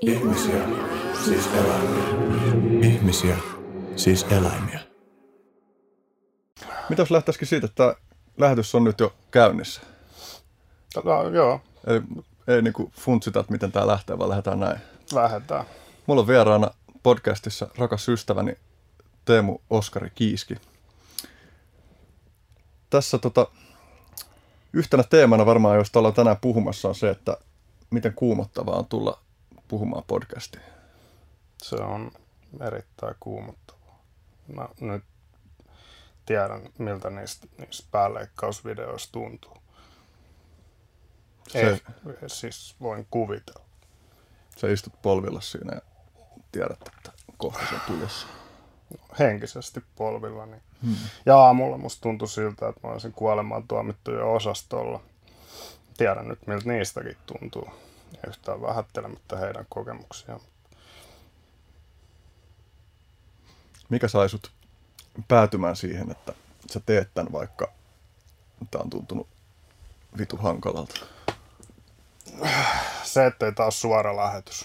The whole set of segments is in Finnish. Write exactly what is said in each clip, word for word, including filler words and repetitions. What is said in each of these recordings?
Ihmisiä, siis eläimiä. Ihmisiä, siis eläimiä. Mitä jos lähtäisikin siitä, että lähetys on nyt jo käynnissä? No, joo. Eli ei niinku funtsita, että miten tää lähtee, vaan lähdetään näin. Lähdetään. Mulla on vieraana podcastissa rakas ystäväni Teemu Oskari Kiiski. Tässä tota, yhtenä teemana varmaan, josta ollaan tänään puhumassa, on se, että miten kuumottavaa on tulla puhumaan podcastiin. Se on erittäin kuumottavaa. Mä nyt tiedän, miltä niistä, niistä pääleikkausvideoista tuntuu. Se, Ei, siis voin kuvitella. Sä istut polvilla siinä ja tiedät, että kohta se on tulossa. Henkisesti polvillani. Hmm. Ja aamulla musta tuntui siltä, että mä olisin kuolemaan tuomittujen osastolla. Tiedän nyt, miltä niistäkin tuntuu. Ja yhtään vähättelemättä heidän kokemuksiaan. Mikä sai sut päätymään siihen, että sä teet tämän, vaikka tää on tuntunut vitu hankalalta? Se, ettei tää ole suora lähetys.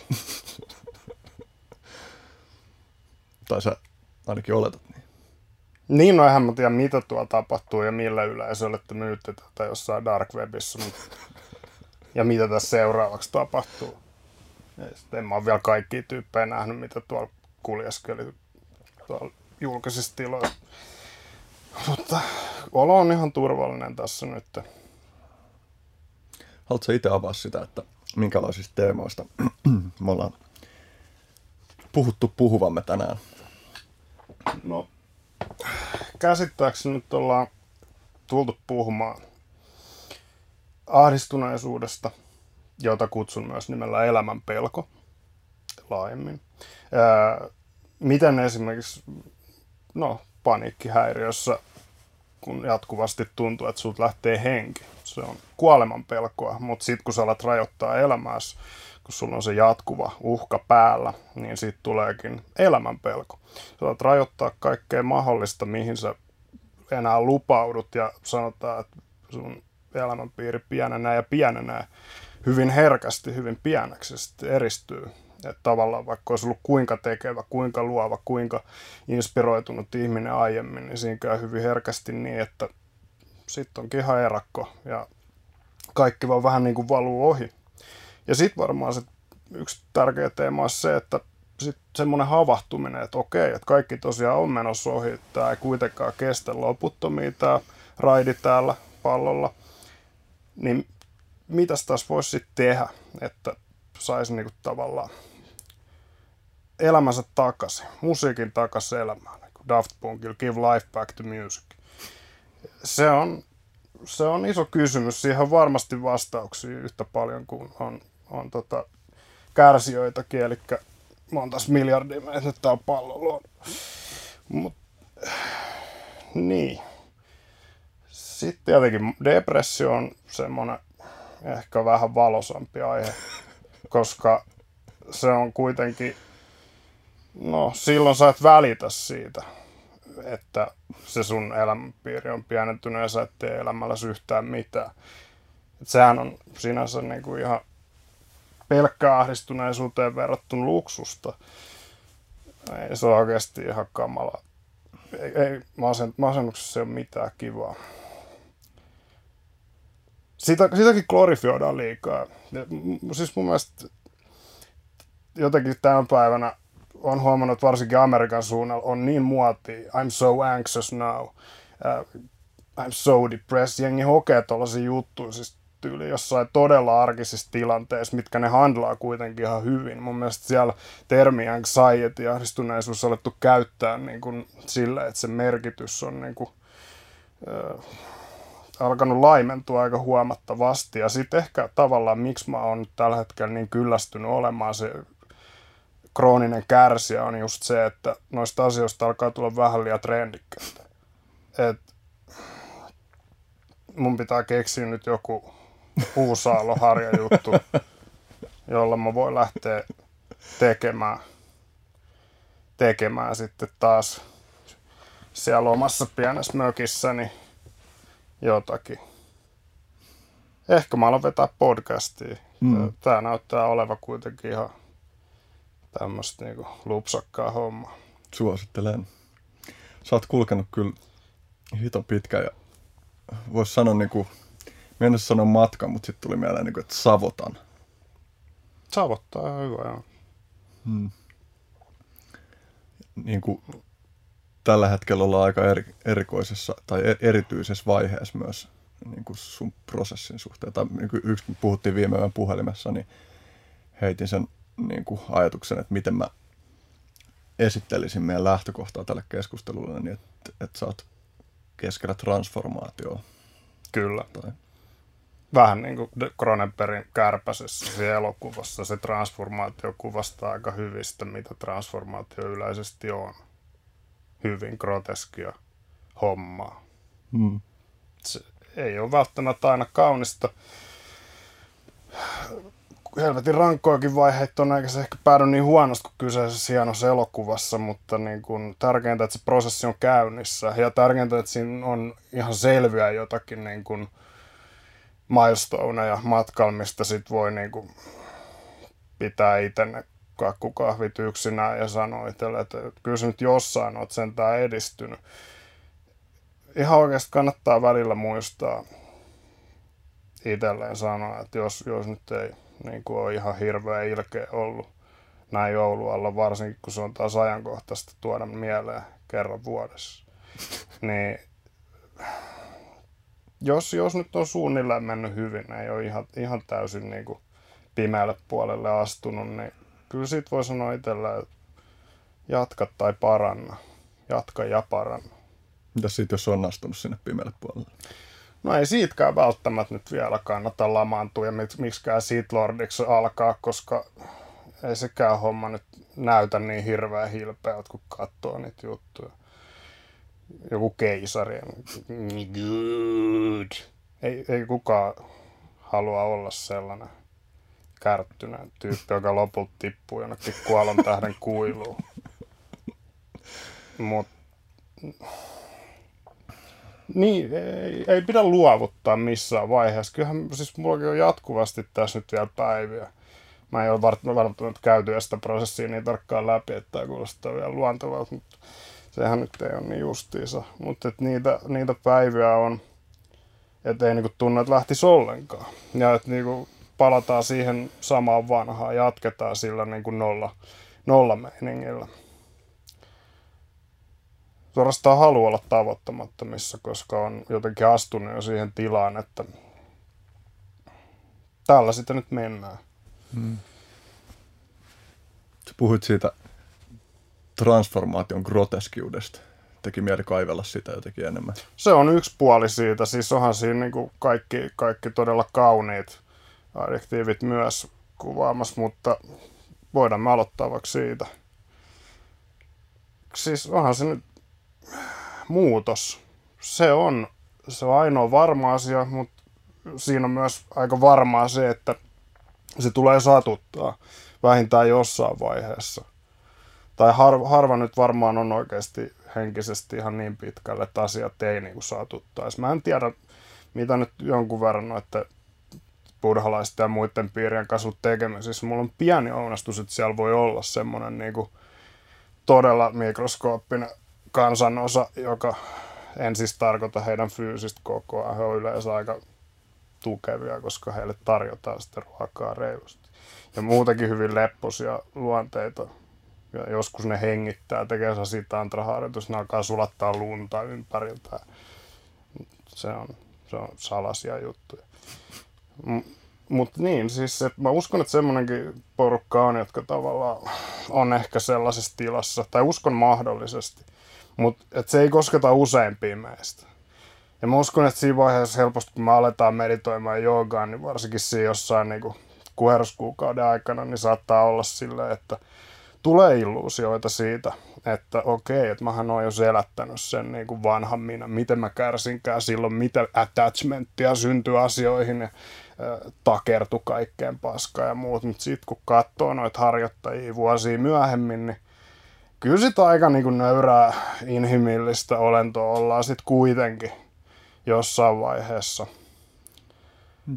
Tai sä ainakin oletat niin. Niin, no eihän mä tiedä, mitä tuolla tapahtuu ja millä yleisölle te myytte tätä jossain dark webissa. Ja mitä tässä seuraavaksi tapahtuu. En mä ole vielä kaikkia tyyppejä nähnyt, mitä tuolla kuljeskeli tuolla julkisissa tiloissa. Mutta olo on ihan turvallinen tässä nyt. Haluatko itse avaa sitä, että minkälaisista teemoista me ollaan puhuttu puhuvamme tänään? No, käsittääkseni nyt ollaan tultu puhumaan ahdistuneisuudesta, jota kutsun myös nimellä elämän pelko laajemmin. Ää, miten esimerkiksi no, paniikkihäiriössä, kun jatkuvasti tuntuu, että sulta lähtee henki. Se on kuoleman pelkoa, mutta sitten kun sä alat rajoittaa elämääsi, kun sulla on se jatkuva uhka päällä, niin siitä tuleekin elämän pelko. Sä alat rajoittaa kaikkea mahdollista, mihin sä enää lupaudut ja sanotaan, että sun elämänpiiri pienenee ja pienenee hyvin herkästi, hyvin pieneksi, sitten eristyy. Että tavallaan vaikka olisi ollut kuinka tekevä, kuinka luova, kuinka inspiroitunut ihminen aiemmin, niin siinä käy hyvin herkästi niin, että sitten onkin ihan erakko ja kaikki vaan vähän niin kuin valuu ohi. Ja sitten varmaan se yksi tärkeä teema on se, että sitten semmoinen havahtuminen, että okei, että kaikki tosiaan on menossa ohi, tämä ei kuitenkaan kestä loputtomia tämä raidi täällä pallolla, niin mitäs taas voisi sitten tehdä, että saisi niinku tavallaan elämänsä takaisin, musiikin takaisin elämään, niin kuin Daft Punkilla Give Life Back to Music. Se on, se on iso kysymys, siihen on varmasti vastauksia yhtä paljon kuin on, on tota kärsijöitäkin, eli montas miljardia meitä nyt täällä pallolla on. Mut, niin. Sitten tietenkin depressio on semmoinen ehkä vähän valoisampi aihe, koska se on kuitenkin, no silloin sä et välitä siitä, että se sun elämänpiiri on pienentynyt ja sä et tee elämälläsi yhtään mitään. Et sehän on sinänsä niinku ihan pelkkää ahdistuneisuuteen verrattuna luksusta. Ei se ole oikeasti ihan kamala. Ei, ei masennuksessa ei ole mitään kivaa. Sitä, sitäkin glorifioidaan liikaa. Ja, siis mun mielestä jotenkin tämän päivänä on huomannut, että varsinkin Amerikan suunnalla on niin muotia. I'm so anxious now. Uh, I'm so depressed. Jengi hokee tollaisia juttuja siis tyyli jossain todella arkisissa tilanteissa, mitkä ne handlaa kuitenkin ihan hyvin. Mun mielestä siellä termi anxiety ja ahdistuneisuus on alettu käyttää niin kuin sillä, että se merkitys on niin kuin, uh, alkanut laimentua aika huomattavasti. Ja sitten ehkä tavallaan, miksi mä oon nyt tällä hetkellä niin kyllästynyt olemaan se krooninen kärsijä, on just se, että noista asioista alkaa tulla vähän liian trendikkäitä. Et mun pitää keksiä nyt joku Uusaalo-harja-juttu, jolla mä voin lähteä tekemään, tekemään sitten taas siellä omassa pienessä mökissäni jotakin. Ehkä mä alan vetää podcastia. Mm. Tää näyttää olevan kuitenkin ihan tämmöistä niinku lupsakkaa hommaa. Suosittelen. Sä oot kulkenut kyllä hito pitkä ja vois sanoa niinku, mennessä sanoa matka, mutta sitten tuli mieleen niinku, että Savotan. Savottaa ihan hyvä, joo. Hmm. Niinku, tällä hetkellä ollaan aika eri, erikoisessa tai erityisessä vaiheessa myös niinku sun prosessin suhteen. Tai niinku yksi, kun puhuttiin viime yön puhelimessa, niin heitin sen niinku ajatuksen, että miten mä esittelisin meidän lähtökohtaa tälle keskustelulle, niin että et sä oot keskellä transformaatioa. Kyllä. Tai... Vähän niin kuin Cronenbergin Kärpäsessä elokuvassa se transformaatio kuvastaa aika hyvistä, mitä transformaatio yleisesti on. Hyvin groteskia hommaa. Hmm. Se ei ole välttämättä aina kaunista. Helvetin rankkoakin vaiheita on, eikä se ehkä päädy niin huonosti kuin kyseisessä hienossa elokuvassa, mutta niin kuin tärkeintä, että se prosessi on käynnissä. Ja tärkeintä, että siinä on ihan selviä jotakin niin kuin milestoneja matkalla, mistä sit voi niin kuin pitää itse ne kakkukahvit yksinään ja sanoa itselle, että kyllä sä nyt jossain oot sentään edistynyt. Ihan oikeasti kannattaa välillä muistaa itselleen sanoa, että jos, jos nyt ei niin kuin ole ihan hirveä ilkeä ollut näin joulualla, varsinkin kun se on taas ajankohtaista tuoda mieleen kerran vuodessa, niin jos, jos nyt on suunnilleen mennyt hyvin, ei ole ihan, ihan täysin niin kuin pimeälle puolelle astunut, niin kyllä siitä voi sanoa itsellä, että jatka tai paranna. Jatka ja paranna. Mitäs siitä, jos on astunut sinne pimeälle puolelle? No ei siitäkään välttämättä nyt vielä kannata lamaantua ja miksikään siitä lordiksi alkaa, koska ei sekään homma nyt näytä niin hirveän hilpeältä, kun katsoo niitä juttuja. Joku keisari. Good. Ei, ei kukaan halua olla sellainen kärttyneen tyyppi, joka lopulta tippuu jonnekin kuolon tähden kuiluun. Mut niin, ei, ei pidä luovuttaa missään vaiheessa. Kyllähän siis mullakin on jatkuvasti tässä nyt vielä päiviä. Mä en ole välttämättä käyty sitä prosessia niin tarkkaan läpi, että tämä kuulostaa vielä luontevalta, mutta sehän nyt ei ole niin justiinsa. Mutta niitä, niitä päiviä on, että ei niinku tunne, että lähtisi ollenkaan. Ja että niinku palataan siihen samaan vanhaan, jatketaan sillä niinku nolla, nollameiningillä. Suorastaan haluaa olla tavoittamattomissa, koska on jotenkin astunut jo siihen tilaan, että tällä sitä nyt mennään. Hmm. Sä puhuit siitä transformaation groteskiudesta. Teki mieli kaivella sitä jotenkin enemmän. Se on yksi puoli siitä. Siis onhan siinä niin kaikki, kaikki todella kauniit adjektiivit myös kuvaamassa, mutta voidaan me aloittaa vaikka siitä. Siis onhan se nyt muutos. Se on, se on ainoa varma asia, mutta siinä on myös aika varmaa se, että se tulee satuttaa vähintään jossain vaiheessa. Tai harva, harva nyt varmaan on oikeasti henkisesti ihan niin pitkälle, että asiat ei niin kuin satuttaisi. Mä en tiedä, mitä nyt jonkun verran noiden buddhalaisten ja muiden piirien kanssa tekemisissä. Mulla on pieni ounastus, että siellä voi olla semmoinen niin kuin todella mikroskooppinen kansanosa, joka en siis tarkoita heidän fyysistä kokoa. He on yleensä aika tukevia, koska heille tarjotaan sitten ruokaa reilusti. Ja muutenkin hyvin lepposia luonteita. Ja joskus ne hengittää, tekee sellaisia tantraharjoitus, ne alkaa sulattaa lunta ympäriltä. Se on, se on salaisia juttuja. M- Mutta niin, siis että mä uskon, että semmoinenkin porukka on, jotka tavallaan on ehkä sellaisessa tilassa, tai uskon mahdollisesti, mutta se ei kosketa useimpia meistä. Ja mä uskon, että siinä vaiheessa helposti, kun me aletaan meditoimaan joogaan, niin varsinkin siinä jossain niin kuin kuherruskuukauden aikana, niin saattaa olla silleen, että tulee illuusioita siitä, että okei, että mähän oon jo selättänyt sen niin kuin vanhan minä, miten mä kärsinkään silloin, mitä attachmenttia syntyi asioihin ja äh, takertu kaikkeen paskaan ja muut. Mutta sitten kun katsoo noita harjoittajia vuosia myöhemmin, niin kyllä sit aika niin kuin nöyrää inhimillistä olentoa ollaan sitten kuitenkin jossain vaiheessa. Tästä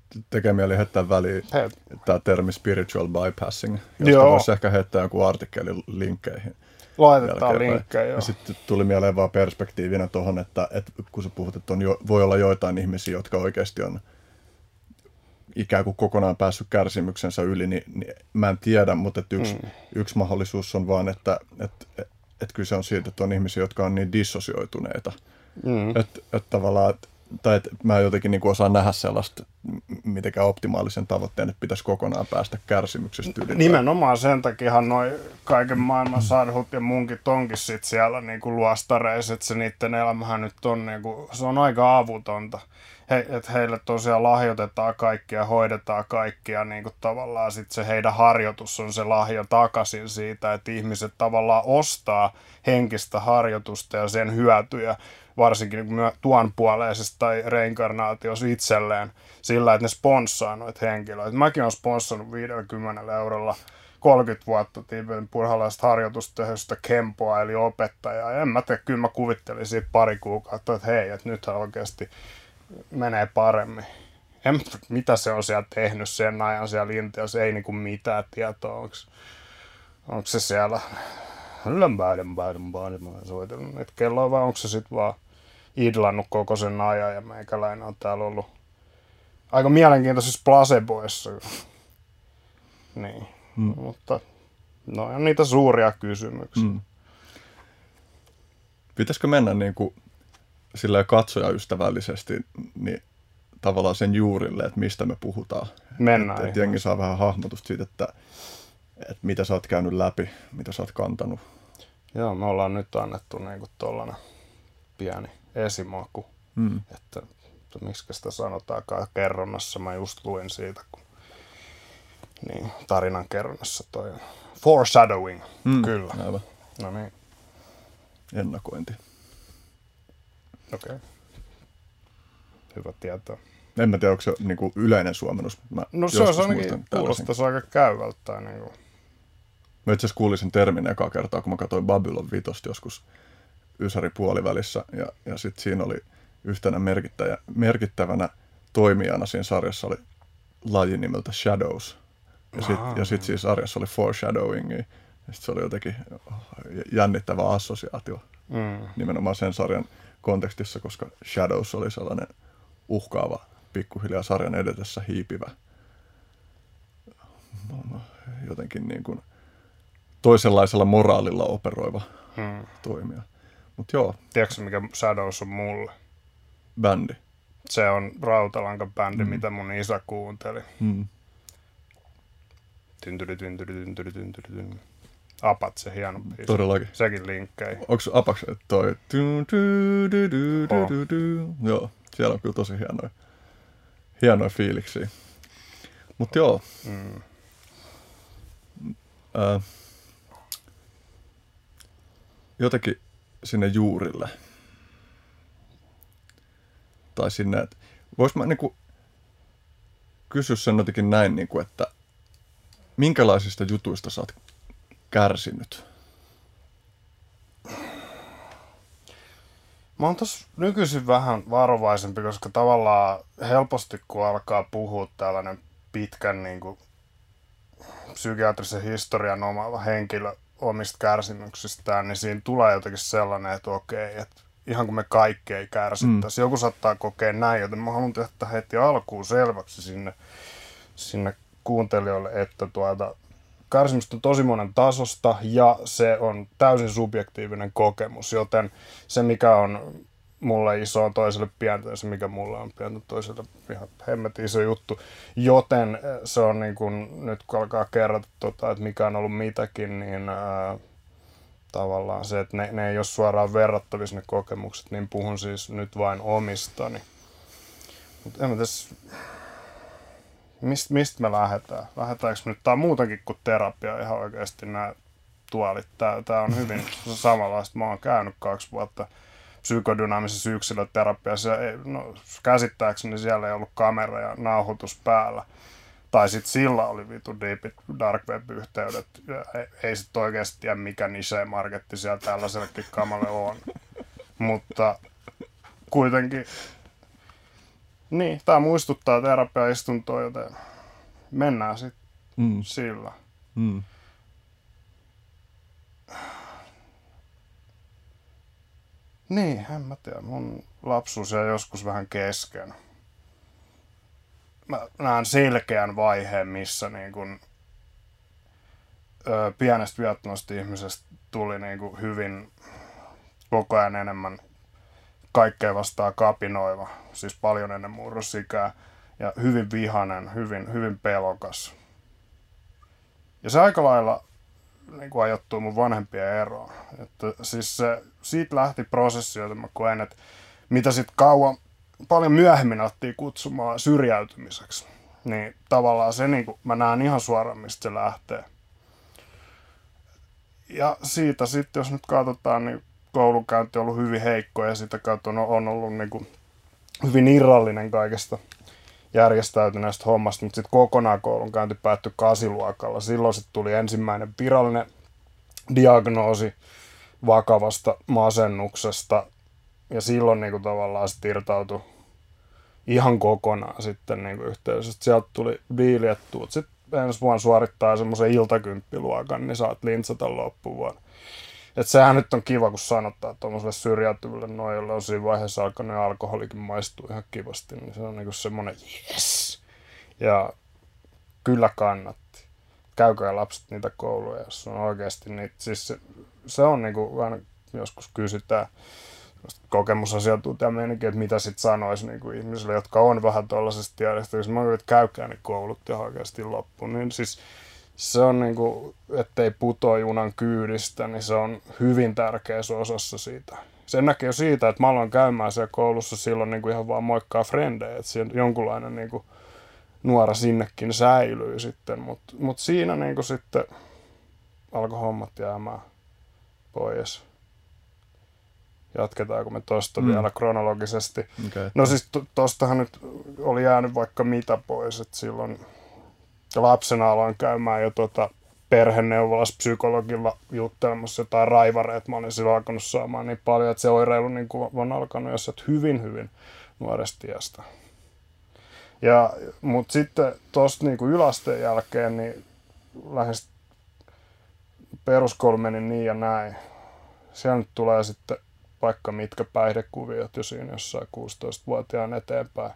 tekee mieli heittää väliin He... tämä termi spiritual bypassing, josta voisi ehkä heittää joku artikkelin linkkeihin. Laitetaan linkkejä, joo. Ja sitten tuli mieleen vaan perspektiivinä tuohon, että, että kun sä puhut, että on jo, voi olla joitain ihmisiä, jotka oikeasti on ikään kuin kokonaan päässyt kärsimyksensä yli, niin, niin mä en tiedä, mutta että yksi, mm. yksi mahdollisuus on vaan, että, että, että, että kyse on siitä, että on ihmisiä, jotka on niin dissosioituneita. Mm. Että, että tavallaan, että, tai että mä jotenkin niin kuin osaan nähdä sellaista mitenkään optimaalisen tavoitteen, että pitäisi kokonaan päästä kärsimyksestä yli. Nimenomaan sen takiahan noi kaiken maailman sadhut ja munkit onkin sit siellä niin kuin luostareissa, että se niiden elämähän nyt on, niin kuin, se on aika avutonta. He, että heille tosiaan lahjoitetaan kaikkia, hoidetaan kaikkia, niin kuin tavallaan sit se heidän harjoitus on se lahjo takaisin siitä, että ihmiset tavallaan ostaa henkistä harjoitusta ja sen hyötyjä, varsinkin tuon puoleisesta tai reinkarnaatiossa itselleen, sillä, että ne sponssaa noita henkilöitä. Mäkin olen sponssannut viisikymmentä eurolla kolmekymmentä vuotta Tiibetin purhalaista harjoitustehosta kempoa, eli opettajaa. Ja en mä tiedä, kyllä mä kuvittelin siitä pari kuukautta, että hei, että nythän oikeasti menee paremmin. En, mitä se on siellä tehnyt sen ajan siellä Intiassa, ei niinku mitään tietoa. Onko se siellä soitellut nyt kelloa vai onko se sitten vaan idlannut koko sen ajan ja meikäläinen on täällä ollut aika mielenkiintoisissa placeboissa. Niin, mm. mutta no on niitä suuria kysymyksiä. Mm. Pitäisikö mennä niin kuin sillä katsojaystävällisesti niin tavallaan sen juurille, että mistä me puhutaan? Mennään. Että et jengi saa vähän hahmotusta siitä, että, että mitä sä oot käynyt läpi, mitä sä oot kantanut. Joo, me ollaan nyt annettu niinku tollainen pieni esimaku, mm. että, että miksi sitä sanotaankaan kerronnassa. Mä just luin siitä, kun niin, tarinan kerronnassa toi foreshadowing, mm. kyllä. Aivan. No niin. Ennakointi. Okei. Okay. Hyvä tietää. En mä tiedä, onko se niin kuin yleinen suomennus. Mä no se on ainakin kuulostaisi aika käyvältä. Niin kuin. Mä itse asiassa kuulin sen termin ekaa kertaa, kun mä katsoin Babylon vitosta joskus Ysäri puolivälissä. Ja, ja sitten siinä oli yhtenä merkittävänä toimijana siinä sarjassa oli laji nimeltä Shadows. Ja sitten sit siinä sarjassa oli foreshadowing. Ja sitten se oli jotenkin jännittävä assosiaatio mm. nimenomaan sen sarjan kontekstissa, koska Shadows oli sellainen uhkaava, pikkuhiljaa sarjan edetessä hiipivä, jotenkin niin kuin toisenlaisella moraalilla operoiva hmm. toimija. Mut joo. Tiedätkö mikä Shadows on mulle? Bändi. Se on Rautalanka-bändi, hmm. mitä mun isä kuunteli. Hmm. Tyntyri, tyntyri, tyntyri, tyntyri, tyntyri. Apat se hieno biisi. Todellakin. Sekin linkkei. Onko Apaks toi? Oh. Joo, siellä on kyllä tosi hienoja, hienoja fiiliksiä. Mut joo. Mm. Äh, jotenkin sinne juurille. Tai sinne, että vois mä niinku kysyä sen jotenkin näin, niinku, että minkälaisista jutuista sä oot kärsinyt? Mä oon tossa nykyisin vähän varovaisempi, koska tavallaan helposti kun alkaa puhua tällainen pitkän niin kuin, psykiatrisen historian omaava henkilö omista kärsimyksistään, niin siinä tulee jotenkin sellainen, että okei, että ihan kuin me kaikki ei kärsittäisi. Mm. Joku saattaa kokea näin, joten mä haluan tehdä heti alkuun selväksi sinne, sinne kuuntelijoille, että tuota, kärsimystä on tosi monen tasosta ja se on täysin subjektiivinen kokemus, joten se mikä on mulle iso on toiselle pientä ja se mikä mulle on pientä toiselle ihan hemmetin iso juttu, joten se on niin kuin, nyt kun alkaa kerrata, tota, että mikä on ollut mitäkin, niin ää, tavallaan se, että ne, ne ei ole suoraan verrattavissa ne kokemukset, niin puhun siis nyt vain omistani. Mutta en mä tässä... Mist, mistä me lähdetään? Lähdetäänkö me nyt? Tää on muutenkin kuin terapia ihan oikeasti nämä tuolit. Tää, tää on hyvin samanlaista. Mä oon käynyt kaksi vuotta psykodynaamisessa yksilöterapiassa. Ei, no, käsittääkseni siellä ei ollut kamera ja nauhoitus päällä. Tai sit sillä oli vitu deep dark web-yhteydet. Ei, ei sit oikeasti tiedä mikä niche-marketti siellä tällaisellekin kamalle on. Mutta kuitenkin Niin, tää muistuttaa terapiaistuntoa, joten mennään sitten Mm. sillä. Mm. Niin, en mä tiedä. Mun lapsuus jäi joskus vähän kesken. Mä näen selkeän vaiheen, missä niin kun, ö, pienestä viattomasta ihmisestä tuli niin kun hyvin koko ajan enemmän kaikkea vastaan kapinoiva. Siis paljon ennen murrosikää. Ja hyvin vihanen, hyvin, hyvin pelokas. Ja se aika lailla niin kuin ajoittuu mun vanhempien eroon. Että siis se, siitä lähti prosessi, jota mä koen, että mitä sitten kauan, paljon myöhemmin alettiin kutsumaan syrjäytymiseksi. Niin tavallaan se, niin kuin, mä näen ihan suoraan, mistä se lähtee. Ja siitä sitten, jos nyt katsotaan, niin koulunkäynti on ollut hyvin heikko ja sitä kautta on, on ollut niin kuin hyvin irrallinen kaikesta järjestäytyneestä hommasta, mutta sitten kokonaan koulunkäynti päättyi kasiluokalla. Silloin sitten tuli ensimmäinen virallinen diagnoosi vakavasta masennuksesta ja silloin niin kuin tavallaan sitten irtautui ihan kokonaan sitten niin kuin yhteydessä. Sieltä tuli diili, että tuut sitten ensi vuonna suorittaa semmoisen iltakymppiluokan, niin saat lintsata loppuvuonna. Että sehän nyt on kiva, kun sanotaan, että tuollaiselle syrjäytyville noin, jolle on siinä vaiheessa alkanut ja alkoholikin maistuu ihan kivasti, niin se on niinku semmoinen yes. Ja kyllä kannatti. Käykää lapset niitä kouluja, jos on oikeasti niitä. Siis se, se on niinku, aina joskus kysytään kokemusasiantuntijamieninkin, että mitä sit sanoisi niinku ihmisille, jotka on vähän tuollaisesta tiedestä. Jos mä oon, että käykää ne koulut ja oikeasti loppuun, niin siis se on niinku, ettei putoa junan kyydistä, niin se on hyvin tärkeässä osassa siitä. Sen näkee jo siitä, että mä aloin käymään siellä koulussa silloin niinku ihan vaan moikkaa frendejä, että siinä jonkunlainen niinku nuora sinnekin säilyy sitten, mutta mut siinä niinku sitten alkoi hommat jäämään pois. Jatketaanko me tosta mm. vielä kronologisesti? Okay. No siis to, tostahan nyt oli jäänyt vaikka mitä pois, että silloin lapsena aloin käymään jo tota perheneuvolassa psykologilla juttelemassa jotain raivareita. Mä olin silloin alkanut saamaan niin paljon, että se oireilu niin on alkanut jos hyvin, hyvin nuoresta iästä. Ja, mutta sitten tuosta niin yläasteen jälkeen niin lähes peruskoulu meni niin ja näin. Siellä nyt tulee sitten vaikka mitkä päihdekuviot jo siinä jossain kuusitoistavuotiaan eteenpäin.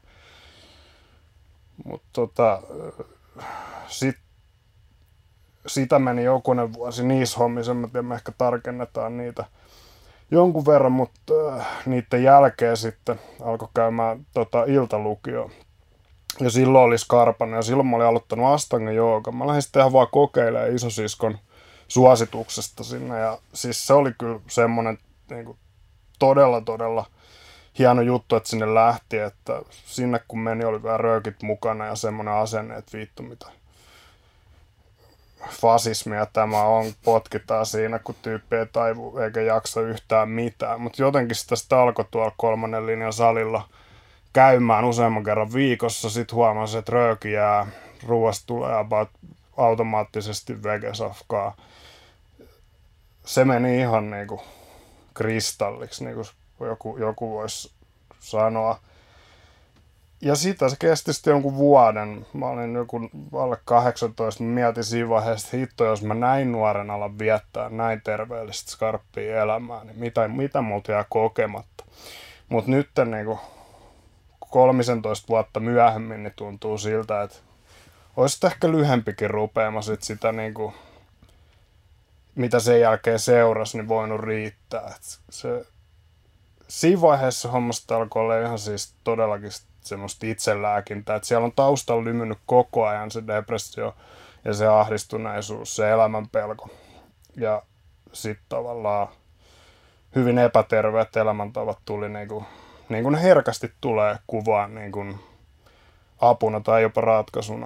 Mutta tota, sit, sitä meni jokunen vuosi niissä hommissa, en tiedä, me ehkä tarkennetaan niitä jonkun verran, mutta äh, niiden jälkeen sitten alkoi käymään tota, iltalukio. Ja silloin oli skarpannut ja silloin mä olin aloittanut Astanga joogan. Mä lähdin sitten ihan vaan kokeilemaan isosiskon suosituksesta sinne ja siis se oli kyllä semmoinen niin kuin, todella todella hieno juttu, että sinne lähti, että sinne kun meni oli vähän röökit mukana ja semmoinen asenne, että vittu mitä fasismia tämä on, potkitaan siinä, kun tyyppi ei taivu eikä jaksa yhtään mitään. Mutta jotenkin sitä sitten alkoi tuolla kolmannen linjan salilla käymään useamman kerran viikossa. Sitten huomasin, että rööki jää, ruoasta tulee about automaattisesti vegesafkaa. Se meni ihan niinku kristalliksi, niin kuin joku, joku voisi sanoa. Ja sitä se kesti sitten jonkun vuoden. Mä olin joku alle kahdeksantoista. Mä mietin siinä vaiheessa, että hitto, jos mä näin nuoren alan viettää näin terveellistä skarppia elämää, niin mitä, mitä multa jää kokematta. Mutta nyt niin kolmetoista vuotta myöhemmin niin tuntuu siltä, että olisi ehkä lyhempikin rupeama sit sitä, niin kuin, mitä sen jälkeen seurasi, niin voinut riittää. Et se, siinä vaiheessa hommasta alkoi olla ihan siis todellakin semmoista itselääkintää, että siellä on taustalla lymynyt koko ajan se depressio ja se ahdistuneisuus, se elämänpelko. Ja sitten tavallaan hyvin epäterveet elämäntavat tuli niin kuin, niin kuin herkästi tulee kuvaan niin kuin apuna tai jopa ratkaisuna.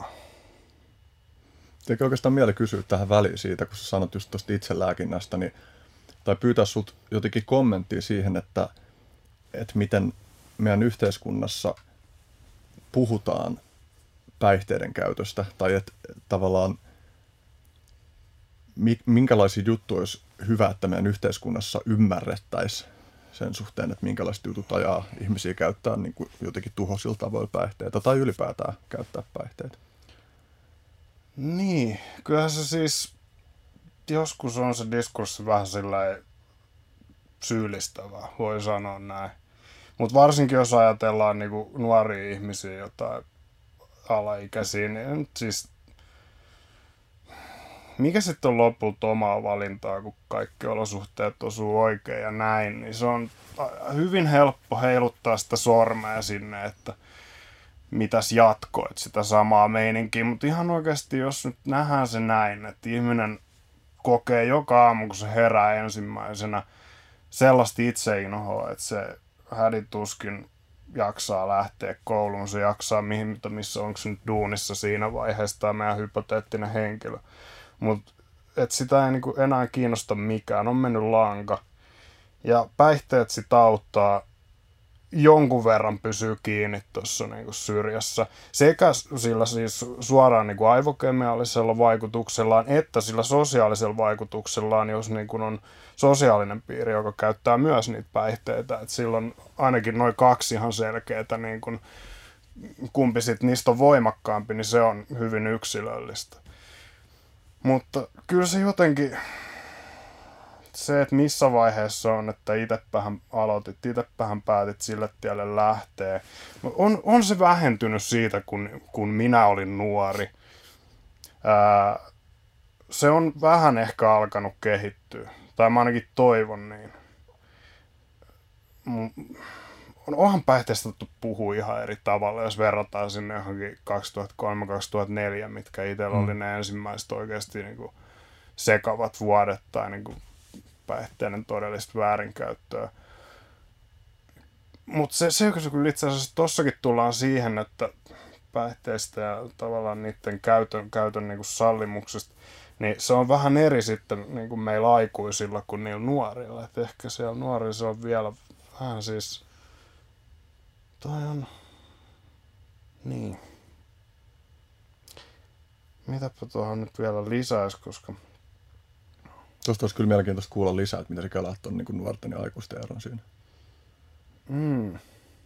Eikä oikeastaan mieli kysyä tähän väliin siitä, kun sä sanot just tuosta itselääkinnästä, niin, tai pyytää sut jotenkin kommenttia siihen, että, että miten meidän yhteiskunnassa puhutaan päihteiden käytöstä, tai että tavallaan minkälaisia juttuja olisi hyvä, että meidän yhteiskunnassa ymmärrettäisiin sen suhteen, että minkälaiset jutut ajaa ihmisiä käyttää niin kuin jotenkin tuhoisilla tavoilla päihteitä tai ylipäätään käyttää päihteitä. Niin, kyllähän se siis joskus on se diskurssi vähän sellainen syyllistävää, voi sanoa näin. Mutta varsinkin jos ajatellaan niinku nuoria ihmisiä, jotain alaikäisiä, niin siis mikä sitten on lopulta omaa valintaa, kun kaikki olosuhteet osuu oikein ja näin, niin se on hyvin helppo heiluttaa sitä sormea sinne, että mitäs jatkoit sitä samaa meininkiä, mutta ihan oikeasti jos nyt nähdään se näin, että ihminen kokee joka aamu, kun se herää ensimmäisenä sellaista itseinohoa, että se hädituskin jaksaa lähteä kouluun, se jaksaa mihin, missä onko se nyt duunissa siinä vaiheessa tämä meidän hypoteettinen henkilö. Mutta sitä ei niinku enää kiinnosta mikään, on mennyt lanka. Ja päihteet sitä auttaa jonkun verran pysyy kiinni tuossa niinku syrjässä. Sekä sillä siis suoraan niinku aivokemiallisella vaikutuksellaan, että sillä sosiaalisella vaikutuksellaan, jos niinku on sosiaalinen piiri, joka käyttää myös niitä päihteitä. Et silloin ainakin noin kaksi ihan selkeää, niinku, kumpi sit niistä on voimakkaampi, niin se on hyvin yksilöllistä. Mutta kyllä se jotenkin, se, että missä vaiheessa on, että itsepähän aloitit, itsepähän päätit sille tielle lähteä. On, on se vähentynyt siitä, kun, kun minä olin nuori. Ää, se on vähän ehkä alkanut kehittyä, tai mä ainakin toivon niin. Onhan päihteistä puhua ihan eri tavalla, jos verrataan sinne johonkin kaksituhattakolme kaksituhattaneljä, mitkä itsellä mm. oli ne ensimmäiset oikeasti niin kuin sekavat vuodet tai niin kuin päihteiden todellista väärinkäyttöä. Mutta se, se kyllä itse asiassa tossakin tullaan siihen, että päihteistä ja tavallaan niiden käytön, käytön niin kuin sallimuksesta, niin se on vähän eri sitten niin kuin meillä aikuisilla kuin niillä nuorilla. Et ehkä siellä nuorilla se on vielä vähän siis... Toi on... Niin. Mitäpä tuohon nyt vielä lisäisi, koska... Tuosta olisi kyllä mielenkiintoista kuulla lisää, että mitä se kelaat on niin kuin nuorten ja aikuisten eron siinä. Mm.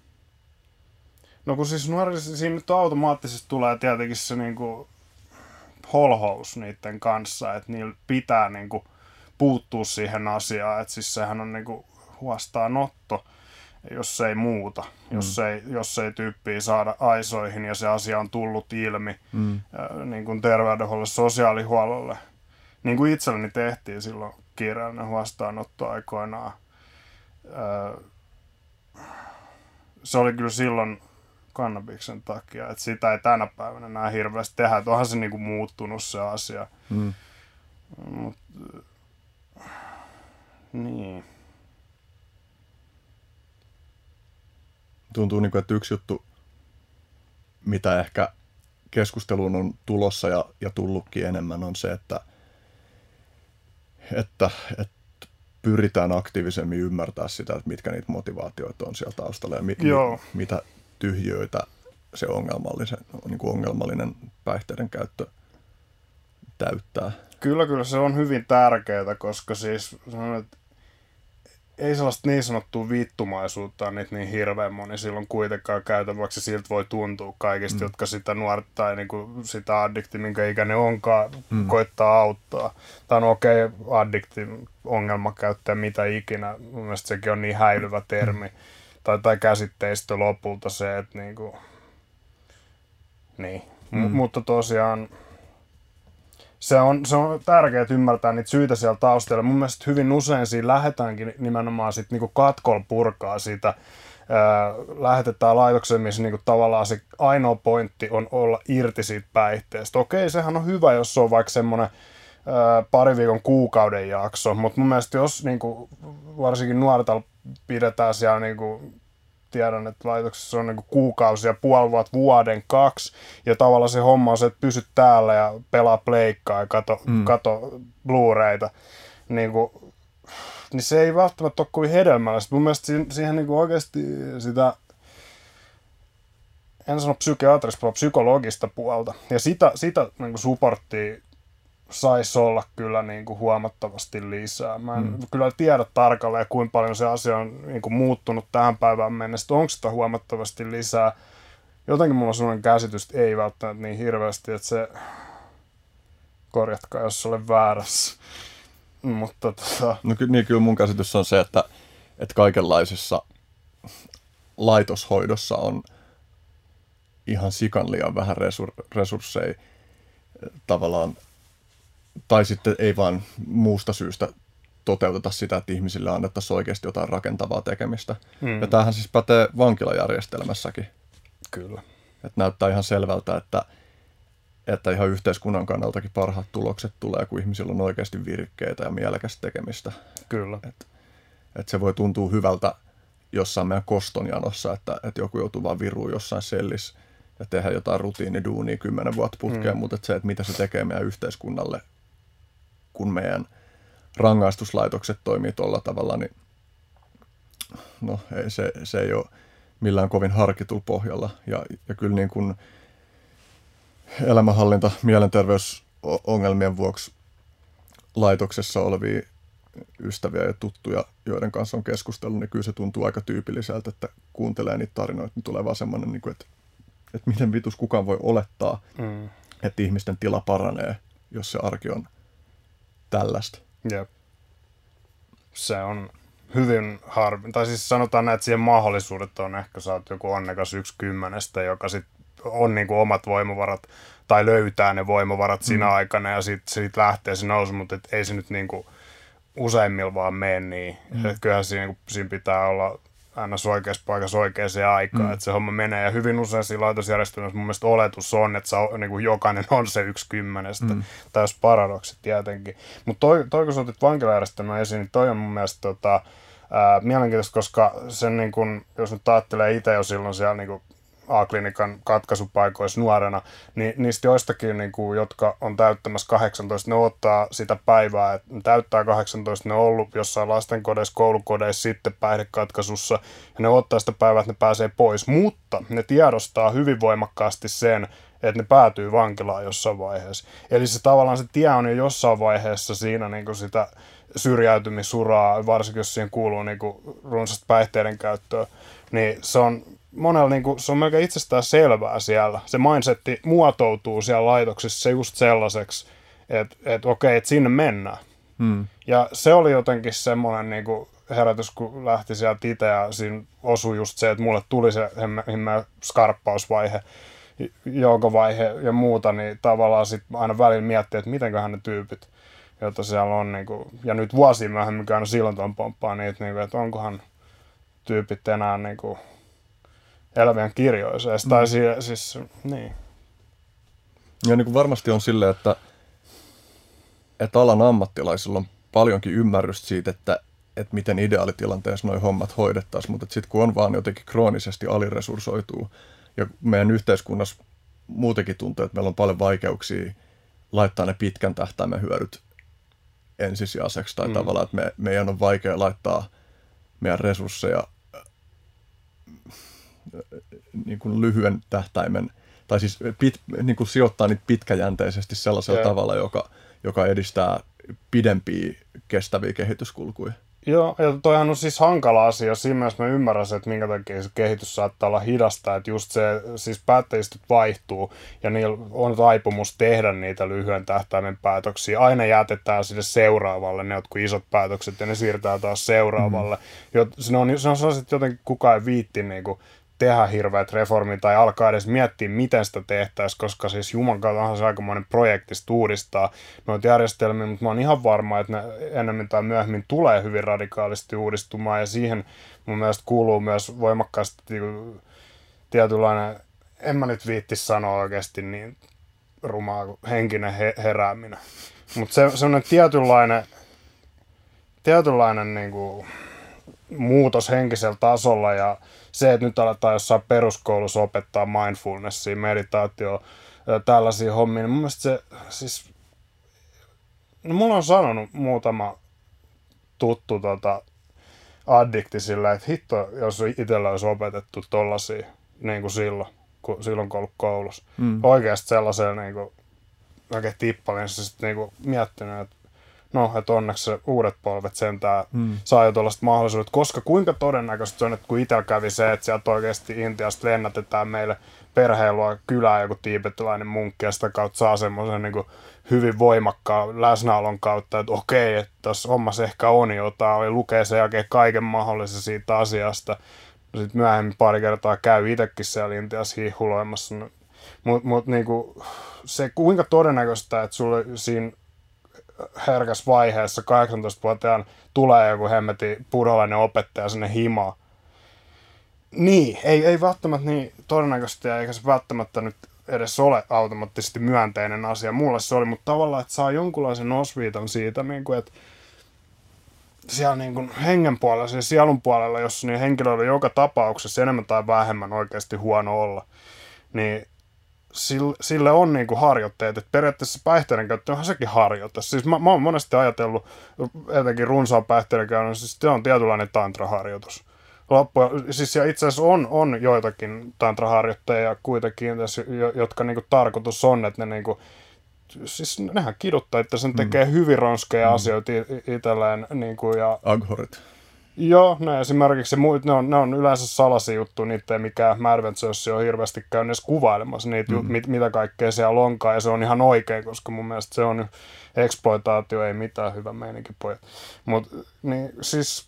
No kun siis nuorille siinä nyt automaattisesti tulee tietenkin se niinku holhous niiden kanssa, että niillä pitää niinku puuttua siihen asiaan, että siis sehän on niinku huostaanotto, jos ei muuta, mm. jos, ei, jos ei tyyppiä saada aisoihin ja se asia on tullut ilmi mm. äh, niin kuin terveydenhuollolle, sosiaalihuollolle. Niin kuin itselleni tehtiin silloin kiireellinen huostaanotto aikoinaan. Äh, se oli kyllä silloin kannabiksen takia, että sitä ei tänä päivänä enää hirveästi tehdä, että onhan se niin kuin muuttunut se asia. Mm. Mut, niin. Tuntuu, että yksi juttu, mitä ehkä keskusteluun on tulossa ja, ja tullutkin enemmän, on se, että, että, että pyritään aktiivisemmin ymmärtää sitä, että mitkä niitä motivaatioita on siellä taustalla ja mi, mi, mitä tyhjöitä se ongelmallisen, niin kuin ongelmallinen päihteiden käyttö täyttää. Kyllä, kyllä se on hyvin tärkeää, koska siis ei sellaista niin sanottua vittumaisuutta niitä niin hirveän moni silloin kuitenkaan käytä, vaikka se siltä voi tuntua kaikista, mm. jotka sitä nuorta tai niinku sitä addikti, minkä ikäinen onkaan, mm. koittaa auttaa. Tai on okei, okay, addikti, ongelmakäyttäjä, mitä ikinä. Mun mielestä sekin on niin häilyvä termi. Mm. Tai, tai käsitteistö lopulta se, että niinku... Niin. Mm. M- mutta tosiaan... Se on, se on tärkeää ymmärtää niitä syitä siellä taustalla. Mun mielestä hyvin usein siinä lähdetäänkin nimenomaan sit niinku katkolla purkaa sitä. Ää, lähetetään laitokseen, missä niinku tavallaan se ainoa pointti on olla irti siitä päihteestä. Okei, sehän on hyvä, jos se on vaikka semmoinen pari viikon kuukauden jakso, mutta mun mielestä jos niinku, varsinkin nuorta pidetään siellä... Niinku, tiedän, että laitoksessa on niinku kuukausia, puoli vuotta, vuoden, kaksi, ja tavallaan se homma on se, että pysyt täällä ja pelaa pleikkaa ja kato, mm. kato Blu-rayta, niinku, niin se ei välttämättä ole kovin hedelmällistä. Mun mielestä siihen, siihen niinku oikeasti sitä, en sano psykiatrista, vaan psykologista puolta, ja sitä, sitä niinku supporttia saisi olla kyllä niin kuin huomattavasti lisää. Mä en Mm. kyllä tiedä tarkalleen, kuinka paljon se asia on niin kuin muuttunut tähän päivään mennessä. Onko sitä huomattavasti lisää? Jotenkin mulla on sellainen käsitys, että ei välttämättä niin hirveästi, että se... Korjatkaa, jos olen väärässä. Mutta tota... No ky- niin kyllä mun käsitys on se, että, että kaikenlaisessa laitoshoidossa on ihan sikan liian vähän resur- resursseja tavallaan, tai sitten ei vaan muusta syystä toteuteta sitä, että ihmisille annettaisiin oikeasti jotain rakentavaa tekemistä. Hmm. Ja tämähän siis pätee vankilajärjestelmässäkin. Kyllä. Että näyttää ihan selvältä, että, että ihan yhteiskunnan kannaltakin parhaat tulokset tulee, kun ihmisillä on oikeasti virkkeitä ja mielekästä tekemistä. Kyllä. Että et se voi tuntua hyvältä jossain meidän kostonjanossa, että, että joku joutuu vaan viruun jossain sellissä ja tehdä jotain rutiiniduunia kymmenen vuotta putkeen, mm. mutta että se, että mitä se tekee meidän yhteiskunnalle, kun meidän rangaistuslaitokset toimii tuolla tavalla, niin no, ei, se, se ei ole millään kovin harkitulla pohjalla. Ja, ja kyllä niin kuin elämänhallinta mielenterveysongelmien vuoksi laitoksessa olevia ystäviä ja tuttuja, joiden kanssa on keskustellut, niin kyllä se tuntuu aika tyypilliseltä, että kuuntelee niitä tarinoita, niin tulee vaan semmoinen, että, että miten vitus kukaan voi olettaa, mm. että ihmisten tila paranee, jos se arki on tällaista. Jep. Se on hyvin harvi. Tai siis sanotaan näin, että siihen mahdollisuudet on ehkä, sä oot joku onnekas yksi kymmenestä, joka sit on niinku omat voimavarat tai löytää ne voimavarat siinä mm. aikana ja sitten sit lähtee se nousu, mutta et ei se nyt niinku useimmilla vaan mene niin. Mm. Että kyllähän siinä, niinku, siinä pitää olla aina oikeassa paikassa oikeaan aikaan, mm. että se homma menee. Ja hyvin usein siinä laitosjärjestelmässä mun mielestä oletus on, että sä, niinku, jokainen on se yksi kymmenestä. Mm. Tai jos paradoksi tietenkin. Mutta toi, toi, kun sä otit vankilajärjestelmän esiin, niin toi on mun mielestä tota, ää, mielenkiintoista, koska sen, niin kun, jos nyt ajattelee itse jo silloin siellä niin A-klinikan katkaisupaikoissa nuorena, niin niistä joistakin, niin kuin, jotka on täyttämässä kahdeksantoista, ne ottaa sitä päivää, että ne täyttää kahdeksantoista, ne on ollut jossain lastenkodeissa, koulukodeissa, sitten päihdekatkaisussa, ja ne ottaa sitä päivää, että ne pääsee pois, mutta ne tiedostaa hyvin voimakkaasti sen, että ne päätyy vankilaan jossain vaiheessa. Eli se tavallaan se tie on jo jossain vaiheessa siinä niin kuin sitä syrjäytymisuraa, varsinkin jos siihen kuuluu niin kuin runsasta päihteiden käyttöä, niin se on monella niin kuin, se on melkein itsestään selvää siellä. Se mindsetti muotoutuu siellä laitoksissa se just sellaiseksi, että, että okei, että sinne mennään. Hmm. Ja se oli jotenkin semmoinen niin kuin herätys, kun lähti sieltä itse ja siinä osui just se, että mulle tuli se himmeä skarppausvaihe, joukkovaihe ja muuta, niin tavallaan sitten aina välillä miettii, että mitenköhän ne tyypit, joita siellä on, niin kuin, ja nyt vuosia myöhemmin, mikä aina silloin tuon pomppaa niitä, niin kuin, että onkohan tyypit enää niin kuin elävien kirjoissa. Mm. Tai siis, siis, niin. Ja niin kuin varmasti on silleen, että, että alan ammattilaisilla on paljonkin ymmärrystä siitä, että, että miten ideaalitilanteessa nuo hommat hoidettaisiin, mutta sitten kun on vaan jotenkin kroonisesti aliresursoituu, ja meidän yhteiskunnassa muutenkin tuntuu, että meillä on paljon vaikeuksia laittaa ne pitkän tähtäimen hyödyt ensisijaiseksi, tai mm. tavallaan, että me, meidän on vaikea laittaa meidän resursseja niin kuin lyhyen tähtäimen, tai siis pit, niin kuin sijoittaa niitä pitkäjänteisesti sellaisella yeah. tavalla, joka, joka edistää pidempiä kestäviä kehityskulkuja. Joo, ja toihan on siis hankala asia. Siinä mielessä mä ymmärrän se, että minkä takia se kehitys saattaa olla hidasta, että just se, siis päättäjistöt vaihtuu, ja niillä on taipumus tehdä niitä lyhyen tähtäimen päätöksiä. Aina jätetään sinne seuraavalle ne jotkut isot päätökset, ja ne siirtää taas seuraavalle. Mm-hmm. Se on, se on sellaiset, että jotenkin kukaan ei viitti niin kuin tehdä hirveät reformia tai alkaa edes miettiä, miten sitä tehtäisiin, koska siis Juman kautta onhan se aikamoinen projekti uudistaa noita järjestelmiä, mutta mä oon ihan varma, että ne enemmän tai myöhemmin tulee hyvin radikaalisti uudistumaan, ja siihen mun mielestä kuuluu myös voimakkaasti tietynlainen, en mä nyt viitti sanoa oikeasti niin rumaa kuin henkinen he- herääminen, mutta se, semmoinen tietynlainen, tietynlainen niin kuin muutos henkisellä tasolla, ja se, että nyt aletaan jossain peruskoulussa opettaa mindfulnessia, meditaatio, tällaisia hommia, niin mun mielestä se, siis, no mulla on sanonut muutama tuttu tota, addikti sillä, että hitto, jos itsellä olisi opetettu tollaisia, niin kuin silloin, kun, silloin kun ollut koulussa. Mm. Oikeasti sellaisella niin kuin oikein tippalinsissa sitten niinku miettinyt, että no, että onneksi se uudet polvet sentään mm. saa jo tuollaiset mahdollisuudet, koska kuinka todennäköistä on, että kun itsellä kävi se, että sieltä oikeasti Intiasta lennätetään meille perheen luo kylään joku tiibetiläinen munkki ja sitä kautta saa semmoisen niin kuin hyvin voimakkaan läsnäolon kautta, että okei, että tuossa hommassa ehkä on jotain, ja lukee sen jälkeen kaiken mahdollisen siitä asiasta. Sitten myöhemmin pari kertaa käy itsekin siellä Intiassa hiihuloimassa. Mutta mut, niinku, se kuinka todennäköistä, että sulle siinä herkässä vaiheessa kahdeksantoistavuotiaan tulee joku hemmetin pudolainen opettaja sinne himaan. Niin, ei, ei välttämättä niin todennäköisesti, eikä se välttämättä nyt edes ole automaattisesti myönteinen asia. Mulle se oli, mutta tavallaan, että saa jonkunlaisen osviitan siitä, niin kuin, että siellä niin kuin hengen puolella, siellä sielun puolella, jossa niin henkilöillä joka tapauksessa enemmän tai vähemmän oikeasti huono olla, niin sille, sille on niin kuin harjoitteet. Että periaatteessa päihteiden käyttö onhan sekin harjoite. Siis mä, mä oon monesti ajatellut, etenkin runsaan päihteiden käyttö, siis se on tietynlainen tantraharjoitus. Loppuja, siis ja itse asiassa on, on joitakin tantraharjoittajia kuitenkin, jotka niinku tarkoitus on, että ne niinku, siis nehän kiduttaa, että sen tekee mm. hyvin ronskeja mm. asioita itselleen. Niinku, ja, Aghorit. Joo, ne esimerkiksi, ne on, ne on yleensä salaisia juttuja, niitä ei mikään Märventsössi on hirveästi käynyt edes kuvailemassa niitä, mm. mit, mitä kaikkea siellä onkaan, ja se on ihan oikein, koska mun mielestä se on exploitaatio, ei mitään, hyvä meininki pojat. Mutta niin siis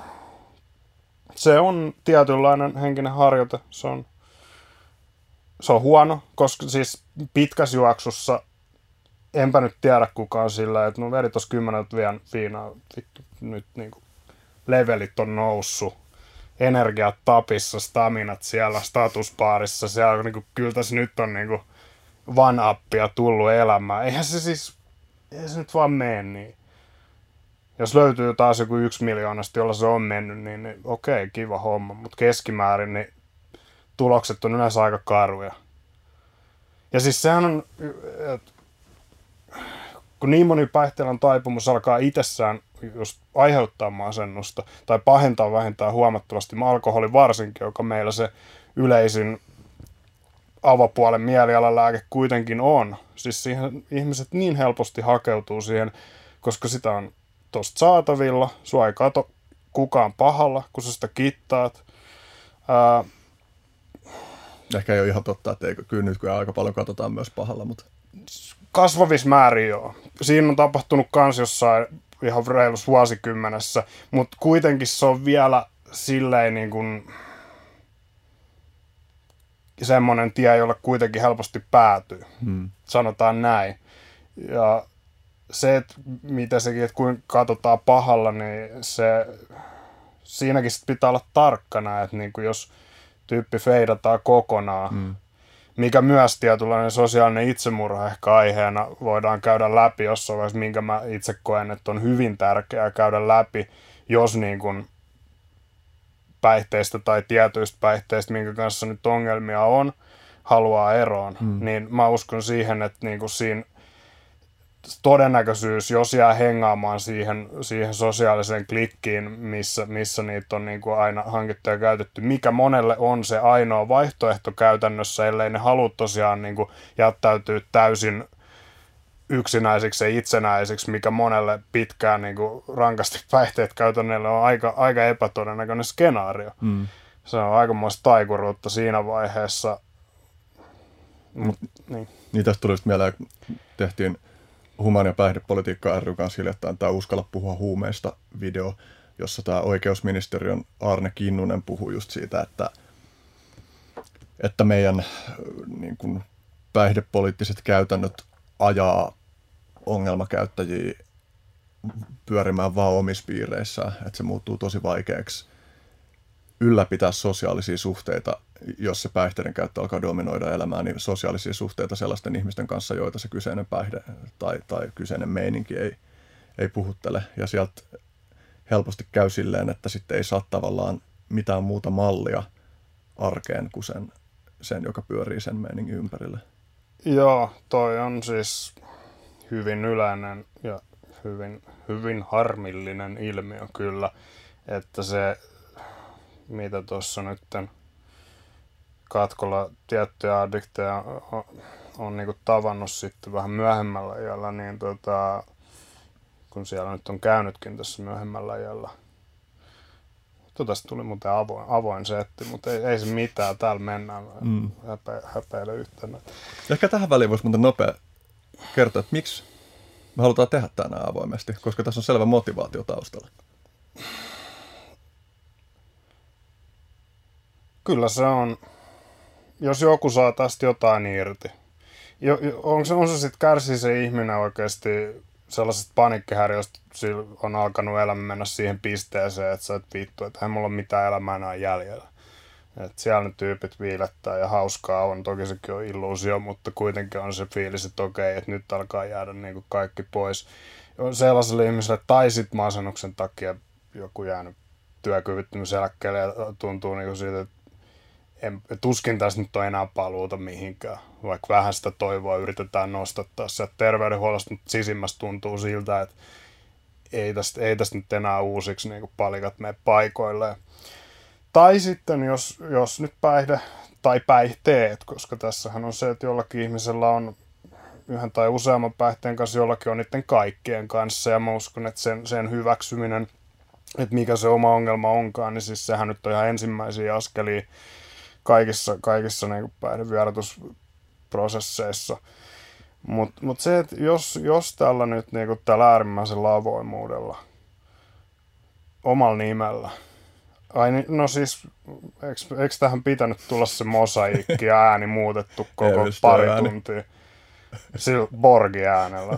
se on tietynlainen henkinen harjoite, se on, se on huono, koska siis pitkässä juoksussa enpä nyt tiedä kukaan sillä, että no veri tuossa kymmeneltä vien viinaa, vittu, nyt niinku levelit on noussut, energiat tapissa, staminat siellä, statuspaarissa, siellä niinku, kyllä tässä nyt on niinku one-uppia tullut elämään. Eihän se siis, ei se nyt vaan mene niin. Jos löytyy taas joku yksi miljoonasta, jolla se on mennyt, niin, niin okei, okay, kiva homma, mutta keskimäärin niin tulokset on yleensä aika karuja. Ja siis sehän on, että kun niin moni päihteellä taipumus alkaa itsessään just aiheuttaa masennusta tai pahentaa vähintään huomattavasti alkoholi varsinkin, joka meillä se yleisin avopuolen mielialalääke kuitenkin on. Siis siihen ihmiset niin helposti hakeutuu siihen, koska sitä on tosta saatavilla, sua ei kato kukaan pahalla, kun sä sitä kittaat. Ää... Ehkä ei ole ihan totta, että eikö, kyllä nyt kyllä aika paljon katsotaan myös pahalla, mutta kasvavissa määrin joo. Siinä on tapahtunut kans jossain ihan reilussa vuosikymmenessä, mutta kuitenkin se on vielä silleen niin kuin semmoinen tie, jolle kuitenkin helposti päätyy. Hmm. Sanotaan näin. Ja se, että mitä sekin, että kuinka katsotaan pahalla, niin se, siinäkin sit pitää olla tarkkana, että niin kuin jos tyyppi feidataan kokonaan, hmm. mikä myös tietynlainen sosiaalinen itsemurha ehkä aiheena voidaan käydä läpi jossain vaiheessa, minkä mä itse koen, että on hyvin tärkeää käydä läpi, jos niin kuin päihteistä tai tietyistä päihteistä, minkä kanssa nyt ongelmia on, haluaa eroon, hmm. niin mä uskon siihen, että niin kuin siinä todennäköisyys, jos jää hengaamaan siihen, siihen sosiaaliseen klikkiin, missä, missä niitä on niin kuin aina hankittu ja käytetty, mikä monelle on se ainoa vaihtoehto käytännössä, ellei ne halua tosiaan niin kuin jättäytyä täysin yksinäisiksi ja itsenäisiksi, mikä monelle pitkään niin kuin rankasti päihteet käytännölle on aika, aika epätodennäköinen skenaario. Mm. Se on aikamoista taikuruutta siinä vaiheessa. Mut, niin. Niin tästä tuli mieleen, tehtiin Human- ja päihdepolitiikka ry kanssa hiljattain tämä Uskalla puhua huumeista -video, jossa tämä oikeusministeriön Arne Kinnunen puhui just siitä, että, että meidän niin kuin, päihdepoliittiset käytännöt ajaa ongelmakäyttäjiä pyörimään vaan omissa piireissä, että se muuttuu tosi vaikeaksi ylläpitää sosiaalisia suhteita, jos se päihteiden käyttö alkaa dominoida elämää, niin sosiaalisia suhteita sellaisten ihmisten kanssa, joita se kyseinen päihde tai, tai kyseinen meininki ei, ei puhuttele. Ja sieltä helposti käy silleen, että sitten ei saa tavallaan mitään muuta mallia arkeen kuin sen, sen joka pyörii sen meiningin ympärille. Joo, toi on siis hyvin yleinen ja hyvin, hyvin harmillinen ilmiö kyllä, että se, mitä tuossa nyt Katkolla tiettyjä addikteja on niinku tavannut sitten vähän myöhemmällä iällä, niin tota, kun siellä nyt on käynytkin tässä myöhemmällä iällä. Tästä tuli muuten avoin, avoin setti, mutta ei, ei se mitään, täällä mennään, mm. häpe, häpeile yhtenä. Ehkä tähän väliin voisi muuten nopea kertoa, että miksi me halutaan tehdä tänään avoimesti, koska tässä on selvä motivaatio taustalla. Kyllä se on, jos joku saa tästä jotain irti. Jo, on se, on se sitten kärsii se ihminen oikeasti sellaisesta paniikkihäiriöstä, sillä on alkanut elämä mennä siihen pisteeseen, että sä et vittu, että ei mulla ole mitään elämää enää jäljellä. Et siellä ne tyypit viilettää ja hauskaa on, toki sekin on illuusio, mutta kuitenkin on se fiilis, että okei, että nyt alkaa jäädä niin kuin kaikki pois. Sellaiselle ihmiselle tai sitten masennuksen takia joku jäänyt työkyvyttömyyseläkkeelle ja tuntuu niin kuin siitä, että en, tuskin tässä nyt on enää paluuta mihinkään, vaikka vähän sitä toivoa yritetään nostattaa sieltä terveydenhuollosta, mutta sisimmästä tuntuu siltä, että ei tästä, ei tästä nyt enää uusiksi niin kuin palikat mene paikoilleen. Tai sitten jos, jos nyt päihde tai päihteet, koska tässähän on se, että jollakin ihmisellä on yhden tai useamman päihteen kanssa, jollakin on niiden kaikkien kanssa, ja mä uskon, että sen, sen hyväksyminen, että mikä se oma ongelma onkaan, niin siis sehän nyt on ihan ensimmäisiä askelia kaikissa, kaikissa niin kuin päihdevierotusprosesseissa. Mutta mut se, että jos, jos tällä nyt niin kuin tällä äärimmäisellä avoimuudella, omalla nimellä, ai niin, no siis, eikö, eikö tähän pitänyt tulla se mosaikki ja ääni muutettu koko pari ääni. tuntia? Sillä Borgi-äänellä.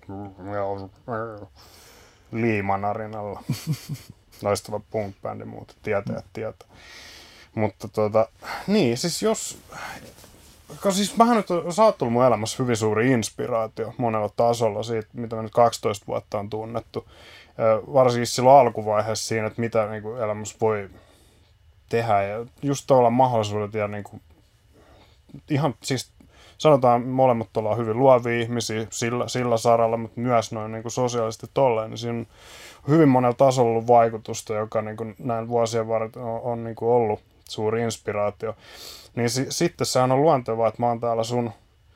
Liimanarinalla. Loistava punk-bändi muuten, tietäjät tietää. Mutta tota, niin, siis jos, siis mähän nyt, sä oot tullut mun elämässä hyvin suuri inspiraatio monella tasolla siitä, mitä me nyt kaksitoista vuotta on tunnettu. Varsinkin silloin alkuvaiheessa siinä, että mitä niin kuin elämässä voi tehdä ja just olla mahdollisuudet ja niin kuin, ihan siis sanotaan, molemmat ollaan hyvin luovia ihmisiä sillä, sillä saralla, mutta myös noin niin kuin sosiaalisesti tolleen, niin siinä on hyvin monella tasolla ollut vaikutusta, joka niin kuin näin vuosien varrella on, on niin kuin ollut suuri inspiraatio. Niin si, sitten sehän on luontevaa, että mä oon täällä sun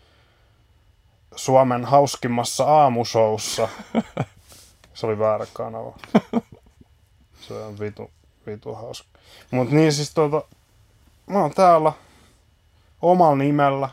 Suomen hauskimmassa aamushowssa. Se oli väärä kanava. Se on vitu, vitu hauska. Mut niin siis tota, mä oon täällä omalla nimellä.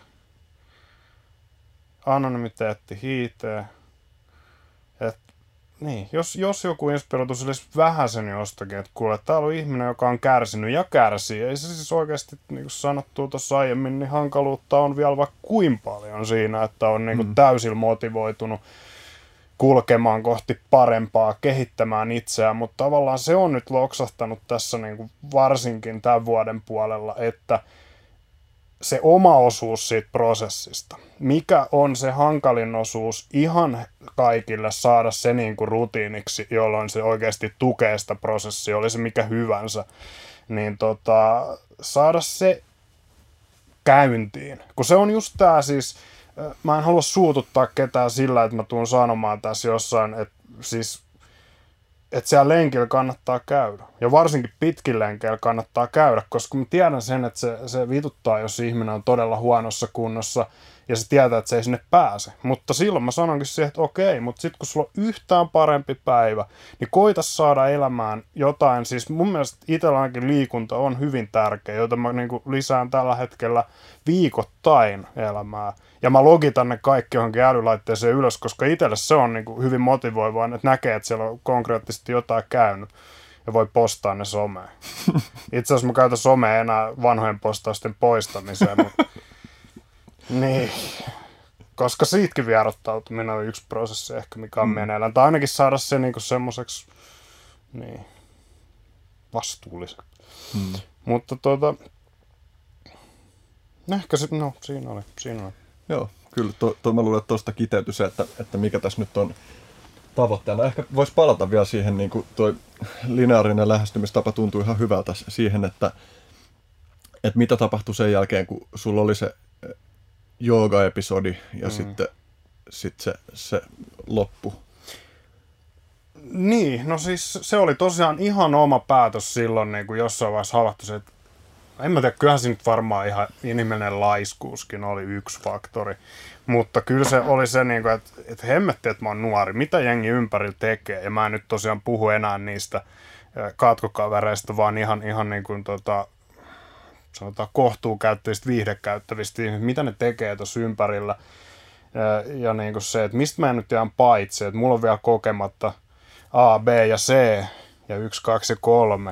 Anonymiteetti hiitee. Et, niin, jos, jos joku inspiroitus olisi vähän sen jostakin, että kuule, täällä on ihminen, joka on kärsinyt ja kärsii. Ei se siis oikeasti, niin kuin sanottu tuossa aiemmin, niin hankaluutta on vielä vaikka kuin paljon siinä, että on niin kuin mm. täysin motivoitunut kulkemaan kohti parempaa, kehittämään itseään, mutta tavallaan se on nyt loksahtanut tässä niin kuin varsinkin tämän vuoden puolella, että se oma osuus siitä prosessista, mikä on se hankalin osuus ihan kaikille saada se niin kuin rutiiniksi, jolloin se oikeasti tukee sitä prosessia, oli se mikä hyvänsä, niin tota, saada se käyntiin, kun se on just tää siis, mä en halua suututtaa ketään sillä, että mä tuun sanomaan tässä jossain, että siis että siellä lenkillä kannattaa käydä. Ja varsinkin pitkin lenkeillä kannattaa käydä, koska mä tiedän sen, että se, se vituttaa, jos ihminen on todella huonossa kunnossa ja se tietää, että se ei sinne pääse. Mutta silloin mä sanonkin siihen, että okei, mutta sitten kun sulla on yhtään parempi päivä, niin koita saada elämään jotain. Siis mun mielestä itselläänkin liikunta on hyvin tärkeä, jota mä niin kuin lisään tällä hetkellä viikoittain elämää. Ja mä logitan ne kaikki johonkin älylaitteeseen ylös, koska itselle se on niin kuin hyvin motivoivaa, että näkee, että siellä on konkreettisesti jotain käynyt ja voi postaa ne someen. Itse asiassa mä käytän somea enää vanhojen postausten poistamiseen, mutta niin, koska siitäkin vierottautuminen on yksi prosessi ehkä, mikä on mm. meneillään. Tai ainakin saada se niinku semmoiseksi niin, vastuulliseksi. Mm. Mutta tuota, ehkä se, no siinä oli, siinä oli. Joo, kyllä to, to, mä luulen, että tuosta kiteytyi se, että, että mikä tässä nyt on tavoitteena. Ehkä voisi palata vielä siihen, niin kuin toi lineaarinen lähestymistapa tuntui ihan hyvältä siihen, että, että mitä tapahtui sen jälkeen, kun sulla oli se jooga-episodi ja mm. sitten sit se, se loppu. Niin, no siis se oli tosiaan ihan oma päätös silloin, niin kuin jossain vaiheessa havahtui, että en mä tiedä, kyllähän se nyt varmaan ihan inhimillinen laiskuuskin oli yksi faktori. Mutta kyllä se oli se, niin että, että hemmetti, että mä oon nuori. Mitä jengi ympärillä tekee? Ja mä en nyt tosiaan puhu enää niistä katkokavereista, vaan ihan, ihan niin kuin tota, sanotaan kohtuukäyttävistä, viihdekäyttävistä ihmisistä. Mitä ne tekee tuossa ympärillä? Ja, ja niin kuin se, että mistä mä en nyt jään paitsi. Että mulla on vielä kokematta A, B ja C ja yksi, kaksi ja kolme.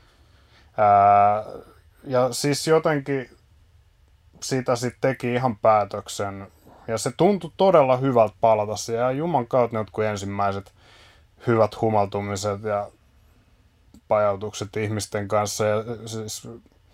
Ää, ja siis jotenkin sitä sitten teki ihan päätöksen. Ja se tuntui todella hyvältä palata siihen. Ja Juman kautta ne jotkut ensimmäiset hyvät humaltumiset ja pajautukset ihmisten kanssa. Ja siis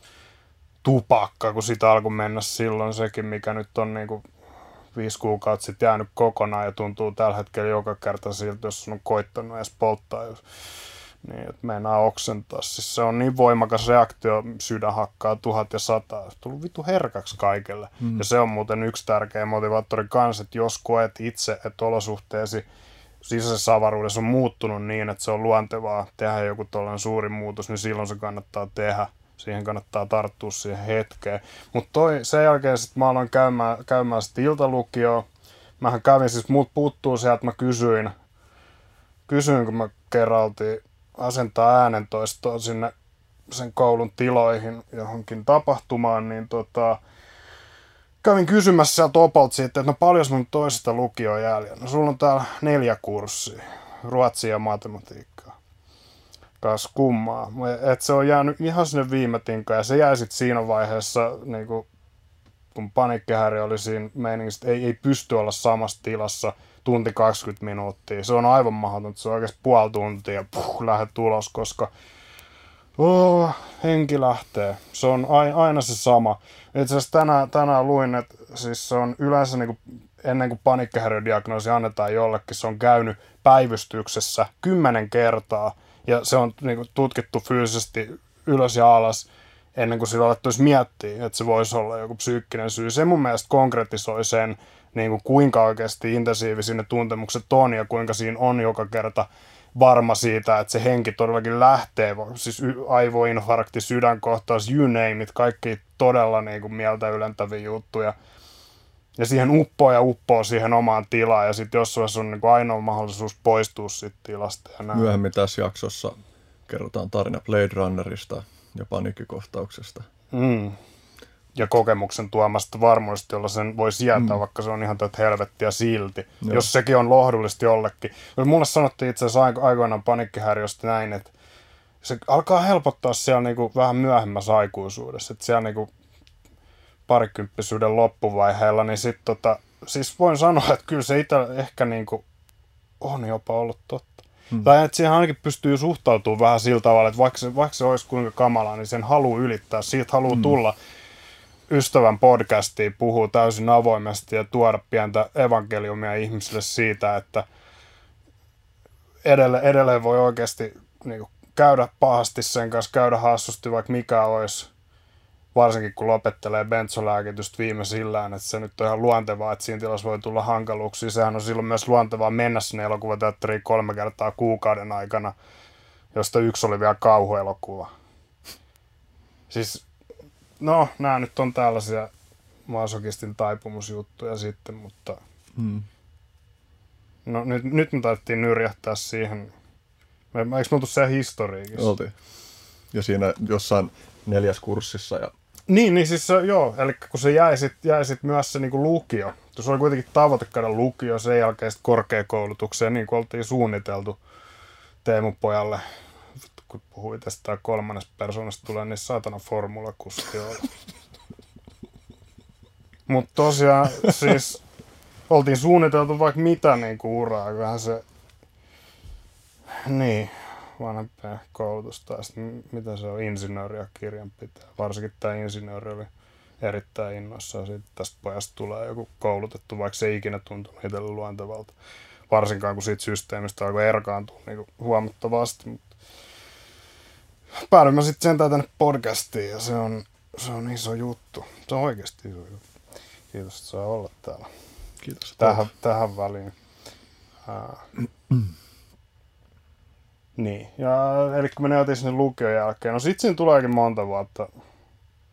tupakka, kun sitä alkoi mennä silloin sekin, mikä nyt on niinku viisi kuukautta sitten jäänyt kokonaan ja tuntuu tällä hetkellä joka kerta siltä, jos on koittanut edes polttaa. Niin, että meinaa oksentaa. Siis se on niin voimakas reaktio, sydän hakkaa tuhat ja sata. Se on tullut vittu herkäksi kaikille. Mm. Ja se on muuten yksi tärkeä motivaattori kanssa, että jos koet itse, että olosuhteesi sisäisessä avaruudessa on muuttunut niin, että se on luontevaa tehdä joku tollainen suuri muutos, niin silloin se kannattaa tehdä. Siihen kannattaa tarttua siihen hetkeen. Mutta sen jälkeen sitten mä aloin käymään, käymään sitten iltalukioon. Mähän kävin, siis muut puuttuu sieltä, mä kysyin, kysyin kun mä kerran oltiin asentaa äänentoistoa sinne sen koulun tiloihin johonkin tapahtumaan, niin tota, kävin kysymässä sieltä opalta siitä, että no paljon mun toisesta lukioon jäljellä. No sulla on täällä neljä kurssia, ruotsia ja matematiikkaa. Kas kummaa. Että se on jäänyt ihan sinne viime tinkaan ja se jäi sitten siinä vaiheessa, niin kun, kun paniikkihäiriö oli siinä meiningissä, että ei, ei pysty olla samassa tilassa tunti kaksikymmentä minuuttia. Se on aivan mahdotonta. Se on oikeasti puoli tuntia ja puh, lähdet ulos, koska oh, henki lähtee. Se on aina se sama. Itse asiassa tänään, tänään luin, että siis se on yleensä niin kuin ennen kuin paniikkihäiriödiagnoosi annetaan jollekin, se on käynyt päivystyksessä kymmenen kertaa ja se on niin kuin tutkittu fyysisesti ylös ja alas ennen kuin sillä alettuisi miettiä, että se voisi olla joku psyykkinen syy. Se mun mielestä konkretisoi sen, niin kuin kuinka oikeasti intensiivisiä ne tuntemukset on ja kuinka siinä on joka kerta varma siitä, että se henki todellakin lähtee, siis aivoinfarkti, sydänkohtaus, you name it, kaikki todella niin kuin mieltä ylentäviä juttuja. Ja siihen uppoo ja uppoo siihen omaan tilaan ja sitten jossain on niin kuin ainoa mahdollisuus poistua siitä tilasta. Ja myöhemmin tässä jaksossa kerrotaan tarina Blade Runnerista ja paniikkikohtauksesta. Mm. Ja kokemuksen tuomasta varmuudesta, jolla sen voi sietää, mm. vaikka se on ihan tätä helvettiä silti. Joo. Jos sekin on lohdullisesti jollekin. Mulle sanottiin itse asiassa aikoinaan paniikkihäiriöstä näin, että se alkaa helpottaa siellä niinku vähän myöhemmässä aikuisuudessa. Että siellä niinku parikymppisyyden loppuvaiheella, niin sit tota, siis voin sanoa, että kyllä se itse ehkä niinku on jopa ollut totta. Hmm. Tai että siihen ainakin pystyy suhtautumaan vähän sillä tavalla, että vaikka se, vaikka se olisi kuinka kamalaa, niin sen haluaa ylittää, siitä haluaa hmm. tulla ystävän podcastiin, puhuu täysin avoimesti ja tuoda pientä evankeliumia ihmisille siitä, että edelleen, edelleen voi oikeasti niin kuin, käydä pahasti sen kanssa, käydä hassusti, vaikka mikä olisi, varsinkin kun lopettelee bentsolääkitystä viimeisillään, että se nyt on ihan luontevaa, että siinä tilassa voi tulla hankaluuksia. Sehän on silloin myös luontevaa mennä sinne elokuvateatteriin kolme kertaa kuukauden aikana, josta yksi oli vielä kauhuelokuva. Siis, no, nämä nyt on tällaisia masokistin taipumusjuttuja sitten, mutta hmm. no, nyt, nyt me taidettiin nyrjähtää siihen. Me, eikö me oltu siellä historiikin? Oltiin. Ja siinä jossain neljäs kurssissa. Ja Niin, niin siis se, joo, eli kun se jäi sitten jäi sit myös se niinku lukio. Se oli kuitenkin tavoite käydä lukio, sen jälkeen sitten korkeakoulutukseen, niin kuin oltiin suunniteltu Teemu pojalle. Kun puhui tästä kolmannesta persoonasta, tulee niin saatana formulakuski. Mutta tosiaan siis oltiin suunniteltu vaikka mitä niinku uraa, kyllähän se niin vanhempien koulutusta ja sitten mitä se on, insinööri ja kirjanpitäjä. Varsinkin tämä insinööri oli erittäin innoissaan siitä, että tästä pojasta tulee joku koulutettu, vaikka se ei ikinä tuntunut itselle luontevalta. Varsinkaan kun siitä systeemistä alkoi erkaantua niin huomattavasti. Mutta päädyin sitten sentään tänne podcastiin ja se on, se on iso juttu. Se on oikeasti iso juttu. Kiitos, että saa olla täällä. Kiitos. Tähän, tähän väliin. Ää. Niin, ja eli kun me ne otin sinne lukion jälkeen, no sit siinä tuleekin monta vuotta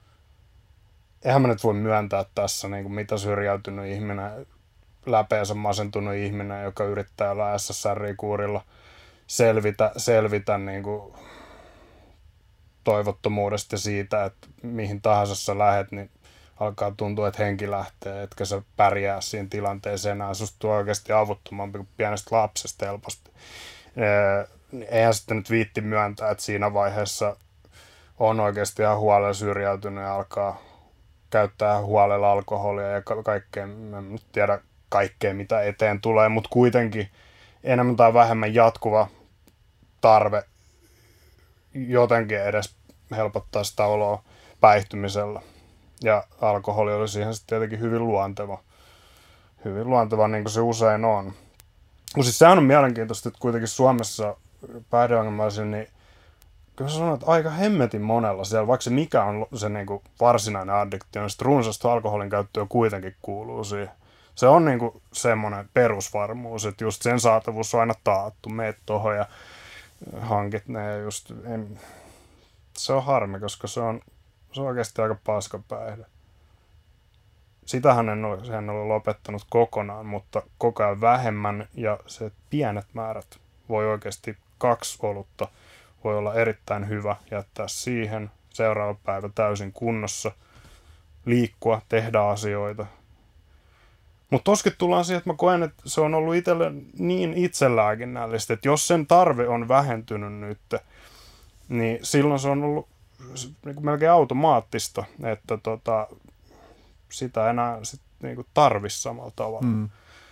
eihän mä nyt voi myöntää tässä, niin kuin mitä syrjäytynyt ihminen, läpeensä masentunut ihminen, joka yrittää olla S S R-kuurilla selvitä, selvitä niin kuin toivottomuudesta siitä, että mihin tahansa sä lähet, niin alkaa tuntua, että henki lähtee, etkä sä pärjää siinä tilanteeseen enää. Susta tuo oikeasti avuttomampi kuin pienestä lapsesta helposti. Eihän sitten nyt viitti myöntää, että siinä vaiheessa on oikeasti ihan huolella syrjäytynyt ja alkaa käyttää huolella alkoholia ja ka- kaikkea, en nyt tiedä kaikkea mitä eteen tulee, mutta kuitenkin enemmän tai vähemmän jatkuva tarve jotenkin edes helpottaa sitä oloa päihtymisellä. Ja alkoholi oli siihen sitten tietenkin hyvin luonteva. Hyvin luonteva, niin kuin se usein on. Mutta siis sehän on mielenkiintoista, että kuitenkin Suomessa päihdeongelmaisilla, niin kyllä sä sanoit, että aika hemmetin monella siellä, vaikka se mikä on se niin kuin varsinainen addiktio, niin sitten runsasta alkoholin käyttöä kuitenkin kuuluu siihen. Se on niin kuin semmoinen perusvarmuus, että just sen saatavuus on aina taattu. Meet tohon ja hankit ne ja just... En, se on harmi, koska se on, se on oikeasti aika paska päihde. Sitähän en ole, en ole lopettanut kokonaan, mutta koko ajan vähemmän ja se pienet määrät voi oikeasti kaksi olutta voi olla erittäin hyvä jättää siihen, seuraava päivä täysin kunnossa, liikkua, tehdä asioita. Mutta toskin tullaan siihen, että mä koen, että se on ollut itselle niin itselääkinnällistä, että jos sen tarve on vähentynyt nyt, niin silloin se on ollut niin melkein automaattista, että tota, sitä enää sit, niin tarvisi samalla tavalla. Mm.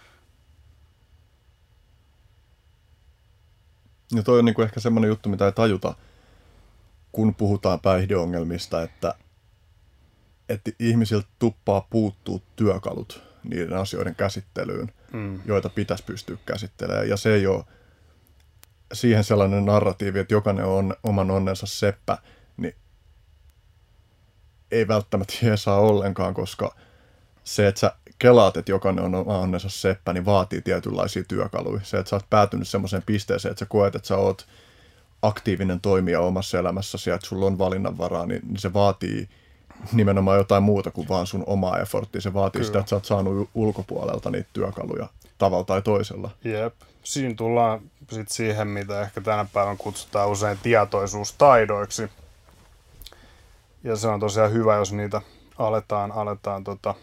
Ja toi on niin kuin ehkä semmoinen juttu, mitä ei tajuta, kun puhutaan päihdeongelmista, että, että ihmisiltä tuppaa puuttuu työkalut niiden asioiden käsittelyyn, mm. joita pitäisi pystyä käsittelemään. Ja se ei ole siihen sellainen narratiivi, että jokainen on oman onnensa seppä, niin ei välttämättä jeesaa ollenkaan, koska se, että sä kelaat, että jokainen on oma onnensa seppä, niin vaatii tietynlaisia työkaluja. Se, että sä oot päätynyt semmoiseen pisteeseen, että sä koet, että sä oot aktiivinen toimija omassa elämässäsi ja että sulla on valinnanvaraa, niin se vaatii nimenomaan jotain muuta kuin vaan sun omaa efforttia. Se vaatii Kyllä. sitä, että sä oot saanut ulkopuolelta niitä työkaluja tavalla tai toisella. Jep. Siinä tullaan sit siihen, mitä ehkä tänä päivänä kutsutaan usein tietoisuustaidoiksi. Ja se on tosiaan hyvä, jos niitä aletaan, aletaan tota...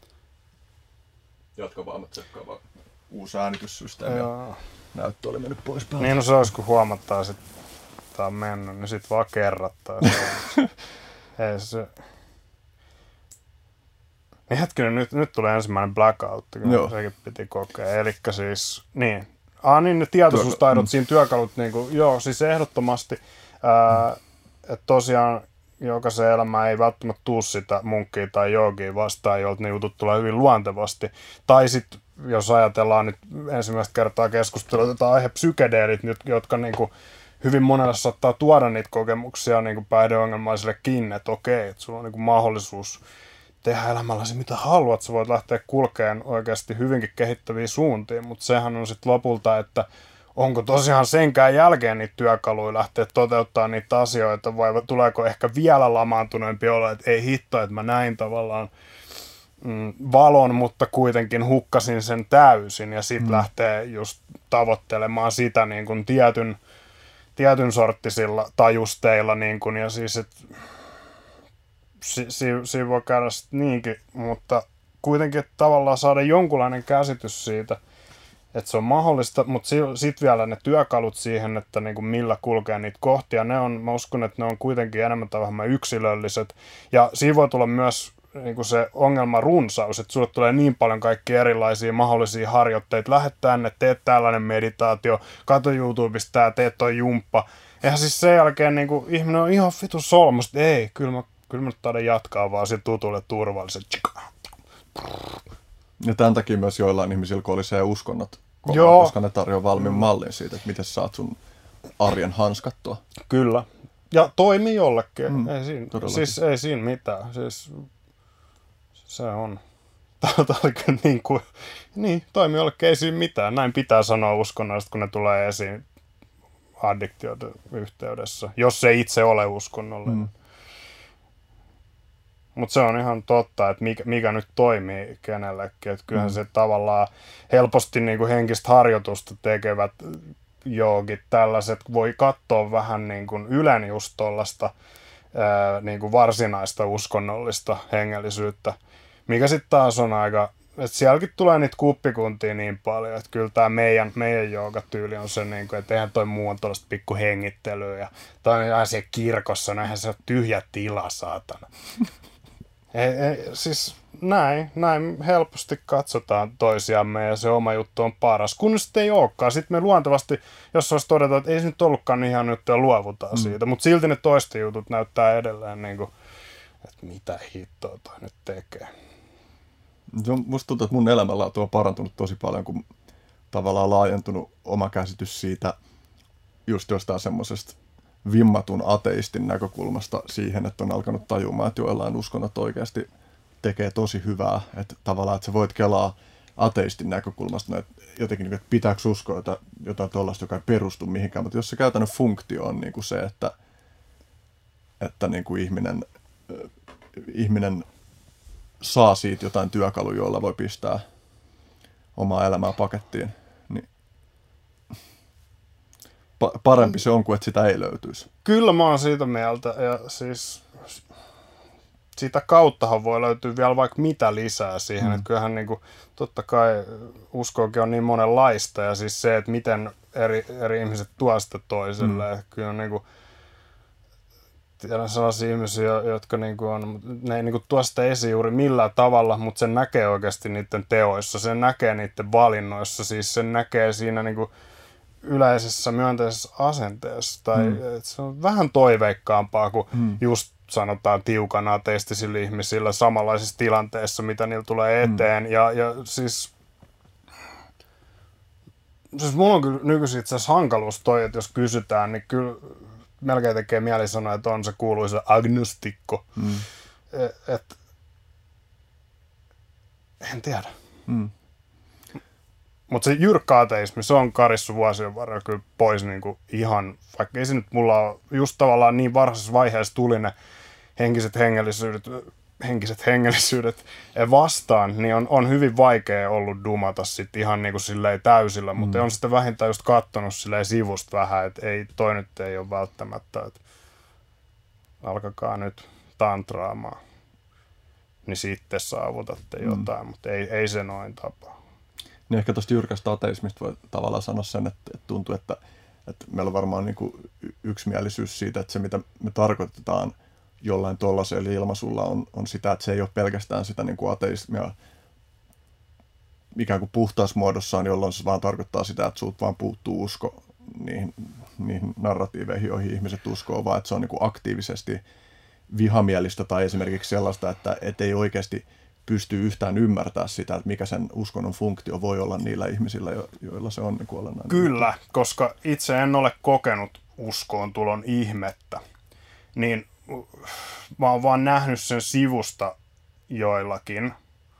Jatka vaan, mä tsekkaan vaan uusi äänityssysteemi ja näyttö oli mennyt pois päältä. Niin, no se olisi, kun huomattaa, että tää on mennyt, niin sit vaan kerrattaa. Ei se... Niin hetkinen, nyt, nyt tulee ensimmäinen blackout, kun sekin piti kokea. Elikkä siis, niin. Ah niin, ne tietoisuustaidot, siinä työkalut, niin kuin, joo, siis ehdottomasti. Ää, että tosiaan jokaisen elämään ei välttämättä tuu sitä munkkia tai joogia vastaan, jolta ne jutut tulee hyvin luontevasti. Tai sitten, jos ajatellaan nyt ensimmäistä kertaa keskustelua tätä aihe psykedeelit, jotka niin kuin, hyvin monelle saattaa tuoda niitä kokemuksia niin kuin päihdeongelmaisillekin, että okei, että sulla on niin kuin mahdollisuus tehdä elämälläsi mitä haluat, sä voit lähteä kulkeen oikeasti hyvinkin kehittäviin suuntiin, mutta sehän on sitten lopulta, että onko tosiaan senkään jälkeen niitä työkaluja lähteä toteuttaa niitä asioita, vai tuleeko ehkä vielä lamaantuneempi olla, että ei hitto, että mä näin tavallaan mm, valon, mutta kuitenkin hukkasin sen täysin, ja sitten mm. lähtee just tavoittelemaan sitä niin kuin tietyn, tietyn sorttisilla tajusteilla, niin kuin, ja siis, että si, si, siinä voi käydä sitten niinkin, mutta kuitenkin että tavallaan saada jonkunlainen käsitys siitä, että se on mahdollista, mutta sitten vielä ne työkalut siihen, että niinku millä kulkee niitä kohtia, ne on, mä uskon, että ne on kuitenkin enemmän tai vähemmän yksilölliset. Ja siinä voi tulla myös niinku se ongelma runsaus, että sulle tulee niin paljon kaikkia erilaisia mahdollisia harjoitteita. Lähde tänne, teet tällainen meditaatio, katso YouTubesta tää, teet toi jumppa. Eihän siis sen jälkeen niinku, ihminen on ihan vitu solmusta, ei, kyllä mä, kyllä mä nyt taidan jatkaa vaan sille tutulle turvalliset. Ja tämän takia myös joillain ihmisillä, kun oli se uskonnot, kova, koska ne tarjoaa valmiin mallin siitä, että miten saat sun arjen hanskattua. Kyllä. Ja toimi jollekin. Mm, ei, siinä, siis, ei siinä mitään. Siis, se on. Tämä oli kyllä niin kuin, niin, toimi jollekin, ei siinä mitään. Näin pitää sanoa uskonnoista, kun ne tulee esiin addiktioiden yhteydessä, jos se itse ole uskonnollinen. Mm. mutta se on ihan totta, että mikä, mikä nyt toimii kenellekin. Että kyllähän mm. se tavallaan helposti niin kuin henkistä harjoitusta tekevät joogit tällaiset voi katsoa vähän niin kuin Ylen just tuollaista niin kuin varsinaista uskonnollista hengellisyyttä, mikä sitten taas on aika, että sielläkin tulee niitä kuppikuntia niin paljon, että kyllä tämä meidän, meidän joogatyyli on se, niin kuin, että eihän toi muu on tuollaista pikku hengittelyä ja toi on siellä kirkossa, no eihän se ole tyhjä tila, saatana. ei, ei, siis näin, näin helposti katsotaan toisiamme ja se oma juttu on paras, kun sitten ei olekaan. Sitten me luontevasti, jos olisi todeta, että ei se nyt ollutkaan niin ihan nyt ja luovutaan mm. siitä, mutta silti ne toisten jutut näyttää edelleen, niin kuin, että mitä hittoa toi nyt tekee. Se on, musta tuntuu, että mun elämänlaatu on parantunut tosi paljon, kun tavallaan laajentunut oma käsitys siitä just jostain semmoisesta vimmatun ateistin näkökulmasta siihen, että on alkanut tajumaan, että joillain uskonnot oikeasti tekee tosi hyvää. Että tavallaan, että sä voit kelaa ateistin näkökulmasta, että jotenkin, että pitääkö uskoa jotain, jotain tuollaista, joka ei perustu mihinkään. Mutta jos se käytännön funktio on niin kuin se, että, että niin kuin ihminen, ihminen saa siitä jotain työkaluja, joilla voi pistää omaa elämää pakettiin, niin pa- parempi se on kuin, että sitä ei löytyisi. Kyllä mä oon siitä mieltä, ja siis sitä kauttahan voi löytyä vielä vaikka mitä lisää siihen, mm. että kyllähän niin kuin, totta kai uskoakin on niin monenlaista, ja siis se, että miten eri, eri ihmiset tuo sitä toiselle, mm. kyllä on niin kuin, tiedän sellaisia ihmisiä, jotka niinku on, ne ei niinku tuo sitä esiin juuri millään tavalla, mutta sen näkee oikeasti niiden teoissa, sen näkee niiden valinnoissa, siis sen näkee siinä niinku yleisessä myönteisessä asenteessa. Tai mm. se on vähän toiveikkaampaa kuin mm. just sanotaan tiukan ateistisilla ihmisillä samanlaisissa tilanteissa, mitä niillä tulee eteen. Mm. Ja, ja siis, siis mulla on kyllä nykyisin itse asiassa hankaluus toi, että jos kysytään, niin kyllä melkein tekee mieli sanoa, että on se kuuluisa agnostikko. Mm. Et, et, en tiedä. Mm. Mutta se jyrkkä ateismi, se on karissu vuosien varrella kyllä pois niinku ihan, vaikka ei se nyt mulla ole just tavallaan niin varhaisessa vaiheessa tuli ne henkiset hengellisyydet, henkiset hengellisyydet vastaan, niin on, on hyvin vaikea ollut dumata sit ihan niinku silleen täysillä, mutta mm. on sitten vähintään just kattonut silleen sivusta vähän, että ei, toi nyt ei ole välttämättä, että alkakaa nyt tantraamaan, niin sitten saavutatte mm. jotain, mutta ei, ei se noin tapaa. Niin ehkä tuosta jyrkästä ateismista voi tavallaan sanoa sen, että, että tuntuu, että, että meillä on varmaan niin kuin yksimielisyys siitä, että se mitä me tarkoitetaan jollain tuollaisella ilmaisulla on, on sitä, että se ei ole pelkästään sitä niin kuin ateismia ikään kuin puhtausmuodossaan, jolloin se vaan tarkoittaa sitä, että sulta vaan puuttuu usko niihin, niihin narratiiveihin, joihin ihmiset uskoo, vaan että se on niin kuin aktiivisesti vihamielistä tai esimerkiksi sellaista, että et ei oikeasti pystyy yhtään ymmärtää sitä, että mikä sen uskonnon funktio voi olla niillä ihmisillä, joilla se on niin kuin olennainen. Kyllä, koska itse en ole kokenut uskoon tulon ihmettä, niin mä oon vaan nähnyt sen sivusta joillakin.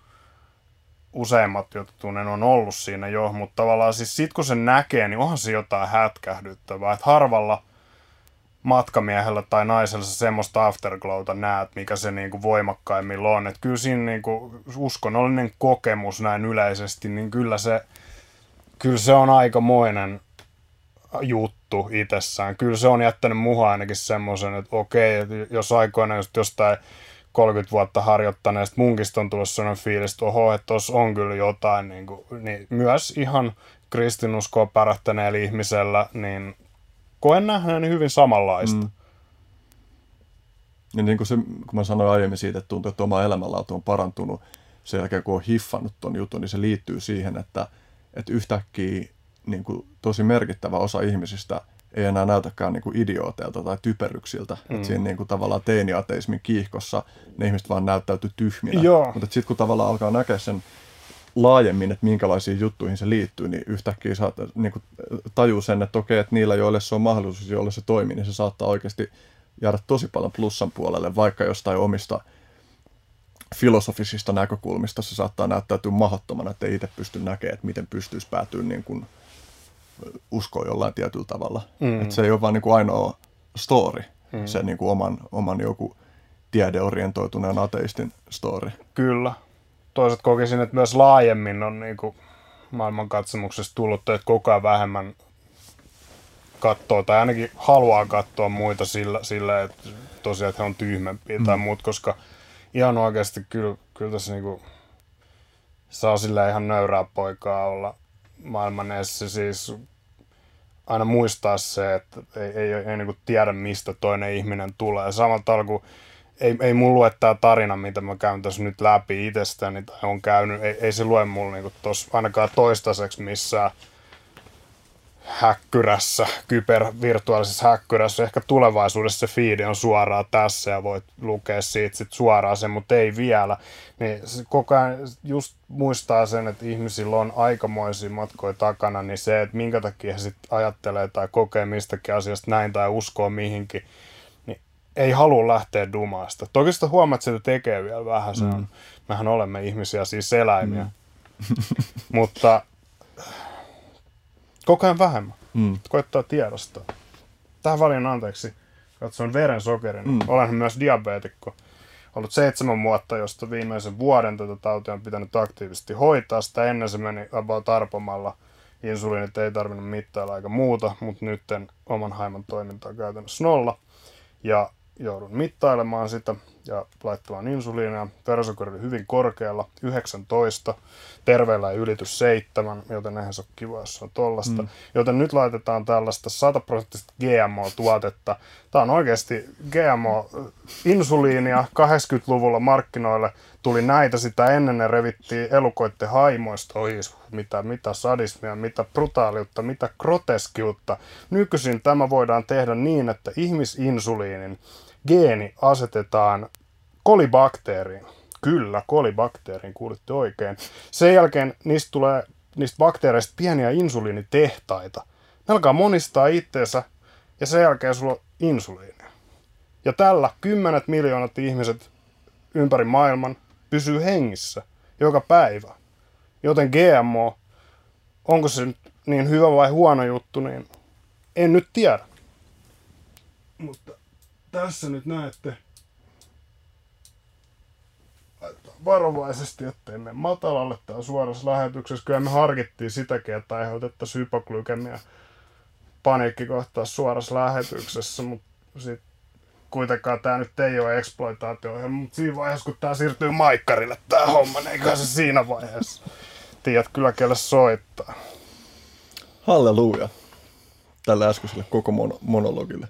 Useimmat, jotka tunnen, on ollut siinä jo, mutta tavallaan siis sit kun sen näkee, niin onhan se jotain hätkähdyttävää, että harvalla matkamiehellä tai naisella sä semmoista afterglowta näet, mikä se niinku voimakkaimmilla on. Että kyllä siinä niinku uskonnollinen kokemus näin yleisesti, niin kyllä se, kyllä se on aikamoinen juttu itsessään. Kyllä se on jättänyt muhun ainakin semmoisen, että okei, että jos aikoina just jostain kolmekymmentä vuotta harjoittaneesta munkista on tullut sellainen fiilis, että oho, että tuossa on kyllä jotain, niin, kuin, niin myös ihan kristinuskoa pärähtäneellä ihmisellä, niin koen nähneeni hyvin samanlaista. Mm. Ja niin kuin se, kun mä sanoin aiemmin siitä, että tuntuu, että oma elämänlaatu on parantunut sen jälkeen, kun on hiffannut ton jutun, niin se liittyy siihen, että, että yhtäkkiä niin kuin tosi merkittävä osa ihmisistä ei enää näytäkään niin kuin idiooteilta tai typeryksiltä. Mm. Että siinä niin kuin tavallaan teiniateismin kiihkossa ne ihmiset vaan näyttäytyy tyhminä. Mutta sitten kun tavallaan alkaa näkeä sen laajemmin, että minkälaisiin juttuihin se liittyy, niin yhtäkkiä saat, niin kuin, tajuu sen, että okei, että niillä, joille se on mahdollisuus, joille se toimii, niin se saattaa oikeasti jäädä tosi paljon plussan puolelle, vaikka jostain omista filosofisista näkökulmista se saattaa näyttäytyä mahdottomana, että ei itse pysty näkemään, että miten pystyisi päätyä niin kuin uskoa jollain tietyllä tavalla. Mm. Että se ei ole vaan niin kuin ainoa story, mm. se niin kuin oman, oman joku tiedeorientoituneen ateistin story. Kyllä. Toiset kokisin, että myös laajemmin on niin kuin maailmankatsomuksessa tullut, että koko ajan vähemmän katsoo tai ainakin haluaa katsoa muita sillä, sillä että tosiaan että he on tyhmempiä mm. tai muut, koska ihan oikeasti kyllä, kyllä tässä niinku saa sillä ihan nöyrää poikaa olla maailman edessä. Siis aina muistaa se, että ei, ei, ei, ei niinku tiedä, mistä toinen ihminen tulee. Samalla tavalla kuin ei, ei mun lue tämä tarina, mitä mä käyn tässä nyt läpi itsestäni tai on käynyt, ei, ei se lue mulle niinku tossa, ainakaan toistaiseksi missään häkkyrässä, kybervirtuaalisessa häkkyrässä. Ehkä tulevaisuudessa se feedi on suoraan tässä ja voit lukea siitä sit suoraan sen, mutta ei vielä. Niin se koko ajan just muistaa sen, että ihmisillä on aikamoisia matkoja takana, niin se, että minkä takia he sitten ajattelee tai kokee mistäkin asiasta näin tai uskoo mihinkin, niin ei halua lähteä dumaasta. Toki sitä huomaat, että se tekee vielä vähän. Se on, mm. mehän olemme ihmisiä, siis eläimiä. Mm. Mutta koko ajan vähemmän. Mm. Koittaa tiedostaa. Tähän väliin anteeksi. Katsoin verensokerin. Mm. Olen myös diabeetikko. Ollut seitsemän vuotta, josta viimeisen vuoden tätä tautia on pitänyt aktiivisesti hoitaa. Sitä ennen se meni about arpomalla. Insuliinit ei tarvinnut mittailla aika muuta, mutta nyt oman haiman toiminta on käytännössä nolla. Ja joudun mittailemaan sitä ja laittamaan insuliinia. Verensokeri oli hyvin korkealla, yhdeksäntoista. Terveellä ei ylitys seitsemän, joten eihän se ole kiva, jos on tollasta. Mm. Joten nyt laitetaan tällaista sataprosenttista G M O-tuotetta. Tämä on oikeasti G M O-insuliinia. kahdeksankymmentäluvulla markkinoille tuli näitä, sitä ennen ne revittiin elukoitten haimoista. Oi, mitä, mitä sadismia, mitä brutaaliutta, mitä groteskiutta. Nykyisin tämä voidaan tehdä niin, että ihmisinsuliinin geeni asetetaan kolibakteeriin. Kyllä, kolibakteeriin, kuulitte oikein. Sen jälkeen niistä tulee niistä bakteereista pieniä insuliinitehtaita. Ne alkaa monistaa itteensä ja sen jälkeen sulla on insuliinia. Ja tällä kymmenet miljoonat ihmiset ympäri maailman pysyy hengissä joka päivä. Joten G M O, onko se nyt niin hyvä vai huono juttu, niin en nyt tiedä. Mutta tässä nyt näette varovaisesti, ettei mene matalalle tai suorassa lähetyksessä. Kyllä me harkittiin sitäkin, että aiheutettaisiin hypoglykemia paniikkikohtaa suorassa lähetyksessä, mutta sitten kuitenkaan tämä nyt ei ole exploitaatio-ohjelma, mutta siinä vaiheessa, kun tämä siirtyy maikkarille tämä homma, niin eikä se siinä vaiheessa. Tiedät kyllä, kelle soittaa. Halleluja. Tällä äskeiselle koko mono- monologille.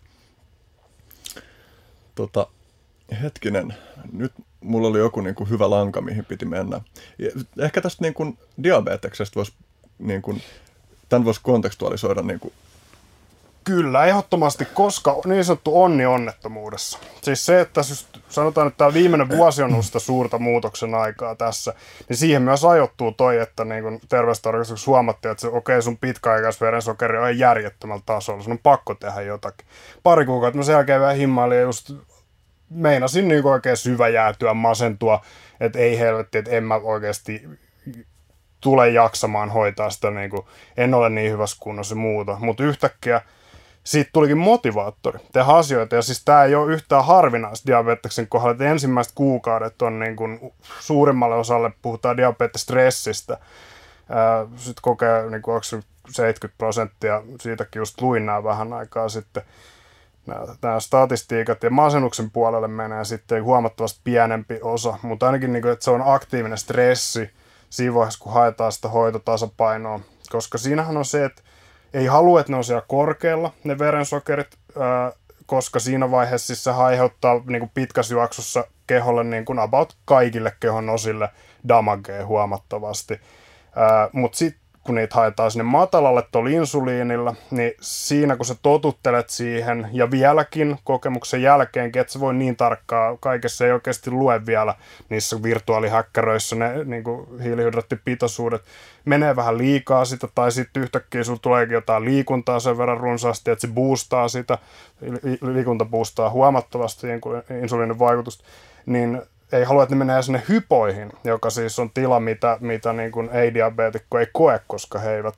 Tota, hetkinen, nyt mulla oli joku niin kuin hyvä lanka, mihin piti mennä. Ja ehkä tästä niin kuin diabeteksestä voisi, niin kuin, tämän voisi kontekstualisoida. Niin kuin. Kyllä, ehdottomasti, koska niin sanottu onni onnettomuudessa. Siis se, että sanotaan, että tämä viimeinen vuosi on sitä suurta muutoksen aikaa tässä, niin siihen myös ajoittuu toi, että niin terveystarkastuksessa huomattiin, että se, okei, okay, sun pitkäaikaisverensokeri on järjettömällä tasolla, sun on pakko tehdä jotakin. Pari kuukautta mä sen jälkeen vähän himmailin ja just meinasin niin oikein syväjäätyä, masentua, että ei helvetti, että en mä oikeasti tule jaksamaan hoitaa sitä, niin kuin, en ole niin hyvässä kunnossa muuta, mutta yhtäkkiä siitä tulikin motivaattori tehdä asioita, ja siis tämä ei ole yhtään harvinaista diabeteksen kohdalla, että ensimmäiset kuukaudet on niin kuin suurimmalle osalle, puhutaan diabetestressistä, sitten kokee niin kuin seitsemänkymmentä prosenttia, siitäkin just luin nämä vähän aikaa sitten, nämä statistiikat, ja masennuksen puolelle menee sitten huomattavasti pienempi osa, mutta ainakin niin kuin, että se on aktiivinen stressi siinä vaiheessa, kun haetaan sitä hoitotasapainoa, koska siinähän on se, että ei halua, että ne on siellä korkealla, ne verensokerit, ää, koska siinä vaiheessa siis se aiheuttaa niin kuin pitkässä juoksussa keholle niin kuin about kaikille kehon osille damagea huomattavasti. Mutta sitten kun niitä haetaan sinne matalalle tuolla insuliinilla, niin siinä kun sä totuttelet siihen, ja vieläkin kokemuksen jälkeenkin, että se voi niin tarkkaa, kaikessa ei oikeasti lue vielä niissä virtuaalihäkkäröissä ne niin kuin hiilihydraattipitoisuudet, menee vähän liikaa sitä, tai sitten yhtäkkiä sulla tuleekin jotain liikuntaa sen verran runsaasti, että se boostaa sitä, liikunta boostaa huomattavasti insuliinin vaikutusta, niin ei halua, että ne menee sinne hypoihin, joka siis on tila, mitä, mitä niin kuin ei-diabeetikko ei koe, koska he eivät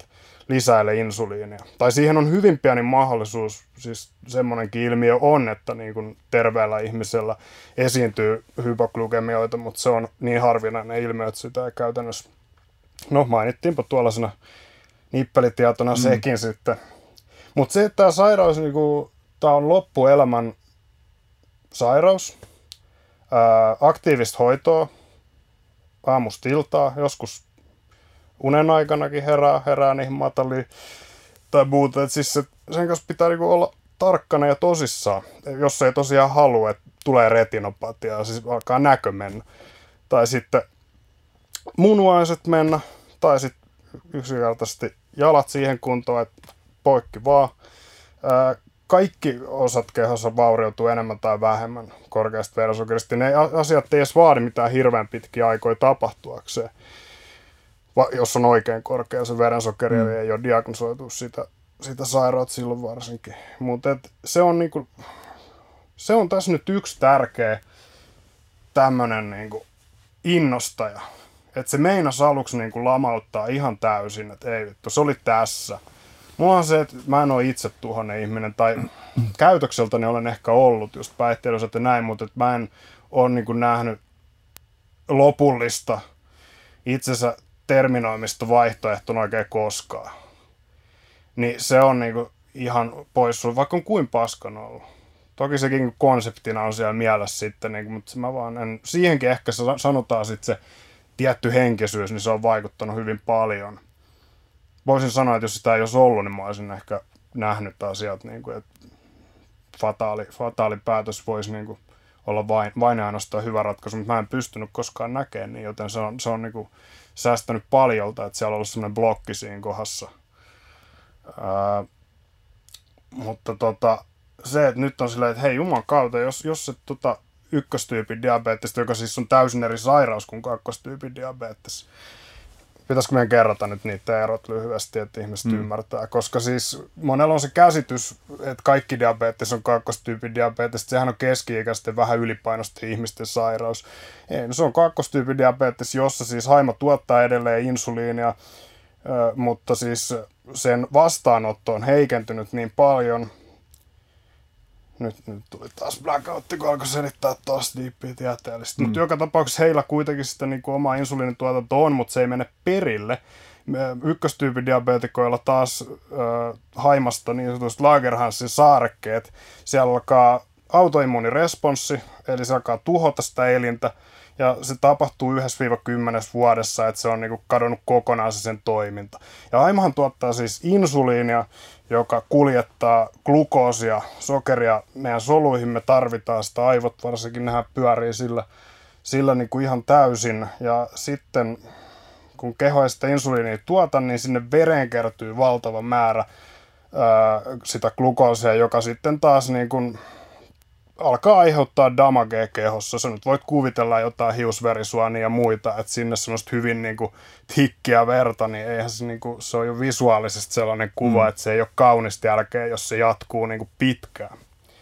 lisäile insuliinia. Tai siihen on hyvin pieni mahdollisuus, siis semmoinenkin ilmiö on, että niin kuin terveellä ihmisellä esiintyy hypoglygemioita, mutta se on niin harvinainen ilmiö, että sitä ei käytännössä, no mainittiinpa tuollaisena nippelitietona mm. sekin sitten. Mutta se, että tämä sairaus, niin kuin, tämä on loppuelämän sairaus, ää, aktiivista hoitoa, aamusta iltaa, joskus unen aikanakin herää, herää niihin mataliin tai muuta. Et siis se, sen kanssa pitää niinku olla tarkkana ja tosissaan, jos ei tosiaan halua, että tulee retinopatia, siis alkaa näkö mennä. Tai sitten munuaiset mennä, tai sitten yksinkertaisesti jalat siihen kuntoon, että poikki vaan. Ää, kaikki osat kehossa vaurioituu enemmän tai vähemmän korkeasta verensokerista. Ne asiat ei edes vaadi mitään hirveän pitkiä aikoja tapahtuakseen. Va, jos on oikein korkea se verensokeri, mm. ei ole diagnosoitu sitä, sitä sairautta silloin varsinkin. Mutta se on niinku, se on tässä nyt yksi tärkeä tämmöinen niinku innostaja. Että se meinasi aluksi niinku lamauttaa ihan täysin, että ei vittu, se oli tässä. Mulla on se, että mä en ole itse tuhoinen ihminen, tai käytökseltäni olen ehkä ollut just päihteilössä ja näin, mutta että mä en ole niinku nähnyt lopullista itsensä terminoimista vaihtoehtona oikein koskaan. Niin se on niinku ihan pois, vaikka on kuin paskan ollut. Toki sekin konseptina on siellä mielessä sitten, niinku, mutta mä vaan en, siihenkin ehkä sanotaan sitten se tietty henkisyys, niin se on vaikuttanut hyvin paljon. Voisin sanoa, että jos sitä ei olisi ollut, niin mä olisin ehkä nähnyt asiat, niin kuin, että fataali, fataali päätös voisi niin kuin, olla vain, vain ainoastaan hyvä ratkaisu, mutta mä en pystynyt koskaan näkemään, niin joten se on, se on niin kuin, säästänyt paljolta, että siellä on ollut semmoinen blokki siinä kohdassa. Ää, mutta tota, se, että nyt on silleen, että hei juman kautta, jos, jos se tota, ykköstyypin diabeettista, joka siis on täysin eri sairaus kuin kakkostyypin diabetes. Pitäisikö meidän kerrata nyt niitä erot lyhyesti, että ihmiset mm. ymmärtää, koska siis monella on se käsitys, että kaikki diabetes on kakkostyypin diabetes, sehän on keski-ikäisten vähän ylipainoisten ihmisten sairaus. Ei, no se on kakkostyypin diabetes, jossa siis haima tuottaa edelleen insuliinia, mutta siis sen vastaanotto on heikentynyt niin paljon. Nyt, nyt tuli taas blackoutti, kun alkoi selittää taas diippiä tieteellisesti. Mm. Mutta joka tapauksessa heillä kuitenkin sitä niin kuin oma insuliinituotanto on, mutta se ei mene perille. Ykköstyypin diabeetikoilla taas äh, haimasta niin sanotusti Langerhansin saarekkeet. Siellä alkaa autoimmuuniresponssi, eli se alkaa tuhota sitä elintä. Ja se tapahtuu yhdessä kymmenessä vuodessa, että se on niinku kadonnut kokonaan se sen toiminta. Ja haimahan tuottaa siis insuliinia, joka kuljettaa glukoosia, sokeria meidän soluihin. Me tarvitaan sitä, aivot varsinkin, nehän pyörii sillä, sillä niinku ihan täysin. Ja sitten kun keho ei sitä insuliinia tuota, niin sinne vereen kertyy valtava määrä ää, sitä glukoosia, joka sitten taas niinku alkaa aiheuttaa damagea kehossa. Sä nyt voit kuvitella jotain hiusverisuonia ja muita, että sinne semmoista hyvin niin kuin tikkiä verta, niin eihän se, niin kuin, se on jo visuaalisesti sellainen kuva, mm. että se ei ole kaunista jälkeen, jos se jatkuu niin kuin pitkään.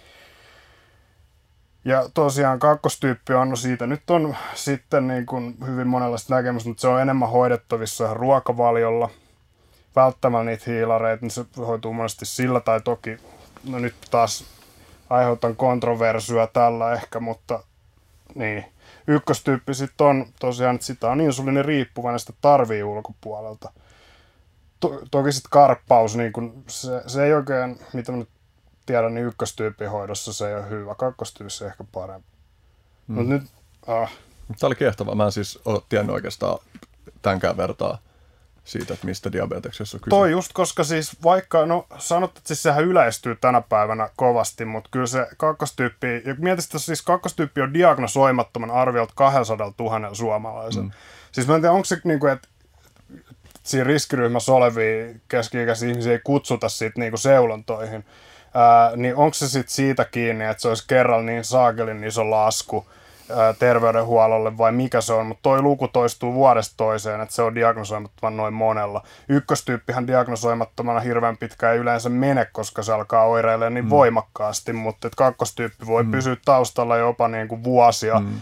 Ja tosiaan kakkostyyppi on, no siitä nyt on sitten niin kuin hyvin monenlaista näkemystä, mutta se on enemmän hoidettavissa ruokavaliolla. Välttämällä niitä hiilareita, niin se hoituu monesti sillä, tai toki, no nyt taas aiheutan kontroversyä tällä ehkä, mutta niin. Ykköstyyppi sitten on tosiaan, että sitä on insuliiniriippuvainen, sitä tarvii ulkopuolelta. To- toki sitten karppaus, niin kun se, se ei oikein, mitä mä nyt tiedän, niin ykköstyypin hoidossa se ei ole hyvä. Kakkostyypissä ehkä parempi. Mm. Mut nyt, ah. Tämä oli kiehtovaa. Mä en siis ole tiennyt oikeastaan tämänkään vertaa siitä, että mistä diabeteksessa on kyse. Toi just, koska siis vaikka, no sanot, että siis sehän yleistyy tänä päivänä kovasti, mutta kyllä se kakkostyyppi, ja mietit sitä, siis kakkostyyppi on diagnosoimattoman arviolta kaksisataatuhatta suomalaisen. Mm. Siis mä en tiedä, onko se niin kuin, että siinä riskiryhmässä olevia keski-ikäisiä ihmisiä ei kutsuta siitä niin kuin seulontoihin, ää, niin onko se sitten siitä kiinni, että se olisi kerralla niin saakelin iso lasku terveydenhuollolle vai mikä se on, mutta toi luku toistuu vuodesta toiseen, että se on diagnosoimattoman noin monella. Ykköstyyppihän diagnosoimattomana hirveän pitkään ei yleensä mene, koska se alkaa oireilemaan niin mm. voimakkaasti, mutta kakkostyyppi voi mm. pysyä taustalla jopa niin kuin vuosia. Mm.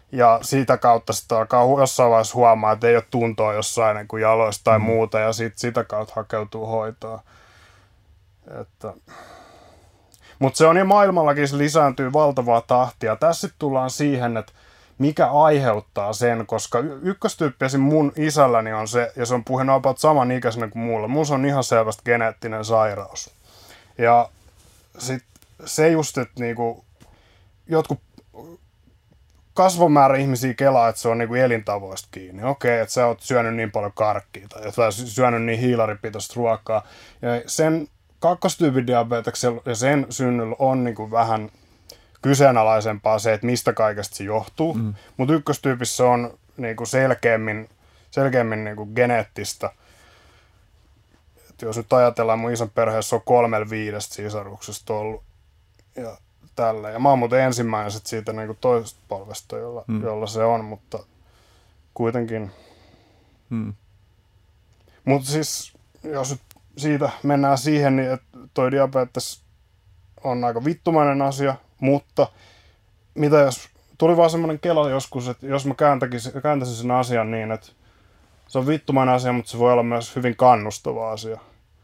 Ja siitä kautta sitten alkaa jossain vaiheessa huomaa, että ei ole tuntoa jossain niin kuin jaloista tai mm. muuta, ja sit sitä kautta hakeutuu hoitoon. Että... Mutta se on jo maailmallakin, se lisääntyy valtavaa tahtia. Tässä sitten tullaan siihen, että mikä aiheuttaa sen, koska y- ykköstyyppi esim. Mun isälläni on se, ja se on puheen about saman ikäisenä kuin mulla. Mulla on ihan selvästi geneettinen sairaus. Ja sitten se just, että niinku, jotkut kasvomäärä ihmisiä kelaa, että se on niinku elintavoista kiinni. Okei, että sä oot syönyt niin paljon karkkia tai että sä oot syönyt niin hiilaripitoista ruokaa. Ja sen kakkostyypin diabeteksella ja sen synnyllä on niinku vähän kyseenalaisempaa se, että mistä kaikesta se johtuu. Mm. Mutta ykköstyypissä on niinku selkeämmin, selkeämmin niinku geneettistä. Et jos nyt ajatellaan, mun isän perheessä on kolmella viidestä sisaruksesta ollut. Ja tällä. Ja mä oon muuten ensimmäinen sit siitä niinku toisesta polvesta, jolla, mm. jolla se on, mutta kuitenkin. Mm. Mutta siis, jos nyt siitä mennään siihen, niin että toi diabetes on aika vittumainen asia, mutta mitä jos, tuli vaan semmoinen kela joskus, että jos mä kääntäisin sen asian niin, että se on vittumainen asia, mutta se voi olla myös hyvin kannustava asia.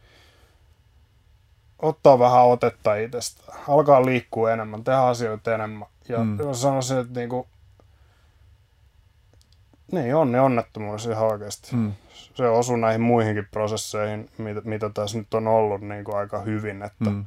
Ottaa vähän otetta itsestä, alkaa liikkua enemmän, tehdä asioita enemmän. Ja mm. jos sanoisin, että niinku, niin on ne onnettomuus ihan oikeasti. Mm. Se osuu näihin muihinkin prosesseihin, mitä, mitä tässä nyt on ollut niinku aika hyvin. Että mm.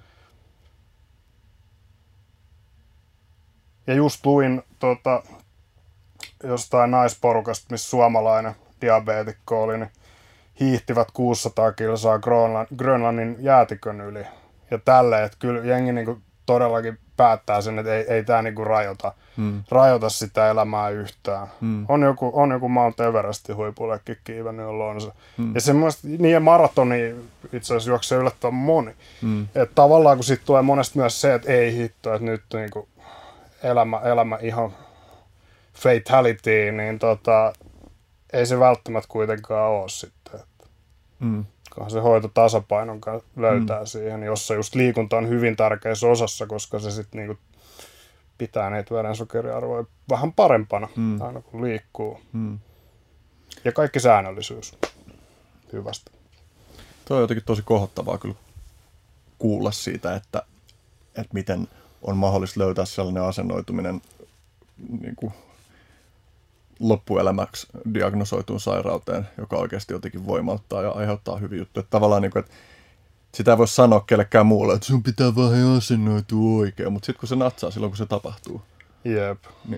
Ja just luin tota, jostain naisporukasta, missä suomalainen diabeetikko oli, niin hiihtivät kuusisataa kilsaa Grönland, Grönlannin jäätikön yli. Ja tälleen, että kyllä jengi niinku todellakin päättää sen, että ei, ei tämä niinku rajoita, hmm. rajoita sitä elämää yhtään. Hmm. On, joku, on joku Mount Everestin huipullekin kiivennyt, jolloin se. Hmm. Ja semmoista, niiden maratoni itse asiassa juoksee yllättävän moni. Hmm. Että tavallaan kun siitä tulee monesti myös se, että ei hitto, että nyt niinku elämä, elämä ihan fatality, niin tota, ei se välttämättä kuitenkaan ole sitten. Hmm. Se hoito tasapainon kanssa löytää mm. siihen, jossa just liikunta on hyvin tärkeässä osassa, koska se sitten niinku pitää niitä verensokeriarvoja vähän parempana mm. aina kun liikkuu. Mm. Ja kaikki säännöllisyys hyvästä. Tuo on jotenkin tosi kohottavaa kyllä kuulla siitä, että, että miten on mahdollista löytää sellainen asennoituminen niin kuin loppuelämäksi diagnosoituun sairauteen, joka oikeasti jotenkin voimauttaa ja aiheuttaa hyviä juttuja. Että tavallaan, niin kuin, että sitä ei voi sanoa kellekään muulle, että sun pitää vähän asennoitua oikein, mutta sitten kun se natsaa silloin, kun se tapahtuu. Jep. Niin.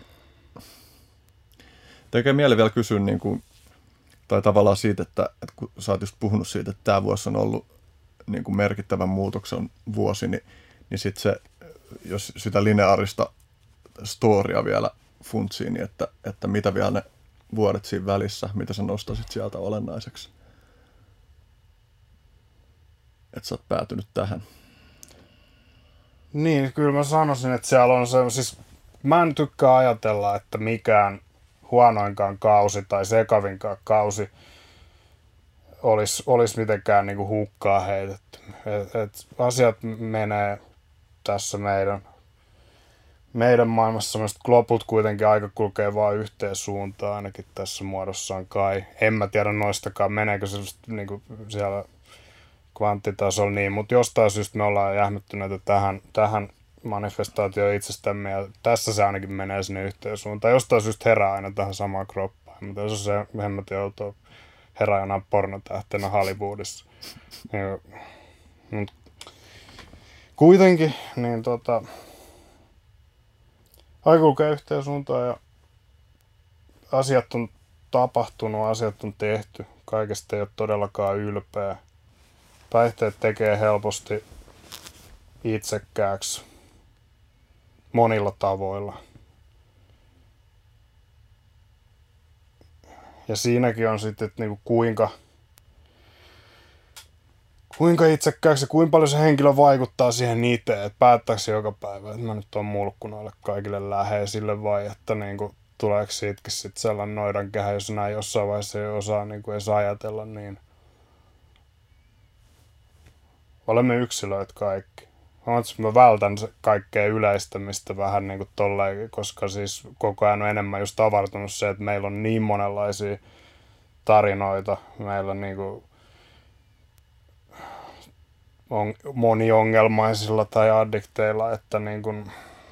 Tekee mieli vielä kysyä, niin kuin, tai tavallaan siitä, että, että kun sä oot just puhunut siitä, että tämä vuosi on ollut niin kuin merkittävän muutoksen vuosi, niin, niin sitten se, jos sitä lineaarista storia vielä funtsiin, niin että, että mitä vielä ne vuodet siinä välissä, mitä sä nostaisit sieltä olennaiseksi, että sä oot päätynyt tähän. Niin, kyllä mä sanoisin, että siellä on se, siis mä en tykkää ajatella, että mikään huonoinkaan kausi tai sekavinkaan kausi olisi, olisi mitenkään niinku hukkaa heitetty. Et, et asiat menee tässä meidän Meidän maailmassa loput kuitenkin aika kulkee vaan yhteen suuntaan, ainakin tässä muodossaan kai. En mä tiedä noistakaan, meneekö se niin kuin siellä kvanttitasolla niin, mutta jostain syystä me ollaan jähmettyneitä tähän, tähän manifestaatioon itsestämme, ja tässä se ainakin menee sinne yhteen suuntaan. Jostain syystä herää aina tähän samaan kroppaan, mutta jos se hemmet joutuu herääjänä pornotähtenä Hollywoodissa. Niin, mutta kuitenkin, niin tota... Aika kulkee yhteen suuntaan ja asiat on tapahtunut, asiat on tehty. Kaikesta ei ole todellakaan ylpeä. Päihteet tekee helposti itsekkääksi monilla tavoilla. Ja siinäkin on sitten, että niinku kuinka, kuinka itsekkääksi ja kuinka paljon se henkilö vaikuttaa siihen itse, että päättääkö se joka päivä, että mä nyt oon mulkku noille kaikille läheisille vai että niinku, tuleeko siitäkin sitten sellainen noidankehä, jos näin jossain vaiheessa ei osaa niinku edes ajatella, niin olemme yksilöitä kaikki. Mä vältän kaikkea yleistämistä vähän niin kuin tolleen, koska siis koko ajan on enemmän just avartunut se, että meillä on niin monenlaisia tarinoita. Meillä on niin kuin on, moniongelmaisilla tai addikteilla, että niin kuin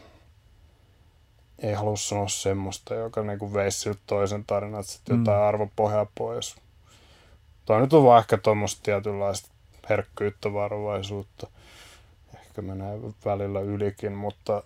ei halua sanoa semmoista, joka niin kuin veisi siltä toisen tarinat sitten jotain mm. arvopohjaa pois. Toi nyt on vaan ehkä tuommoista tietynlaista herkkyyttä, varovaisuutta. Ehkä menee välillä ylikin, mutta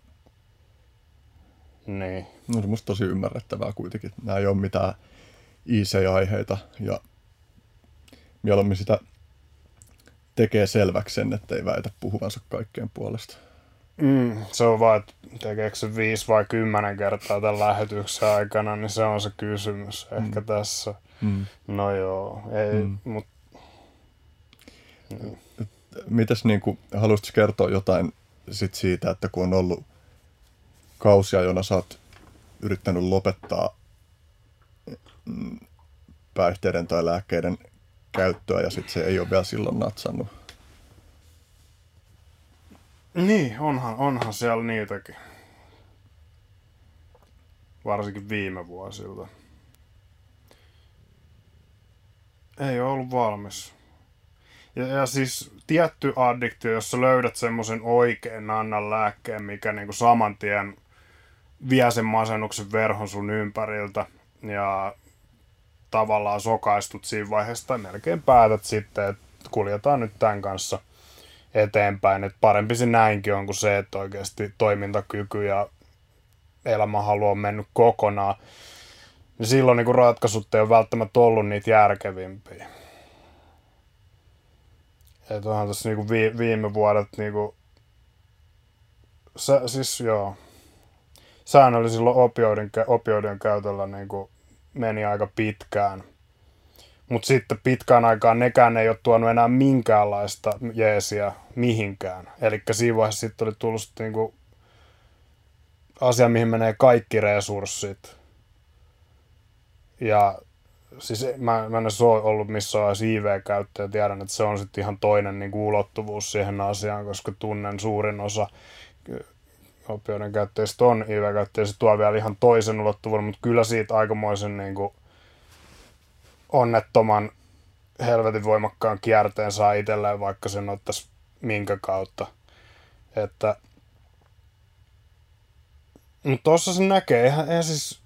niin. No se musta tosi ymmärrettävää kuitenkin. Nämä ei ole mitään easy-aiheita ja mieluummin sitä tekee selväksi sen, ettei väitä puhuvansa kaikkien puolesta. Mm, se on vaan, että tekeekö se viisi vai kymmenen kertaa tämän lähetyksen aikana, niin se on se kysymys ehkä mm. tässä. Mm. No joo, ei, mm. mutta... Niin. Mitäs niin kuin, haluaisitko kertoa jotain sit siitä, että kun on ollut kausia, jona sä oot yrittänyt lopettaa päihteiden tai lääkkeiden käyttöä ja sitten se ei ole vielä silloin natsannut? Niin, onhan, onhan siellä niitäkin. Varsinkin viime vuosilta. Ei ole ollut valmis. Ja, ja siis tietty addiktio, jos sä löydät semmoisen oikein annan lääkkeen, mikä niinku saman tien vie sen masennuksen verhon sun ympäriltä ja tavallaan sokaistut siinä vaiheessa tai melkein päätät sitten, että kuljetaan nyt tämän kanssa eteenpäin. Että parempi se näinkin on kuin se, että oikeasti toimintakyky ja elämänhalu on mennyt kokonaan. Niin silloin niin ratkaisut ei ole välttämättä ollut niitä järkevimpiä. Että onhan tässä niinku vi- viime vuodet niinku, sä, siis joo, säännöllisillä opioidin, opioidin käytöllä niinku meni aika pitkään. Mutta sitten pitkään aikaan nekään ei ole tuonut enää minkäänlaista jeesiä mihinkään. Eli siinä vaiheessa sitten oli tullut niinku asia, mihin menee kaikki resurssit. Ja siis mä, mä en edes ole ollut missään vaiheessa I V-käyttäjä. Tiedän, että se on sitten ihan toinen niin kuin ulottuvuus siihen asiaan, koska tunnen suurin osa opioiden käyttäjistä on I V-käyttäjä. Se tuo vielä ihan toisen ulottuvuuden, mutta kyllä siitä aikamoisen niin kuin onnettoman helvetin voimakkaan kierteen saa itselleen, vaikka sen ottaisi minkä kautta. Että mutta tossa se näkee. Eihän, eihän siis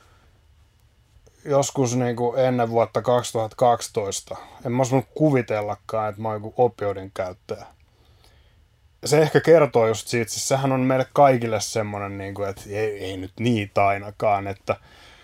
joskus niin kuin ennen vuotta kaksituhattakaksitoista en mä osannut kuvitellakaan, että mä oon joku opioidin käyttäjä. Se ehkä kertoo just siitä, siis sehän on meille kaikille semmoinen, niin kuin, että ei, ei nyt niitä ainakaan, että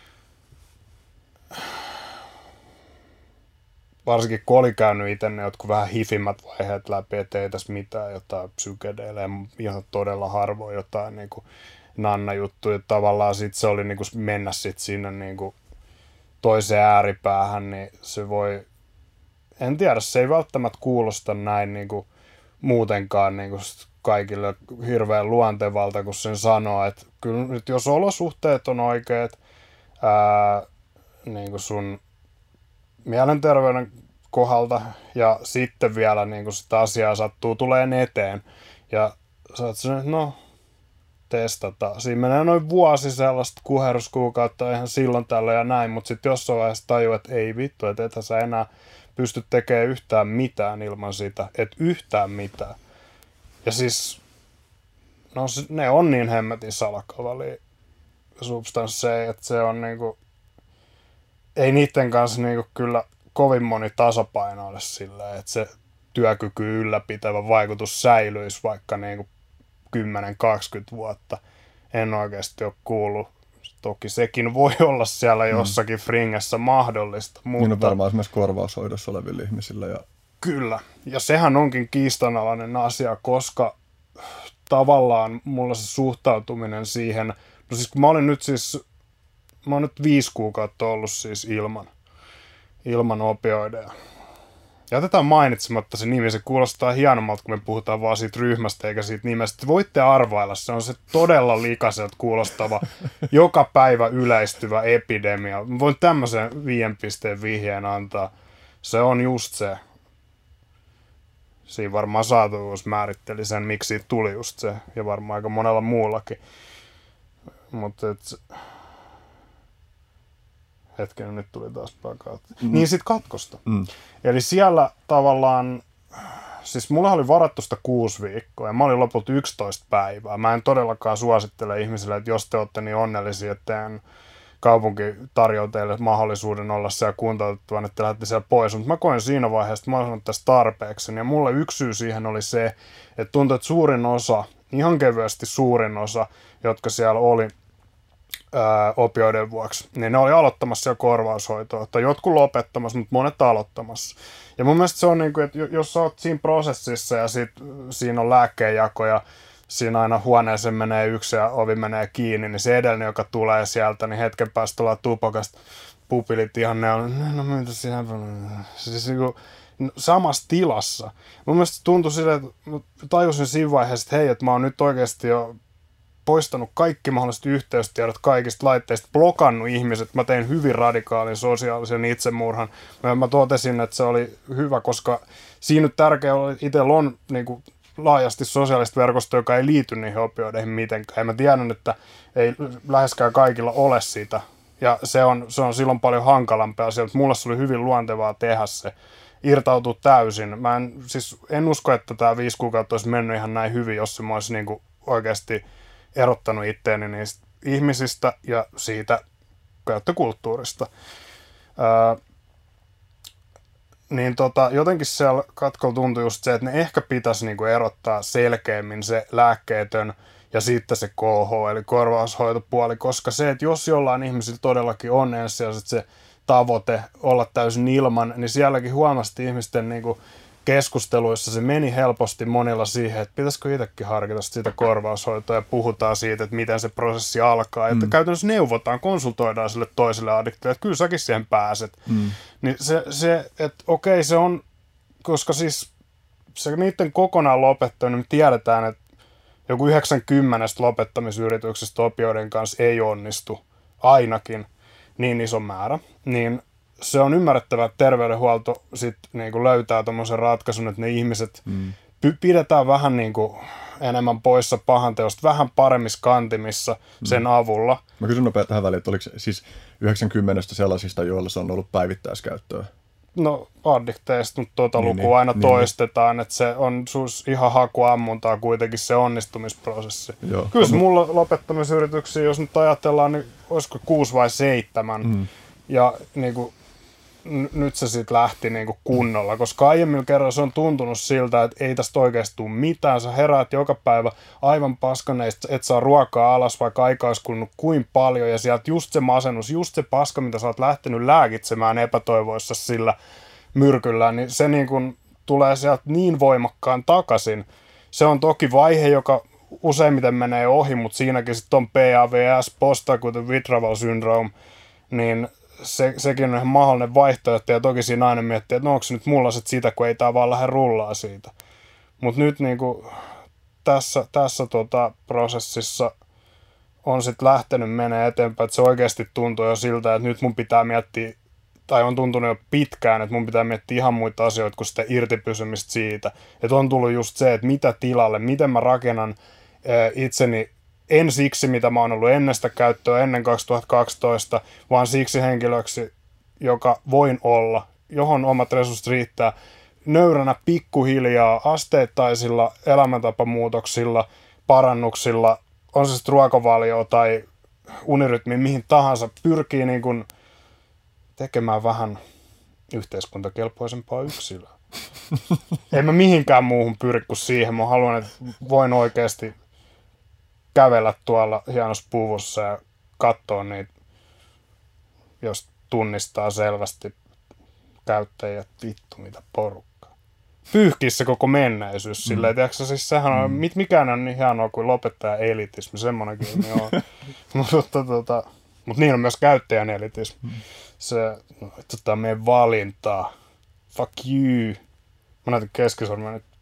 varsinkin kun oli käynyt itse ne jotkut vähän hifimmät vaiheet läpi, että ei tässä mitään, jotain psykedeilejä, ihan todella harvoin jotain niin kuin nanna-juttuja. Tavallaan sit se oli niin kuin mennä sit sinne niin kuin toiseen ääripäähän, niin se voi, en tiedä, se ei välttämättä kuulosta näin niin kuin muutenkaan niin kuin kaikille hirveän luontevalta, kun sen sanoo, että kyllä nyt jos olosuhteet on oikeat, ää, niin kuin sun mielenterveyden kohdalta ja sitten vielä niin kuin sitä asiaa sattuu tuleen eteen ja sä oot sen, että no testata. Siinä menee noin vuosi sellaista kuheruskuukautta ihan silloin tällä ja näin, mutta sitten jossain vaiheessa tajuu, että ei vittu, että ethän sä enää pysty tekemään yhtään mitään ilman sitä, että yhtään mitään. Ja siis, no ne on niin hemmetin salakavalia substansseja, että se on niinku, ei niiden kanssa niinku kyllä kovin moni tasapainoile silleen, että se työkyky ylläpitävä vaikutus säilyisi vaikka niinku kymmenen kaksikymmentä vuotta. En oikeasti ole kuullut. Toki sekin voi olla siellä jossakin mm. fringessä mahdollista. Mutta niin on varmaan esimerkiksi korvaushoidossa oleville ihmisillä. Ja kyllä. Ja sehän onkin kiistanalainen asia, koska tavallaan mulla se suhtautuminen siihen, no siis kun mä olin nyt siis, mä oon nyt viisi kuukautta ollut siis ilman, ilman opioideja. Jätetään mainitsematta se nimi, se kuulostaa hienommalta, kun me puhutaan vaan siitä ryhmästä eikä siitä nimestä. Voitte arvailla, se on se todella likaiselta kuulostava, joka päivä yleistyvä epidemia. Voin tämmöisen viiden pisteen vihjeen antaa. Se on just se. siinä varmaan saatavuus määritteli sen, miksi siitä tuli just se, ja varmaan aika monella muullakin. Mutta et... Hetken, nyt tuli taas pakautta. Mm. Niin sit katkosta. Mm. Eli siellä tavallaan, siis mulla oli varattu sitä kuusi viikkoa ja mä olin lopulta yksitoista päivää. Mä en todellakaan suosittele ihmisille, että jos te olette niin onnellisia, että teidän kaupunki tarjoaa teille mahdollisuuden olla siellä kuntoutettavana, että te lähdette siellä pois. Mutta mä koin siinä vaiheessa, että mä olen sanonut tästä tarpeeksi. Ja mulle yksi syy siihen oli se, että tuntui, että suurin osa, ihan kevyesti suurin osa, jotka siellä oli, Ää, opioiden vuoksi, niin ne oli aloittamassa siellä korvaushoitoa, tai jotkut lopettamassa, mutta monet aloittamassa. Ja mun mielestä se on niin kuin, että jos sä oot siinä prosessissa ja sit, siinä on lääkkeenjako ja siinä aina huoneeseen menee yksi ja ovi menee kiinni, niin se edellinen, joka tulee sieltä, niin hetken päästä ollaan tupakasta pupilit ihan ne on, no mitä siellä siis niin kuin samassa tilassa. Mun mielestä tuntui silleen, että tajusin siinä vaiheessa, että hei, että mä oon nyt oikeasti jo poistanut kaikki mahdolliset yhteystiedot kaikista laitteista, blokannut ihmiset. Mä tein hyvin radikaalin sosiaalisen itsemurhan. Mä, mä totesin, että se oli hyvä, koska siinä nyt tärkeää oli, että itsellä on niin kuin, laajasti sosiaalista verkostoa, joka ei liity niihin opioideihin mitenkään. Ja mä tiedän, että ei läheskään kaikilla ole sitä. Ja se on, se on silloin paljon hankalampaa asia, mutta mulle se oli hyvin luontevaa tehdä se. Irtautua täysin. Mä en, siis en usko, että tämä viisi kuukautta olisi mennyt ihan näin hyvin, jos se mä olisi niin kuin, oikeasti erottanut itteeni niistä ihmisistä ja siitä käyttökulttuurista. Ää, niin tota, jotenkin siellä katkolla tuntui just se, että ne ehkä pitäisi niinku erottaa selkeämmin se lääkkeetön ja sitten se K H, eli korvaushoitopuoli, koska se, että jos jollain ihmisillä todellakin on ensisijaisesti se tavoite olla täysin ilman, niin sielläkin huomasti ihmisten niinku keskusteluissa se meni helposti monilla siihen, että pitäisikö itsekin harkita sitä korvaushoitoa ja puhutaan siitä, että miten se prosessi alkaa. Mm. Että käytännössä neuvotaan, konsultoidaan sille toiselle addiktille, että kyllä säkin siihen pääset. Mm. Niin se, se että okei se on, koska siis se niiden kokonaan lopettaminen, niin me tiedetään, että joku yhdeksänkymmentä lopettamisyrityksestä opioiden kanssa ei onnistu ainakin niin iso määrä, niin se on ymmärrettävää, että terveydenhuolto sit niinku löytää tommosen ratkaisun, että ne ihmiset mm. py- pidetään vähän niinku enemmän poissa pahanteosta, vähän paremmissa kantimissa mm. sen avulla. Mä kysyn nopeasti tähän väliin, että oliko siis yhdeksänkymmentä sellaisista, joilla se on ollut päivittäiskäyttöä? No addikteista, mutta tuota niin, lukua niin, aina niin, toistetaan, niin. Että se on sus ihan hakuammuntaa kuitenkin se onnistumisprosessi. Joo. Kyllä se mulla lopettamisyrityksiä, jos nyt ajatellaan, niin olisiko kuusi vai seitsemän. Mm. Ja niin kuin, n- nyt se sitten lähti niin kuin kunnolla, koska aiemmilla kerralla se on tuntunut siltä, että ei tästä oikeasti tule mitään. Sä heräät joka päivä aivan paskaneista, et saa ruokaa alas, vaikka aika olisi kulunut kuin paljon. Ja sieltä just se masennus, just se paska, mitä sä oot lähtenyt lääkitsemään epätoivoissa sillä myrkyllä, niin se niin kuin tulee sieltä niin voimakkaan takaisin. Se on toki vaihe, joka useimmiten menee ohi, mutta siinäkin sitten on P A V S, post-acute withdrawal syndrome, niin Se, sekin on ihan mahdollinen vaihtoehto, ja toki siinä aina miettii, että no onko se nyt mulla sit sitä, kun ei tää vaan lähde rullaa siitä. Mutta nyt niinku, tässä, tässä tota, prosessissa on sitten lähtenyt menee eteenpäin, että se oikeasti tuntuu jo siltä, että nyt mun pitää miettiä, tai on tuntunut jo pitkään, että mun pitää miettiä ihan muita asioita kuin sitä irtipysymistä siitä. Että on tullut just se, että mitä tilalle, miten mä rakennan ää, itseni, en siksi, mitä mä oon ollut ennen sitä käyttöä, ennen kaksituhattakaksitoista, vaan siksi henkilöksi, joka voin olla, johon omat resurssit riittää, nöyränä pikkuhiljaa, asteittaisilla elämäntapamuutoksilla, parannuksilla, on se sitten ruokavalio tai unirytmi, mihin tahansa, pyrkii niin kuin tekemään vähän yhteiskuntakelpoisempaa yksilöä. En mä mihinkään muuhun pyri kuin siihen. Mä haluan, että voin oikeasti kävellä tuolla hienossa puvussa ja katsoa niitä, jos tunnistaa selvästi käyttäjät, vittu mitä porukkaa. Pyyhkiä se koko menneisyys mm. silleen, tiiäksä, siis sehän on, mm. mikään on niin hienoa kuin lopettaja elitismi, semmonenkin ilmi on. mutta, tota, mutta niin on myös käyttäjän elitismi. Mm. Se, no, tota, meidän valintaa. Fuck you. Mä näytän keskisormen nyt.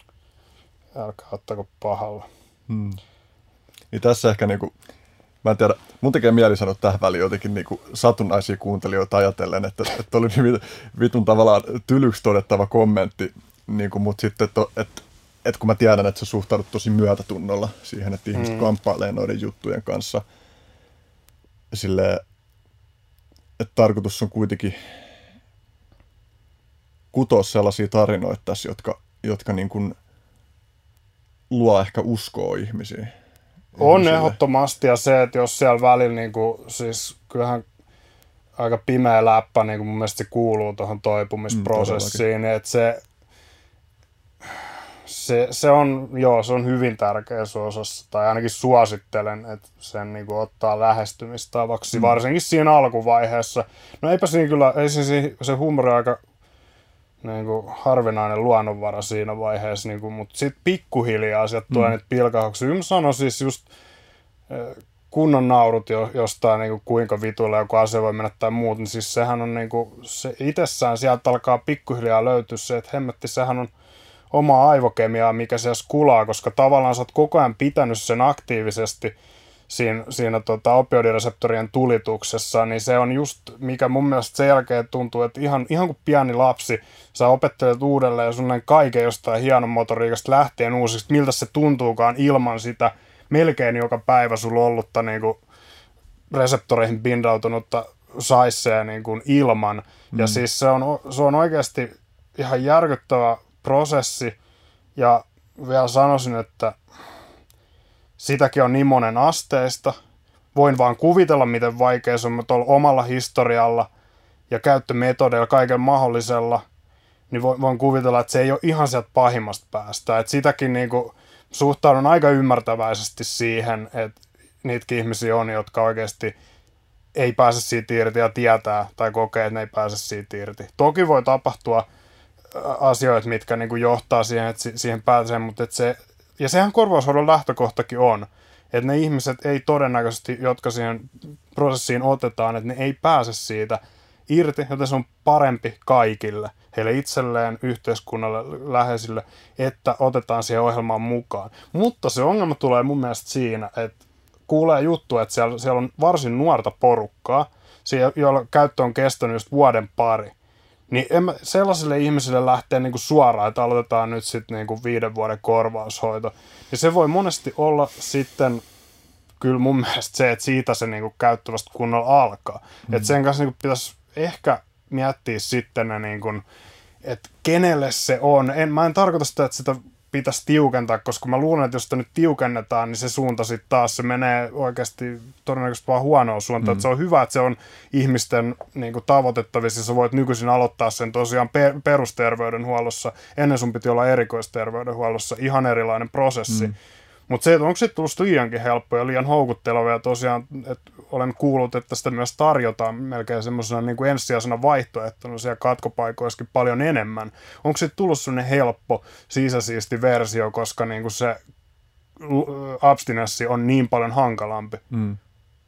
Älkää ottako pahalla. Mm. Niin tässä ehkä niinku, mä en tiedä, mun tekee mieli sanoa tähän väliin jotenkin niinku satunnaisia kuuntelijoita ajatellen, että, että oli niin vitun tavallaan tylyksi todettava kommentti niin kuin, mutta sitten, että et, et kun mä tiedän, että sä suhtaudut tosi myötätunnolla siihen, että ihmiset mm. kamppailee noiden juttujen kanssa, silleen, että tarkoitus on kuitenkin kutoa sellaisia tarinoita tässä, jotka, jotka niin kuin luo ehkä uskoa ihmisiin. On ihmisille. Ehdottomasti, ja se, että jos siellä välillä, niin kuin, siis kyllähän aika pimeä läppä, niin kuin mun mielestä se kuuluu tuohon toipumisprosessiin, mm, että se, se, se on, joo, se on hyvin tärkeässä osassa, tai ainakin suosittelen, että sen niin kuin ottaa lähestymistavaksi, mm. varsinkin siinä alkuvaiheessa. No eipä siinä kyllä, ei siinä, se huumori aika niin kuin harvinainen luonnonvara siinä vaiheessa, niin kuin, mutta sitten pikkuhiljaa sieltä tulee mm. niitä pilkauksia. Mä sanon siis just kunnon naurut jo, jostain niin kuin kuinka vituilla joku asia voi mennä tai muut, niin siis sehän on niin kuin, se itsessään sieltä alkaa pikkuhiljaa löytyä se, että hemmetti, sehän on omaa aivokemiaa, mikä siellä kulaa, koska tavallaan sä oot koko ajan pitänyt sen aktiivisesti siinä, siinä tota, opioidireseptorien tulituksessa, niin se on just, mikä mun mielestä sen jälkeen tuntuu, että ihan, ihan kuin pieni lapsi, sä opettelet uudelleen sun kaiken jostain hienon motoriikasta lähtien uusiksi, miltä se tuntuukaan ilman sitä melkein joka päivä sulla ollutta niin kuin reseptoreihin bindautunutta saisseja niin kuin ilman. Mm. Ja siis se on, se on oikeasti ihan järkyttävä prosessi, ja vielä sanoisin, että sitäkin on niin monen asteista. Voin vaan kuvitella, miten vaikea se on tuolla omalla historialla ja käyttömetodeilla, kaiken mahdollisella, niin voin kuvitella, että se ei ole ihan sieltä pahimmasta päästä. Että sitäkin niin kuin suhtaudun aika ymmärtäväisesti siihen, että niitäkin ihmisiä on, jotka oikeasti ei pääse siitä irti ja tietää tai kokee, että ne ei pääse siitä irti. Toki voi tapahtua asioita, mitkä niin kuin johtaa siihen, että siihen pääsee, mutta että se, ja sehän korvaushoidon lähtökohtakin on, että ne ihmiset ei todennäköisesti, jotka siihen prosessiin otetaan, että ne ei pääse siitä irti, joten se on parempi kaikille, heille itselleen, yhteiskunnalle, läheisille, että otetaan siihen ohjelmaan mukaan. Mutta se ongelma tulee mun mielestä siinä, että kuulee juttu, että siellä, siellä on varsin nuorta porukkaa, jolla käyttö on kestänyt just vuoden pari. Niin en mä sellaisille ihmisille lähtee niinku suoraan, että aloitetaan nyt sitten niinku viiden vuoden korvaushoito. Ja se voi monesti olla sitten kyllä mun mielestä se, että siitä se niinku käyttö vasta kunnolla alkaa. Mm. Että sen kanssa niinku pitäisi ehkä miettiä sitten ne, niinku, että kenelle se on. En, mä en tarkoita sitä, että sitä pitäisi tiukentaa, koska mä luulen, että jos sitä nyt tiukennetaan, niin se suunta sitten taas, se menee oikeasti todennäköisesti vaan huonoa suuntaan. Mm. Että se on hyvä, että se on ihmisten niin kuin tavoitettavissa, sä voit nykyisin aloittaa sen tosiaan per- perusterveydenhuollossa, ennen sun piti olla erikoisterveydenhuollossa, ihan erilainen prosessi. Mm. Mutta se, että onko se tullut liiankin helppoa ja liian houkutteleva, ja tosiaan, että olen kuullut, että sitä myös tarjotaan melkein semmoisena niin kuin ensisijaisena vaihtoehtona siellä katkopaikoissakin paljon enemmän. Onko se tullut semmoinen helppo, sisäsiisti versio, koska niin kuin se abstinenssi on niin paljon hankalampi. Mm.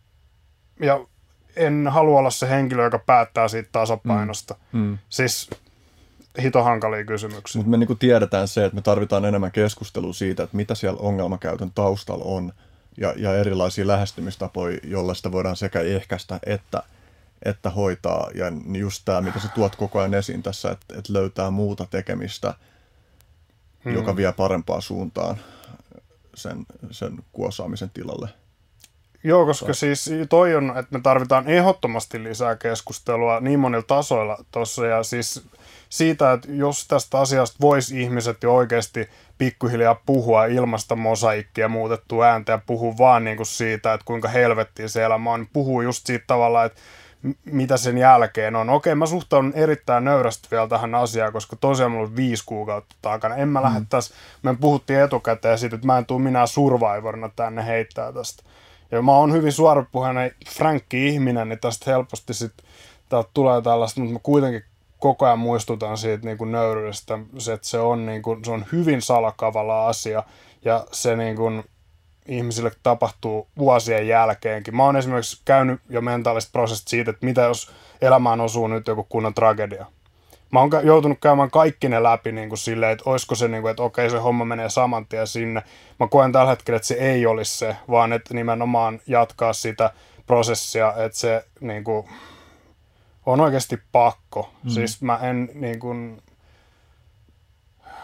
Ja en halua olla se henkilö, joka päättää siitä tasapainosta. Mm. Mm. Siis hito hankalia kysymyksiä. Mutta me niinku tiedetään se, että me tarvitaan enemmän keskustelua siitä, että mitä siellä ongelmakäytön taustalla on, ja, ja erilaisia lähestymistapoja, joilla sitä voidaan sekä ehkäistä että, että hoitaa. Ja just tämä, mitä sä tuot koko ajan esiin tässä, että, että löytää muuta tekemistä, hmm. joka vie parempaan suuntaan sen, sen kuosaamisen tilalle. Joo, koska tai. siis toi on, että me tarvitaan ehdottomasti lisää keskustelua niin monilla tasoilla tuossa, ja siis siitä, että jos tästä asiasta voisi ihmiset jo oikeasti pikkuhiljaa puhua ilmasta mosaikkia muutettua ääntä ja puhua vaan niin kuin siitä, että kuinka helvettiä se elämä on, niin puhuu just siitä tavalla, että mitä sen jälkeen on. Okei, mä suhtaudun erittäin nöyrästi vielä tähän asiaan, koska tosiaan mulla on viisi kuukautta takana. En mä mm. lähde tässä, me puhuttiin etukäteen siitä, että mä en tule minä survivorina tänne heittää tästä. Ja mä oon hyvin suorapuheinen frankki ihminen, niin tästä helposti sitten täältä tulee tällaista, mutta mä kuitenkin koko ajan muistutan siitä niin kuin nöyryydestä, että se on, niin kuin, se on hyvin salakavala asia, ja se niin kuin, ihmisille tapahtuu vuosien jälkeenkin. Mä oon esimerkiksi käynyt jo mentaalista prosessista siitä, että mitä jos elämään osuu nyt joku kunnon tragedia. Mä oon joutunut käymään kaikki ne läpi niin kuin silleen, että olisiko se, niin kuin, että okei, se homma menee saman tien sinne. Mä koen tällä hetkellä, että se ei olisi se, vaan että nimenomaan jatkaa sitä prosessia, että se niin kuin on oikeasti pakko. Mm. Siis mä en niin kuin,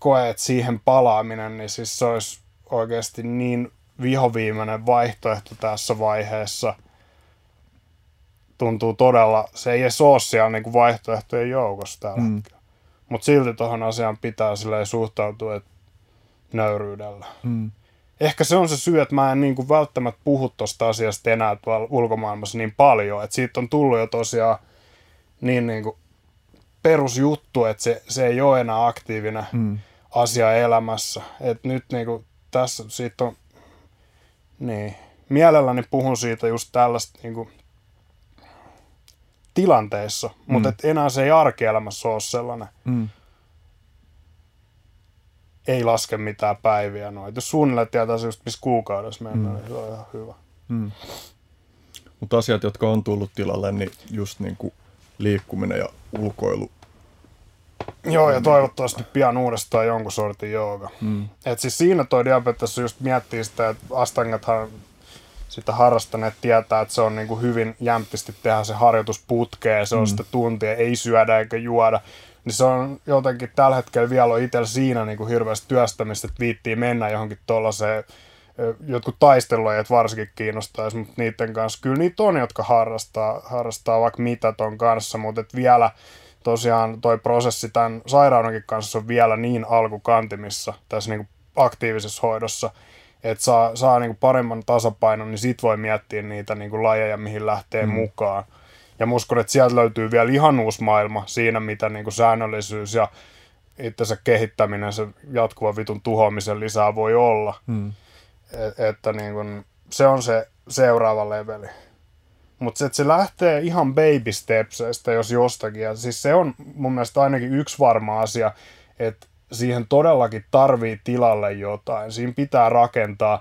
koe, että siihen palaaminen, niin siis se olisi oikeasti niin vihoviimeinen vaihtoehto tässä vaiheessa. Tuntuu todella, se ei edes ole siellä niin kuin vaihtoehtojen joukossa tällä mm. hetkellä. Mutta silti tuohon asiaan pitää silleen suhtautua että nöyryydellä. Mm. Ehkä se on se syy, että mä en niin kuin välttämättä puhu tuosta asiasta enää tuolla ulkomaailmassa niin paljon. Että siitä on tullut jo tosiaan niin, niin kuin perusjuttu, että se, se ei ole enää aktiivinen mm. asia elämässä. Että nyt niin kuin tässä siitä on, niin, mielelläni puhun siitä just tällaista niin kuin tilanteissa, mm. mutta et enää se ei arkielämässä ole sellainen. Mm. Ei laske mitään päiviä noita. Jos suunnilleen tietää se just missä kuukaudessa mennään, mm. niin se on ihan hyvä. Mm. Mutta asiat, jotka on tullut tilalle, niin just niin kuin liikkuminen ja ulkoilu. Joo, ja toivottavasti pian uudestaan jonkun sortin jooga. Mm. Et siis siinä toi diabetes just miettii sitä, että astangathan sitä harrastaneet tietää, että se on niin kuin hyvin jämptisti tehdä se harjoitus putkeen, se on mm. sitä tuntia, ei syödä eikä juoda. Niin se on jotenkin tällä hetkellä vielä on itsellä siinä niin kuin hirveästi työstämistä, että viittii mennä johonkin tuollaiseen, jotkut taistelulajat varsinkin kiinnostaisi, mutta niiden kanssa, kyllä niitä on, jotka harrastaa, harrastaa vaikka mitä ton kanssa, mutta et vielä tosiaan toi prosessi tämän sairaudenkin kanssa on vielä niin alkukantimissa tässä niin kuin aktiivisessa hoidossa, että saa, saa niin kuin paremman tasapainon, niin sit voi miettiä niitä niin kuin lajeja, mihin lähtee mm. mukaan. Ja mä uskon, että sieltä löytyy vielä ihan uusi maailma siinä, mitä niin kuin säännöllisyys ja itsensä kehittäminen, se jatkuva vitun tuhoamisen lisää voi olla. Mm. Et, että niin kuin, se on se seuraava leveli. Mutta se, että se lähtee ihan baby stepseistä, jos jostakin. Ja siis se on mun mielestä ainakin yksi varma asia, että siihen todellakin tarvii tilalle jotain. Siinä pitää rakentaa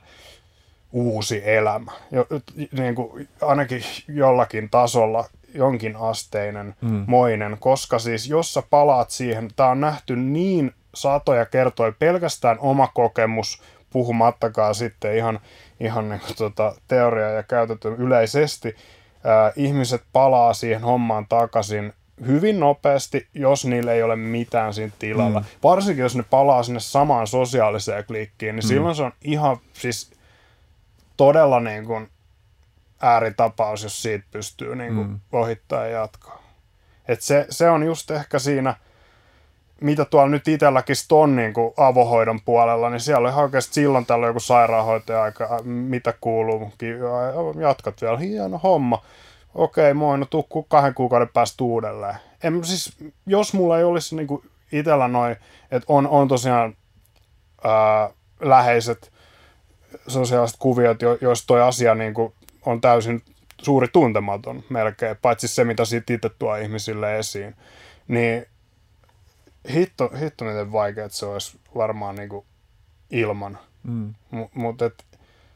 uusi elämä. Jo, niin kuin ainakin jollakin tasolla jonkin asteinen, mm. moinen, koska siis jos sä palaat siihen, tää on nähty niin satoja kertoja, pelkästään oma kokemus, puhumattakaan sitten ihan, ihan niin kuin tota, teoriaa ja käytetty yleisesti, ää, ihmiset palaa siihen hommaan takaisin hyvin nopeasti, jos niillä ei ole mitään siinä tilalla. Mm. Varsinkin jos ne palaa sinne samaan sosiaaliseen klikkiin, niin mm. silloin se on ihan siis todella niin kuin ääritapaus, jos siitä pystyy niin kuin mm. ohittaa ja jatkaa. Et se, se on just ehkä siinä, mitä tuolla nyt itselläkin on niin kuin avohoidon puolella, niin siellä on ihan oikeasti silloin tällä joku sairaanhoitaja-aika, mitä kuuluu, jatkat vielä, hieno homma. Okei, moi, no tuu kahden kuukauden päästä uudelleen. En, siis, jos mulla ei olisi niin kuin itsellä noin, että on, on tosiaan ää, läheiset sosiaaliset kuviot, jo, joissa toi asia niin kuin on täysin suuri tuntematon melkein, paitsi se, mitä siitä itse tuo ihmisille esiin, niin hitto, hitto miten vaikea, että se olisi varmaan niin kuin ilman. Mm. M- mutta et,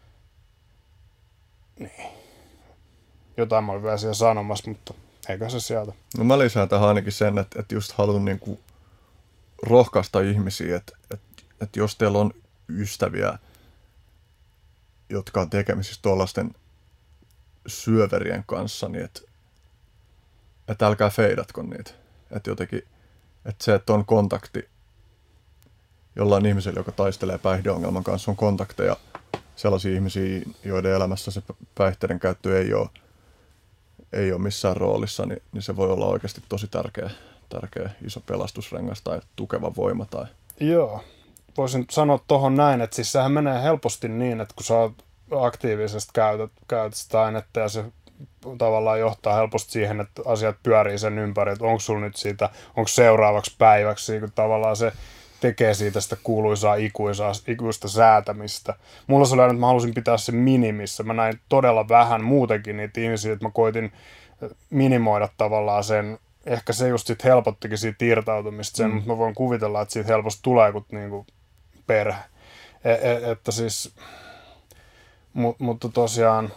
niin. Jotain mä olin vielä siellä sanomassa, mutta eikä se sieltä. No mä lisään tähän ainakin sen, että, että just haluan niin kuin rohkaista ihmisiä, että, että, että jos teillä on ystäviä, jotka on tekemisissä tuollaisten syöverien kanssa, niin että, että älkää feidatko niitä. Että jotenkin, että se, että on kontakti jollain ihmisellä, joka taistelee päihdeongelman kanssa, on kontakteja sellaisia ihmisiä, joiden elämässä se päihteiden käyttö ei ole, ei ole missään roolissa, niin, niin se voi olla oikeasti tosi tärkeä, tärkeä iso pelastusrengas tai tukeva voima. Tai... Joo, voisin sanoa tuohon näin, että siis sehän menee helposti niin, että kun sä oot aktiivisesti käytät, käytät sitä ainetta ja se tavallaan johtaa helposti siihen, että asiat pyörii sen ympäri, että onko sulla nyt siitä, onko seuraavaksi päiväksi, kun tavallaan se tekee siitä sitä kuuluisaa ikuisaa, ikuista säätämistä. Mulla se oli aina, että mä halusin pitää sen minimissä. Mä näin todella vähän muutenkin niitä ihmisiä, että mä koitin minimoida tavallaan sen, ehkä se just sit helpottikin siitä irtautumista sen, mm. mutta mä voin kuvitella, että siitä helposti tulee kuin niinku perhe. E- e- että siis, mut, mutta tosiaan,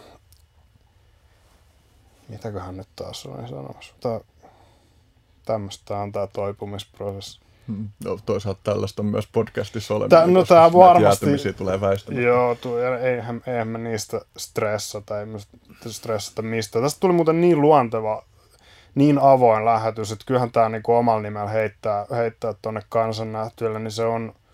mitäköhän nyt taas olen sanomassa? Tää, tämmöistä on tää toipumisprosessi. Hmm. No, toisaalta tällaista on myös podcastissa olemassa, Tää, no, tää varmasti, jäätymisiä tulee väistämättä. Joo, tu, eihän, eihän me niistä stressata, ei me stressata mistään. Tästä tuli muuten niin luonteva, niin avoin lähetys, että kyllähän tämä niinku omalla nimellä heittää, heittää tuonne kansan nähtyille, niin se on,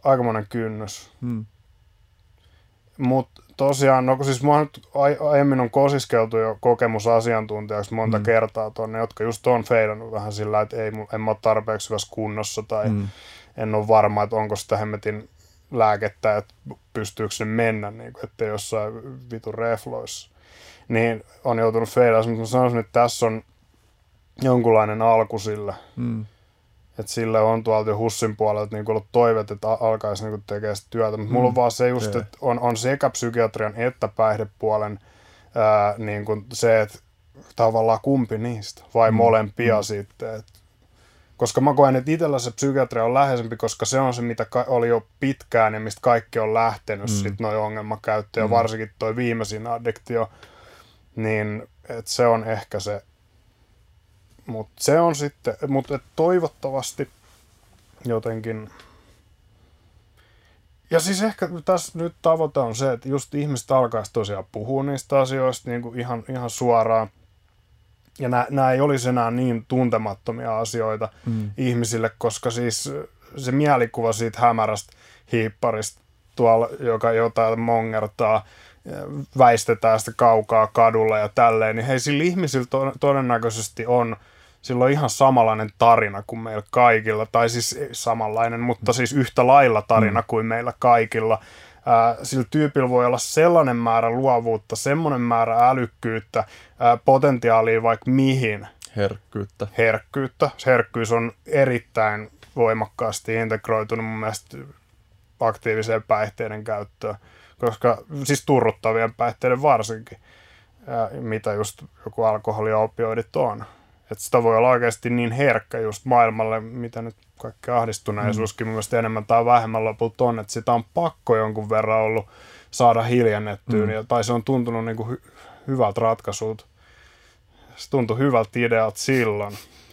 aikamoinen kynnys. Hmm. Mutta tosiaan, no siis mua nyt aiemmin on kosiskeltu jo kokemusasiantuntijaksi monta mm. kertaa tonne, jotka just on feidannut vähän sillä, että ei, en mä ole tarpeeksi hyvässä kunnossa tai mm. en ole varma, että onko sitä hemmetin lääkettä, että pystyykö ne mennä, niin kuin, ettei jossain vitun refloissa. Niin on joutunut feidaamaan, mutta mä sanoisin, että tässä on jonkunlainen alku sillä. Mm. Että sille on tuolta jo Hussin puolelta niin ollut toiveet, että alkaisi niin tekemään sitä työtä. Mutta mm. mulla on vaan se just, että on, on sekä psykiatrian että päihdepuolen ää, niin kuin se, että tavallaan kumpi niistä vai mm. molempia mm. sitten. Et, koska mä koen, että itsellä se psykiatria on läheisempi, koska se on se, mitä ka- oli jo pitkään ja mistä kaikki on lähtenyt, mm. sitten noi ongelmakäyttö ja mm. varsinkin toi viimeisin addiktio, niin että se on ehkä se. Mutta se on sitten, mutta toivottavasti jotenkin, ja siis ehkä tässä nyt tavoite on se, että just ihmiset alkaisi tosiaan puhua niistä asioista niin kuin ihan, ihan suoraan, ja nämä ei olisi enää niin tuntemattomia asioita mm. ihmisille, koska siis se mielikuva siitä hämärästä hiipparista tuolla, joka jotain mongertaa, väistetään sitä kaukaa kadulla ja tälleen, niin hei, sillä ihmisillä to- todennäköisesti on silloin ihan samanlainen tarina kuin meillä kaikilla, tai siis samanlainen, mutta siis yhtä lailla tarina kuin meillä kaikilla. Ää, sillä tyypillä voi olla sellainen määrä luovuutta, semmoinen määrä älykkyyttä, ää, potentiaalia vaikka mihin. Herkkyyttä. Herkkyyttä. Herkkyys on erittäin voimakkaasti integroitunut mun mielestä aktiiviseen päihteiden käyttöön, koska siis turruttavien päihteiden varsinkin, ää, mitä just joku alkoholi ja opioidit on. Että sitä voi olla oikeasti niin herkkä just maailmalle, mitä nyt kaikki ahdistuneisuuskin mm. mielestäni enemmän tai vähemmän lopulta on, että sitä on pakko jonkun verran ollut saada hiljennettyä, mm. tai se on tuntunut niin kuin hy- hyvältä ratkaisulta. Se tuntui hyvältä idealta silloin.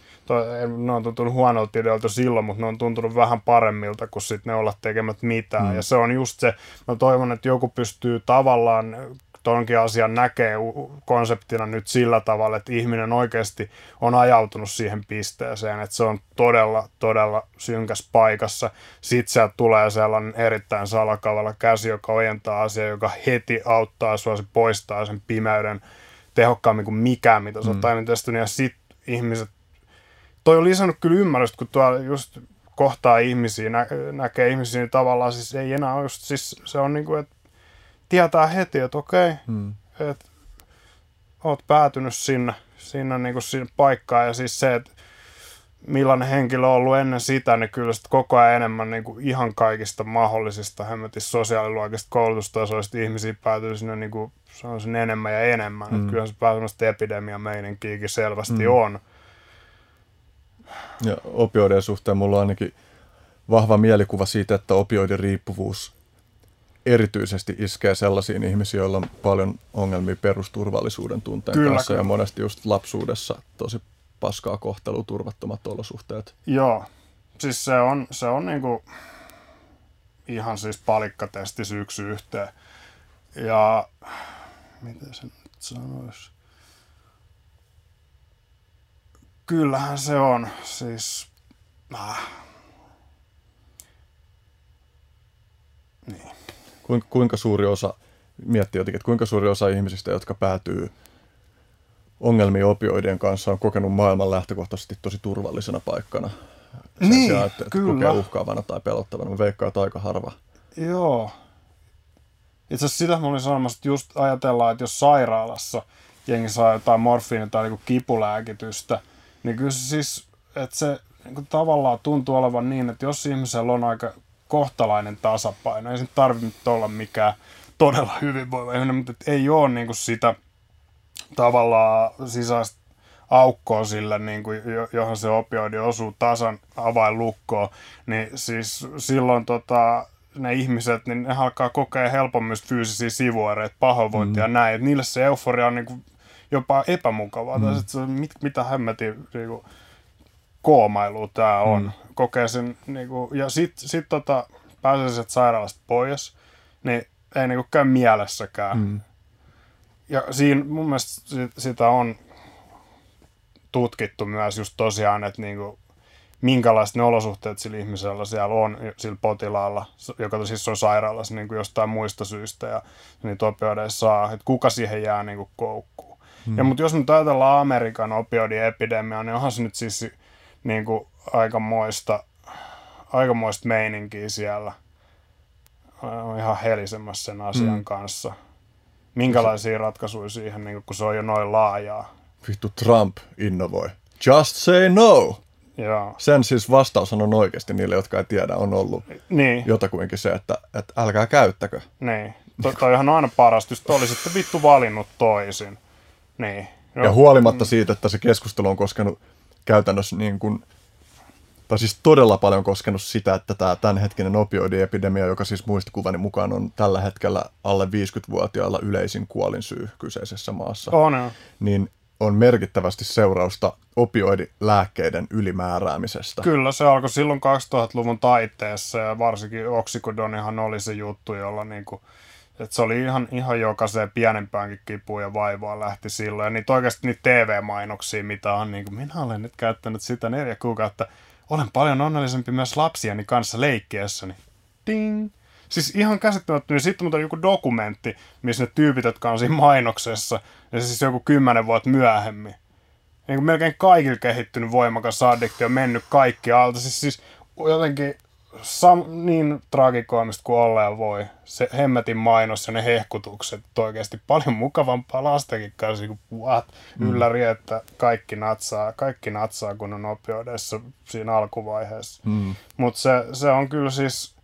Ne on tuntunut huonolta idealta silloin, mutta ne on tuntunut vähän paremmilta, kun sitten ne olla tekemät mitään. Mm. Ja se on just se, mä toivon, että joku pystyy tavallaan tonkin asian näkee konseptina nyt sillä tavalla, että ihminen oikeasti on ajautunut siihen pisteeseen, että se on todella, todella synkäs paikassa. Sitten sieltä tulee sellainen erittäin salakavalla käsi, joka ojentaa asiaa, joka heti auttaa sua, se poistaa sen pimeyden tehokkaammin kuin mikään, mitä sä oot mm. aiemmin testannut. Ja sitten ihmiset, toi on lisännyt kyllä ymmärrystä, kun tuolla just kohtaa ihmisiä, nä- näkee ihmisiä, niin tavallaan siis ei enää just, siis se on niin kuin, että tietää heti, että okei, hmm. että oot päätynyt sinne, sinne, niin kuin sinne paikkaan, ja siis se, että millainen henkilö on ollut ennen sitä, niin kyllä sit koko ajan enemmän niin kuin ihan kaikista mahdollisista hemmetistä sosiaaliluokista koulutustasoista ihmisiä päätyy sinne niin kuin, sanoisin enemmän ja enemmän. Hmm. Että kyllähän se pääsemästä epidemiameininkiäkin selvästi hmm. on. Ja opioidien suhteen mulla on ainakin vahva mielikuva siitä, että opioidin riippuvuus erityisesti iskee sellaisiin ihmisiin, joilla on paljon ongelmia perusturvallisuuden tunteen kyllä, kanssa kyllä. Ja monesti just lapsuudessa tosi paskaa kohtelua, turvattomat olosuhteet. Joo, siis se on, se on niinku ihan siis palikkatestis yksi yhteen. Ja miten se nyt sanoisi? Kyllähän se on, siis ah. Niin. Kuinka suuri osa, miettii jotenkin, että kuinka suuri osa ihmisistä, jotka päätyy ongelmiin opioidien kanssa, on kokenut maailman lähtökohtaisesti tosi turvallisena paikkana. Sen niin, sijaan, että, että kokee uhkaavana tai pelottavana. Mä veikkaan, että aika harva. Joo. Itse asiassa sitä mä olin sanomassa, että just ajatellaan, että jos sairaalassa jengi saa jotain morfiinia tai niin kipulääkitystä, niin kyllä se siis, että se niin tavallaan tuntuu olevan niin, että jos ihmisellä on aika kohtalainen tasapaino. Ei se tarvitse olla mikään todella hyvinvoiva ihminen, mutta ei ole niin kuin sitä tavallaan sisäistä aukkoa sillä, niin kuin, johon se opioidi osuu tasan avainlukkoon. Niin siis silloin tota, ne ihmiset, niin ne alkaa kokea helpommin fyysisiä sivuoireita, pahoinvointia ja mm. näin. Et niille se euforia on niin kuin jopa epämukavaa. Mm. Tai sit se, mit, mitä hemmetin niin kuin koomailua tää on. Mm. Kokee sen, niinku, ja sitten sit, tota, pääsee sieltä sairaalasta pois, niin ei niinku käy mielessäkään. Mm. Ja siinä mun mielestä sitä on tutkittu myös just tosiaan, että niinku, minkälaiset ne olosuhteet sillä ihmisellä siellä on, sillä potilaalla, joka siis on sairaalassa niin kuin jostain muista syistä ja niitä opioideja saa, että kuka siihen jää niin kuin koukkuun. Hmm. Ja mutta jos nyt ajatellaan Amerikan opioidiepidemiaa, niin onhan se nyt siis niin kuin aikamoista, aikamoista meininkiä siellä. On ihan helisemässä sen asian hmm. kanssa. Minkälaisia ratkaisuja siihen, niin kun se on jo noin laajaa? Vittu Trump innovoi. Just say no! Joo. Sen siis vastaus on oikeasti niille, jotka ei tiedä, on ollut niin. jotakuinkin se, että, että älkää käyttäkö. Niin. Toi on aina parasta, jos olisitte vittu valinnut toisin. Niin. No. Ja huolimatta siitä, että se keskustelu on koskenut käytännössä niin kuin, tai siis todella paljon koskenut sitä, että tämä tämänhetkinen opioidiepidemia, joka siis muistikuvani mukaan on tällä hetkellä alle viisikymmentävuotiailla yleisin kuolinsyy kyseisessä maassa, on, jo. niin on merkittävästi seurausta opioidilääkkeiden ylimääräämisestä. Kyllä, se alkoi silloin kaksituhattaluvun taitteessa ja varsinkin oksykodonihan oli se juttu, jolla niinku, että se oli ihan, ihan jokaiseen pienempäänkin kipuun ja vaivaan lähti silloin. Ja niitä oikeasti niitä T V-mainoksia, mitä on, niin kuin, minä olen nyt käyttänyt sitä neljä kuukautta, olen paljon onnellisempi myös lapsiani kanssa leikkiessäni. Ding! Siis ihan käsittämättömiä. Sitten on joku dokumentti, missä ne tyypit, jotka on siinä mainoksessa, ja siis joku kymmenen vuotta myöhemmin. Niin kuin melkein kaikilla kehittynyt voimakas addiktio, mennyt kaikki alta. Siis, siis jotenkin sam- niin tragikoimista kuin olleen voi. Se hemmetin mainos ja ne hehkutukset oikeasti paljon mukavampaa lastenkin kanssa. Kuin what? Mm. Ylläri, että kaikki natsaa, kaikki natsaa, kun on opioideissa siinä alkuvaiheessa. Mm. Mutta se, se on kyllä siis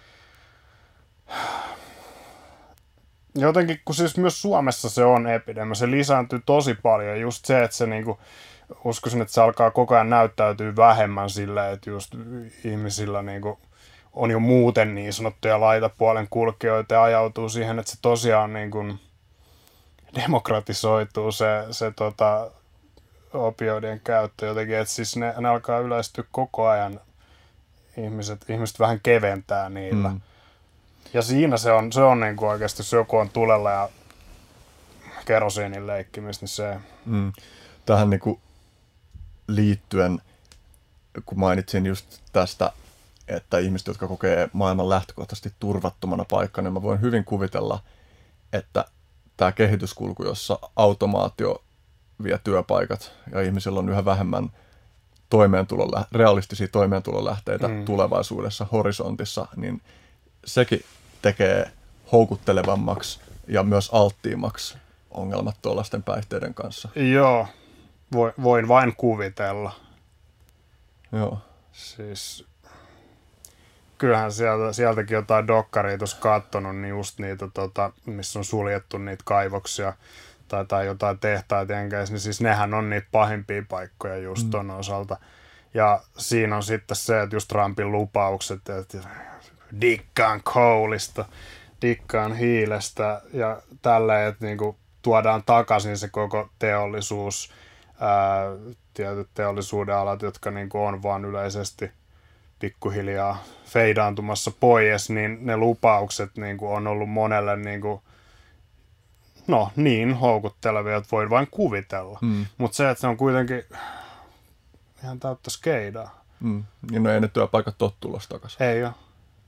jotenkin, kun siis myös Suomessa se on epidemia, se lisääntyy tosi paljon. Just se, että se niinku, uskoisin, että se alkaa koko ajan näyttäytyy vähemmän silleen, että just ihmisillä niinku on jo muuten niin sanottuja laitapuolen kulkijoita ja ajautuu siihen, että se tosiaan niinku demokratisoituu se, se tota, opioidien käyttö jotenkin, että siis ne, ne alkaa yleistyä koko ajan. Ihmiset, ihmiset vähän keventää niillä. Mm. Ja siinä se on, se on niin kuin oikeasti, jos joku on tulella ja kerosiinin leikkimistä, niin se... Mm. Tähän niin kuin liittyen, kun mainitsin just tästä, että ihmiset, jotka kokee maailman lähtökohtaisesti turvattomana paikkana, niin mä voin hyvin kuvitella, että tämä kehityskulku, jossa automaatio vie työpaikat ja ihmisillä on yhä vähemmän toimeentulolla, realistisia toimeentulolähteitä mm. tulevaisuudessa horisontissa, niin sekin tekee houkuttelevammaksi ja myös alttiimmaksi ongelmat tuollaisten päihteiden kanssa. Joo, voin vain kuvitella. Joo. Siis kyllähän sieltä, sieltäkin jotain dokkaria tuossa katsonut, niin just niitä, tota, missä on suljettu niitä kaivoksia tai, tai jotain tehtaita jenkeissä, niin siis nehän on niitä pahimpia paikkoja just ton mm. osalta. Ja siinä on sitten se, että just Trumpin lupaukset, että dikkaan koulista, dikkaan hiilestä ja tälleen, että niinku tuodaan takaisin se koko teollisuus, ää, tietyt teollisuuden alat, jotka niinku on vaan yleisesti pikkuhiljaa feidaantumassa pois, niin ne lupaukset niinku on ollut monelle niinku, no niin houkuttelevia, että voi vain kuvitella. Mm. Mutta se, että se on kuitenkin ihan täyttä skeidaa. Mm. Niin no ei ne työpaikat ole tulossa takaisin. Ei ole.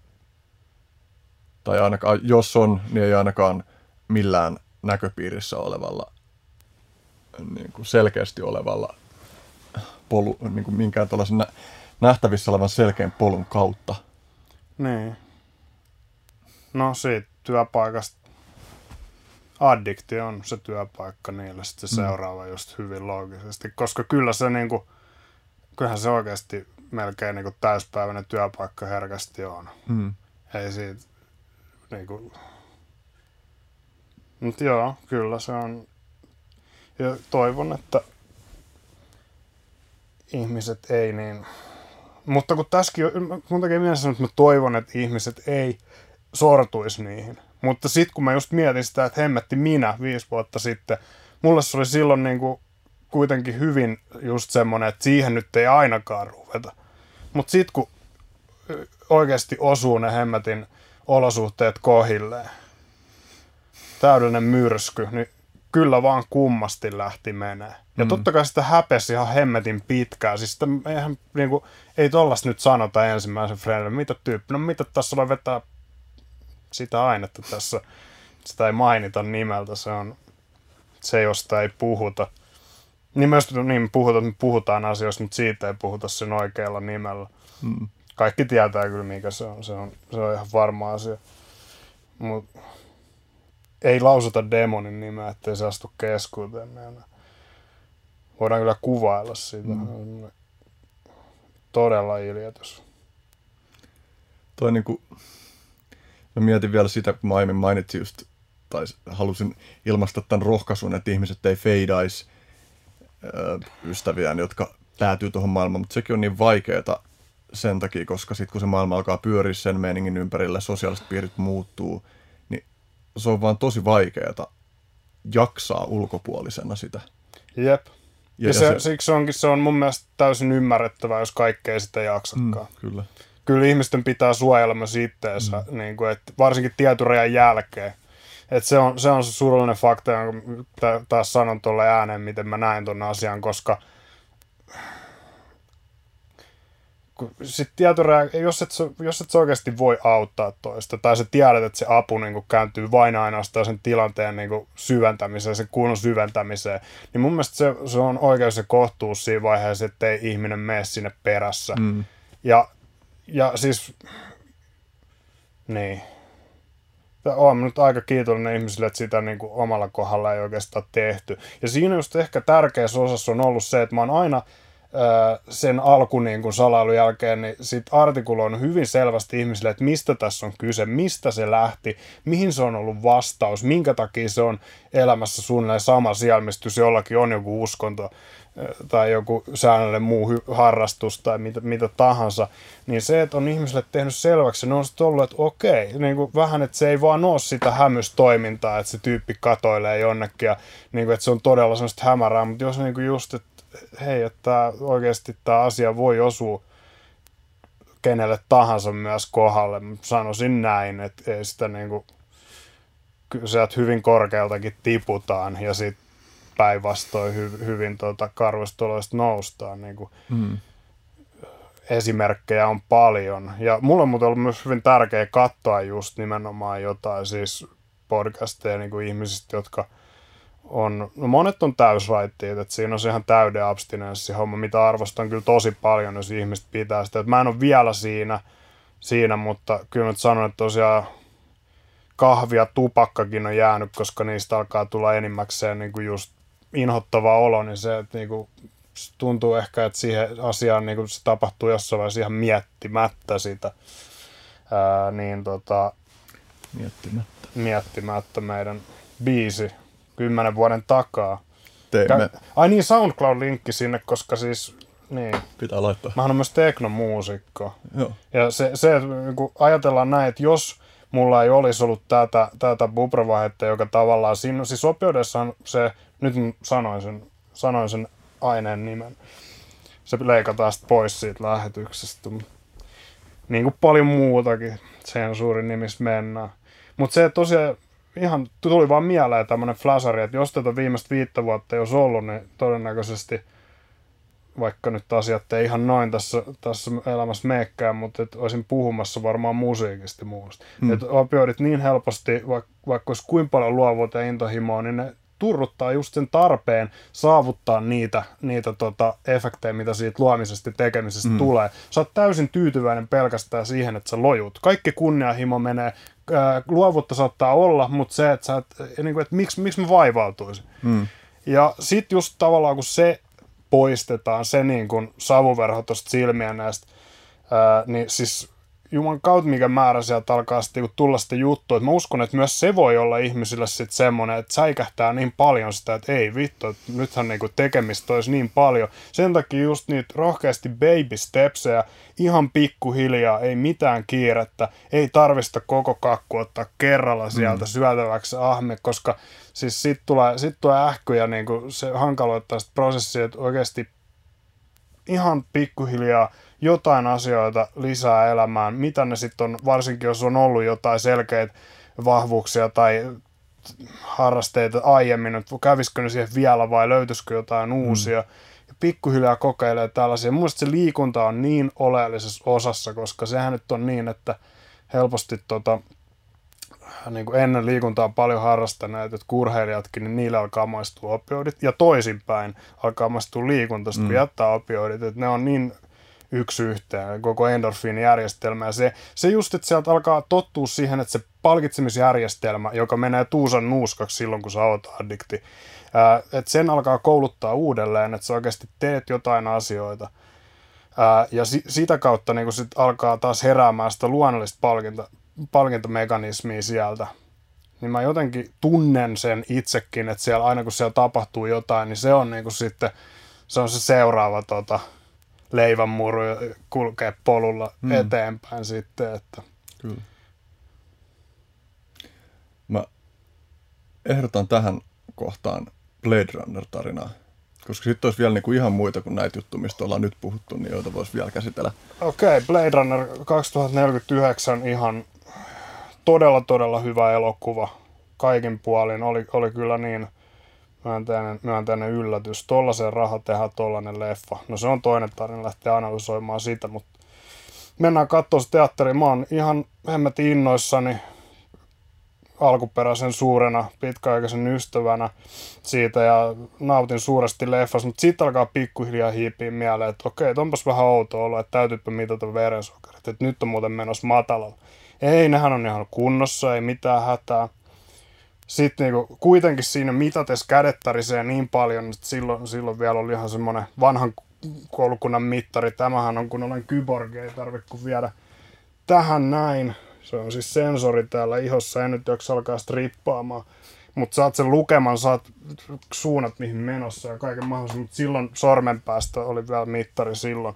Tai ainakaan, jos on, niin ei ainakaan millään näköpiirissä olevalla, niin kuin selkeästi olevalla, polu, niin kuin minkään tällaisen nä- nähtävissä olevan selkeän polun kautta. Niin. No siitä työpaikasta, addiktio on se työpaikka niille sitten se mm. seuraava just hyvin loogisesti, koska kyllä se niinku, kyllähän se oikeasti melkein niinku täyspäiväinen työpaikka herkästi on. Mm. Ei siitä niinku, mutta joo, kyllä se on, ja toivon, että ihmiset ei niin, mutta kun tässäkin, mun tekee mielessä, että mä toivon, että ihmiset ei sortuisi niihin. Mutta sitten kun mä just mietin sitä, että hemmetti minä viisi vuotta sitten, mulle se oli silloin niinku kuitenkin hyvin just semmoinen, että siihen nyt ei ainakaan ruveta. Mutta sitten kun oikeasti osuu ne hemmetin olosuhteet kohilleen, täydellinen myrsky, niin kyllä vaan kummasti lähti menee. Ja mm. totta kai sitä häpesi ihan hemmetin pitkään. Siis sitä, eihän, niin kuin, ei tollasta nyt sanota ensimmäisen friendille, mitä tyyppi, no mitä tässä voi vetää sitä ainetta tässä. Sitä ei mainita nimeltä, se on se, josta ei puhuta. Niin myös niin puhutaan, me puhutaan asioista, mutta siitä ei puhuta sen oikealla nimellä. Mm. Kaikki tietää kyllä, mikä se on. Se on, se on ihan varma asia. Mut ei lausuta demonin nimeä, ettei se astu keskuuteen. Voidaan kyllä kuvailla siitä. Mm. Todella iljetys. Toi niinku, mä mietin vielä sitä, kun mä aiemmin mainitsin just, tai halusin ilmaista tämän rohkaisun, että ihmiset ei feidaisi ystäviään, jotka päätyy tuohon maailmaan, mutta sekin on niin vaikeaa sen takia, koska sitten kun se maailma alkaa pyöriä sen meiningin ympärillä, sosiaaliset piirit muuttuu, niin se on vaan tosi vaikeaa jaksaa ulkopuolisena sitä. Jep. Ja, ja se, se, siksi onkin, se on mun mielestä täysin ymmärrettävää, jos kaikkea sitä jaksakaan. Mm, kyllä. Kyllä ihmisten pitää suojella myös itteensä, mm. niin kuin, että varsinkin tietyn rajan jälkeen. Et se, on, se on se surullinen fakta, jonka taas sanon tuolle ääneen, miten mä näen tuon asian, koska sit tietorää, jos et, jos et sä oikeasti voi auttaa toista, tai sä tiedät, että se apu niin kääntyy vain ainoastaan sen tilanteen niin syventämiseen, sen kunnon syventämiseen, niin mun mielestä se, se on oikeus ja kohtuus siinä vaiheessa, ettei ihminen mene sinne perässä. Mm. Ja, ja siis, niin... Olen nyt aika kiitollinen ihmisille, että sitä niin kuin omalla kohdalla ei oikeastaan tehty. Ja siinä just ehkä tärkeässä osassa on ollut se, että mä oon aina ää, sen alku niin kuin salailun jälkeen niin sit artikuloinut hyvin selvästi ihmisille, että mistä tässä on kyse, mistä se lähti, mihin se on ollut vastaus, minkä takia se on elämässä suunnilleen sama siellä, mistä jollakin on joku uskonto tai joku säännöllinen muu hy- harrastus tai mitä, mitä tahansa, niin se, että on ihmisille tehnyt selväksi, ne on sitten ollut, että okei, niin kuin vähän, että se ei vaan ole sitä hämystoimintaa, että se tyyppi katoilee jonnekin ja niin kuin, että se on todella semmoista hämärää, mutta jos niin kuin just, että hei, että oikeasti tämä asia voi osua kenelle tahansa myös kohdalle, sanoisin näin, että ei sitä niin kuin, kyllä sieltä hyvin korkealtakin tiputaan ja sitten päinvastoin hy, hyvin tuota, karvastoloista noustaan. Niin kuin mm. Esimerkkejä on paljon. Ja mulle on ollut myös hyvin tärkeää katsoa just nimenomaan jotain siis podcasteja niin kuin ihmisistä, jotka on, no monet on täysraittiit, että siinä on se ihan täyden abstinenssihomma, mitä arvostan kyllä tosi paljon, jos ihmiset pitää sitä. Että mä en ole vielä siinä, siinä mutta kyllä mä sanon, että tosiaan kahvi ja tupakkakin on jäänyt, koska niistä alkaa tulla enimmäkseen niin kuin just inhottava olo, niin se että niinku, tuntuu ehkä, että siihen asiaan niinku, se tapahtuu jossain vaiheessa ihan miettimättä sitä. Ää, niin, tota, miettimättä. miettimättä meidän biisi kymmenen vuoden takaa. Teemme. Ai niin, SoundCloud-linkki sinne, koska siis niin. Pitää laittaa. Mähän on myös teknomuusikko. Joo. Ja se, se että niin ajatellaan näin, että jos mulla ei olisi ollut tätä, tätä bubravaihetta, joka tavallaan siinä, siis opioidessahan se, nyt sanoin sen, sanoin sen aineen nimen, se leikataan sitten pois siitä lähetyksestä, niin kuin paljon muutakin sensuurin nimissä mennään. Mutta se tosiaan ihan tuli vaan mieleen tämmöinen flasari, että jos tätä viimeistä viittä vuotta ei olisi ollut, niin todennäköisesti vaikka nyt asiat ei ihan noin tässä, tässä elämässä meekään, mutta et olisin puhumassa varmaan musiikista muusta. Hmm. Että opioidit niin helposti, vaikka, vaikka olisi kuinka paljon luovuutta ja intohimoa, niin ne turruttaa just sen tarpeen saavuttaa niitä, niitä tota, efektejä, mitä siitä luomisesta ja tekemisestä hmm. tulee. Sä oot täysin tyytyväinen pelkästään siihen, että sä lojut. Kaikki kunnianhimo menee, ää, luovuutta saattaa olla, mutta se, että, sä et, niin kuin, että miksi, miksi mä vaivautuisin. Hmm. Ja sit just tavallaan, kun se poistetaan se niin kuin savuverho tuosta silmien näistä, ää, niin siis juman kautta mikä määrä sieltä alkaa sitten tulla sitä juttua, että mä uskon, että myös se voi olla ihmisille sitten semmoinen, että säikähtää niin paljon sitä, että ei vittu, että nythän niin kuin tekemistä olisi niin paljon. Sen takia just niitä rohkeasti baby stepsejä, ihan pikkuhiljaa, ei mitään kiirettä, ei tarvista koko kakku ottaa kerralla sieltä mm. syötäväksi ahme, koska siis sit tulee, sit tulee ähky ja niin kuin se hankaloittaa sitä prosessia, että oikeasti ihan pikkuhiljaa jotain asioita lisää elämään, mitä ne sitten on, varsinkin jos on ollut jotain selkeitä vahvuuksia tai harrasteita aiemmin, että kävisikö ne siihen vielä vai löytyisikö jotain uusia. Mm. Ja pikkuhiljaa kokeilee tällaisia. Mun mielestä se liikunta on niin oleellisessa osassa, koska sehän nyt on niin, että helposti tota, niin kuin ennen liikuntaa paljon harrastaneet, että urheilijatkin, niin niillä alkaa maistua opioidit. Ja toisinpäin alkaa maistua liikunta, mm. kun jättää opioidit. Että ne on niin yksi yhteen, koko endorfiinijärjestelmä. Ja se, se just, että sieltä alkaa tottua siihen, että se palkitsemisjärjestelmä, joka menee tuusan nuuskaksi silloin, kun sä oot addikti, ää, että sen alkaa kouluttaa uudelleen, että sä oikeasti teet jotain asioita. Ää, ja si, sitä kautta niin sit alkaa taas heräämään sitä luonnollista palkinta, palkintamekanismia sieltä. Niin mä jotenkin tunnen sen itsekin, että siellä, aina kun siellä tapahtuu jotain, niin se on niin sitten se, on se seuraava tota, leivänmuru ja kulkee polulla mm. eteenpäin sitten. Että. Kyllä. Mä ehdotan tähän kohtaan Blade Runner-tarinaa, koska sitten olisi vielä niinku ihan muita kuin näitä juttuja, mistä ollaan nyt puhuttu, niin joita voisi vielä käsitellä. Okei, okay, Blade Runner kaksituhattaneljäkymmentäyhdeksän ihan todella, todella hyvä elokuva kaikin puolin. Oli, oli kyllä niin myönteinen, myönteinen yllätys. Tollaisen raha tehdä tollainen leffa. No se on toinen tarina, lähteä analysoimaan sitä, mutta mennään katsomaan se teatteriin. Mä oon ihan hemmetin innoissani alkuperäisen suurena pitkäaikaisen ystävänä siitä ja nautin suuresti leffassa, mutta sitten alkaa pikkuhiljaa hiipiä mieleen, että okei, että onpas vähän outoa olla, että täytyypä mitata verensokerit, että nyt on muuten menossa matalalla. Ei, nehän on ihan kunnossa, ei mitään hätää. Sitten niinku, kuitenkin siinä mitates kädet tärisee niin paljon, että silloin, silloin vielä oli ihan semmoinen vanhan koulukunnan mittari. Tämähän on, kun olen kyborgi, ei tarvitse kuin viedä tähän näin. Se on siis sensori täällä ihossa, en nyt jaksa alkaa strippaamaan. Mutta saat sen lukeman, saat suunnat mihin menossa ja kaiken mahdollisen. Mutta silloin sormen päästä oli vielä mittari silloin.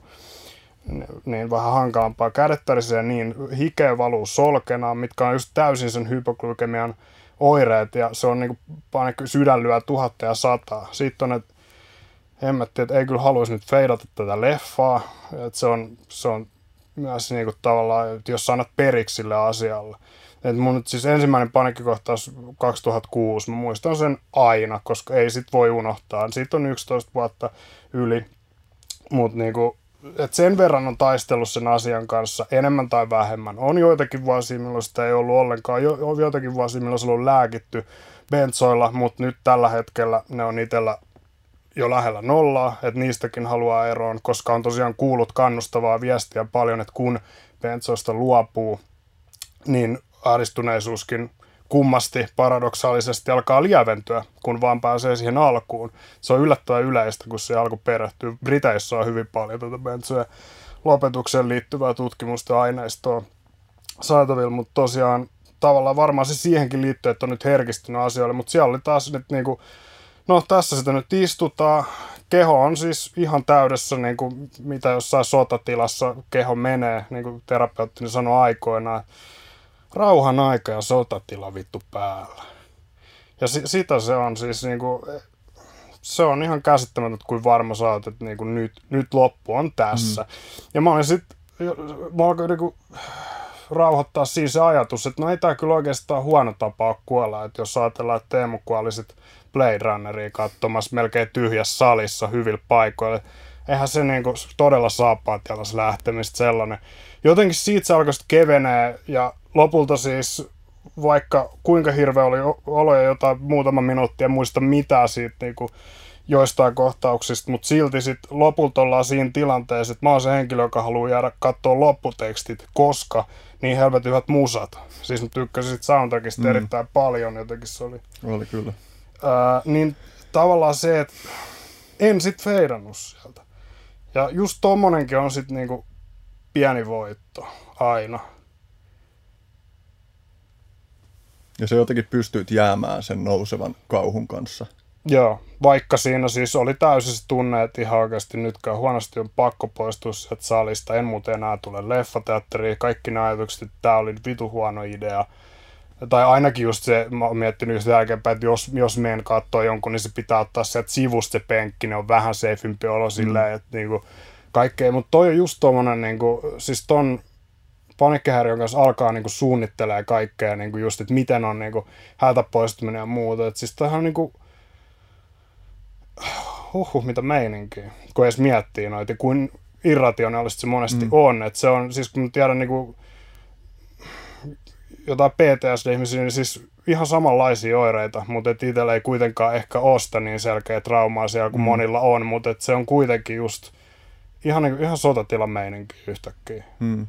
Niin vähän hankalampaa. Kädet tärisee niin, hikeä valuu solkenaan, mitkä on just täysin sen hypoglykemian oireet. Ja se on niinku, sydän lyö tuhatta ja sataa. Sitten on, että hemmetti, että ei kyllä haluaisi nyt feidata tätä leffaa. Että se on, se on myös niinku tavallaan, että jos sanat periksi sille asialle. Et mun nyt siis ensimmäinen paniikkikohtaus kaksituhattakuusi, mä muistan sen aina, koska ei sit voi unohtaa. Siitä on yksitoista vuotta yli, mutta niinku, et sen verran on taistellut sen asian kanssa enemmän tai vähemmän. On joitakin vuosia, milloin sitä ei ollut ollenkaan, jo, on joitakin vuosia, milloin se on lääkitty benzoilla, mutta nyt tällä hetkellä ne on itsellä jo lähellä nollaa, että niistäkin haluaa eroon, koska on tosiaan kuullut kannustavaa viestiä paljon, että kun benzoista luopuu, niin ahdistuneisuuskin kummasti paradoksaalisesti alkaa lieventyä, kun vaan pääsee siihen alkuun. Se on yllättävän yleistä, kun se alku perehtyy. Briteissä on hyvin paljon tuota benzojen lopetukseen liittyvää tutkimusta ja aineistoa saatavilla, mutta tosiaan tavallaan varmaan se siihenkin liittyy, että on nyt herkistynyt asioille, mutta siellä oli taas nyt niinku, no tässä sitä nyt istutaan. Keho on siis ihan täydessä, niin kuin mitä jossain sotatilassa keho menee, niin kuin terapeutti sanoi aikoinaan. Rauhan aika ja sotatila vittu päällä. Ja si- sitä se on siis niinku, se on ihan käsittämätöntä, kuin varma sä oot, että niinku nyt, nyt loppu on tässä. Mm. Ja mä olin sit, mä alkoin niinku rauhoittaa siinä se ajatus, että no ei tää kyllä oikeastaan huono tapa kuolla, että jos ajatellaan, että Teemu kuoli sit Blade Runneria katsomassa melkein tyhjässä salissa hyvillä paikoilla, eihän se niinku todella saappaat jalas lähtemistä sellainen. Jotenkin siitä se alkoi kevenee ja lopulta siis, vaikka kuinka hirveä oli olo ja jotain muutama minuuttia, muista mitään siitä niin kuin joistain kohtauksista, mutta silti sitten lopulta ollaan siinä tilanteessa, että mä oon se henkilö, joka haluaa jäädä katsoa lopputekstit, koska niin helvetin hyvät musat. Siis mä tykkäsin sit soundtrackista mm. erittäin paljon, jotenkin se oli. Oli kyllä. Ää, niin tavallaan se, että en sit feidannut sieltä. Ja just tommonenkin on sit niinku pieni voitto aina. Ja se jotenkin pystyy jäämään sen nousevan kauhun kanssa. Joo, vaikka siinä siis oli täysin se tunne, että ihan oikeasti nytkään huonosti on pakko poistua sieltä salista. En muuten enää tule leffateatteriin. Kaikki nämä ajatukset, että tämä oli vitu huono idea. Tai ainakin just se, mä oon miettinyt just jälkeenpäin, että jos, jos menen katsoo jonkun, niin se pitää ottaa sieltä sivusta se penkki. Ne on vähän safempi olo silleen, mm. että niinku kaikkea. Mutta toi on just tommonen, niinku, siis ton paniikkihäiriön kanssa alkaa niinku suunnittelee kaikkea, niinku just, että miten on niinku hätäpoistuminen ja muuta. Et siis tämähän on niinku, huhhuh, mitä meininkiä, kun edes miettii noita, kuin irrationaalista se monesti mm. on. Et se on, siis kun tiedän niinku jotain P T S D-ihmisiä, niin siis ihan samanlaisia oireita, mutta itsellä ei kuitenkaan ehkä ole sitä niin selkeä traumaa siellä kuin mm. monilla on, mutta se on kuitenkin just ihan, niin, ihan sotatilan meininki yhtäkkiä. Mm.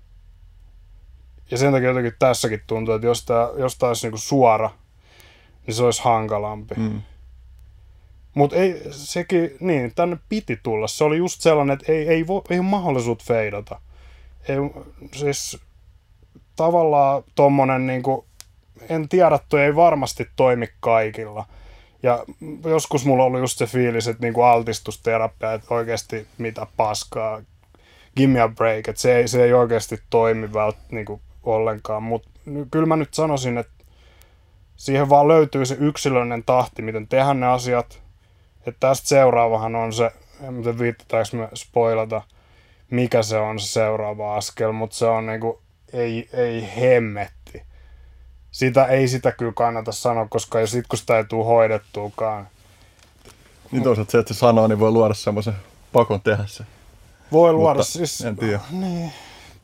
Ja sen takia jotenkin tässäkin tuntuu, että jos tämä, jos tämä olisi niin kuin suora, niin se olisi hankalampi. Mm. Mutta ei sekin, niin, tänne piti tulla. Se oli just sellainen, että ei, ei, vo, ei ole mahdollisuutta feidata. Ei, siis tavallaan tommonen niinku, en tiedä, toi ei varmasti toimi kaikilla. Ja joskus mulla oli just se fiilis, että niinku altistusterapia, että oikeasti mitä paskaa, give me a break, että se ei, se ei oikeasti toimi vält, niinku ollenkaan. Mutta kyllä mä nyt sanoisin, että siihen vaan löytyy se yksilöllinen tahti, miten tehdä ne asiat. Että tästä seuraavahan on se, en tiedä viittataanko me spoilata, mikä se on se seuraava askel, mutta se on niinku, ei, ei hemmetti. Sitä ei sitä kyllä kannata sanoa, koska sit kun sitä ei tule hoidettuukaan. Niin toisaalta se, että se sanoo, niin voi luoda semmoisen pakon tehdä se. Voi luoda mutta siis, en tiedä. Niin,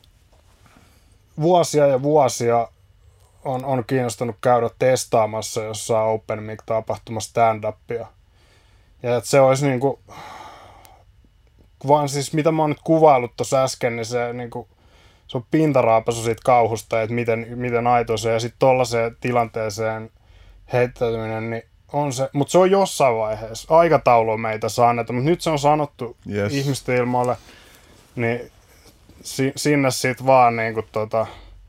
vuosia ja vuosia on, on kiinnostanut käydä testaamassa jossain Open Mic-tapahtumassa stand-upia. Ja että se olisi niinku, vaan siis mitä mä oon nyt kuvaillut tuossa äsken, niin se niinku, se on pintaraapasu siitä kauhusta, että miten, miten aito se, ja sitten tollaiseen tilanteeseen heittäytyminen, niin on se, mutta se on jossain vaiheessa. Aikataulu meitä saa anneta, mutta nyt se on sanottu yes. ihmisten ilmoille, niin si, sinne sitten vaan niinku tota,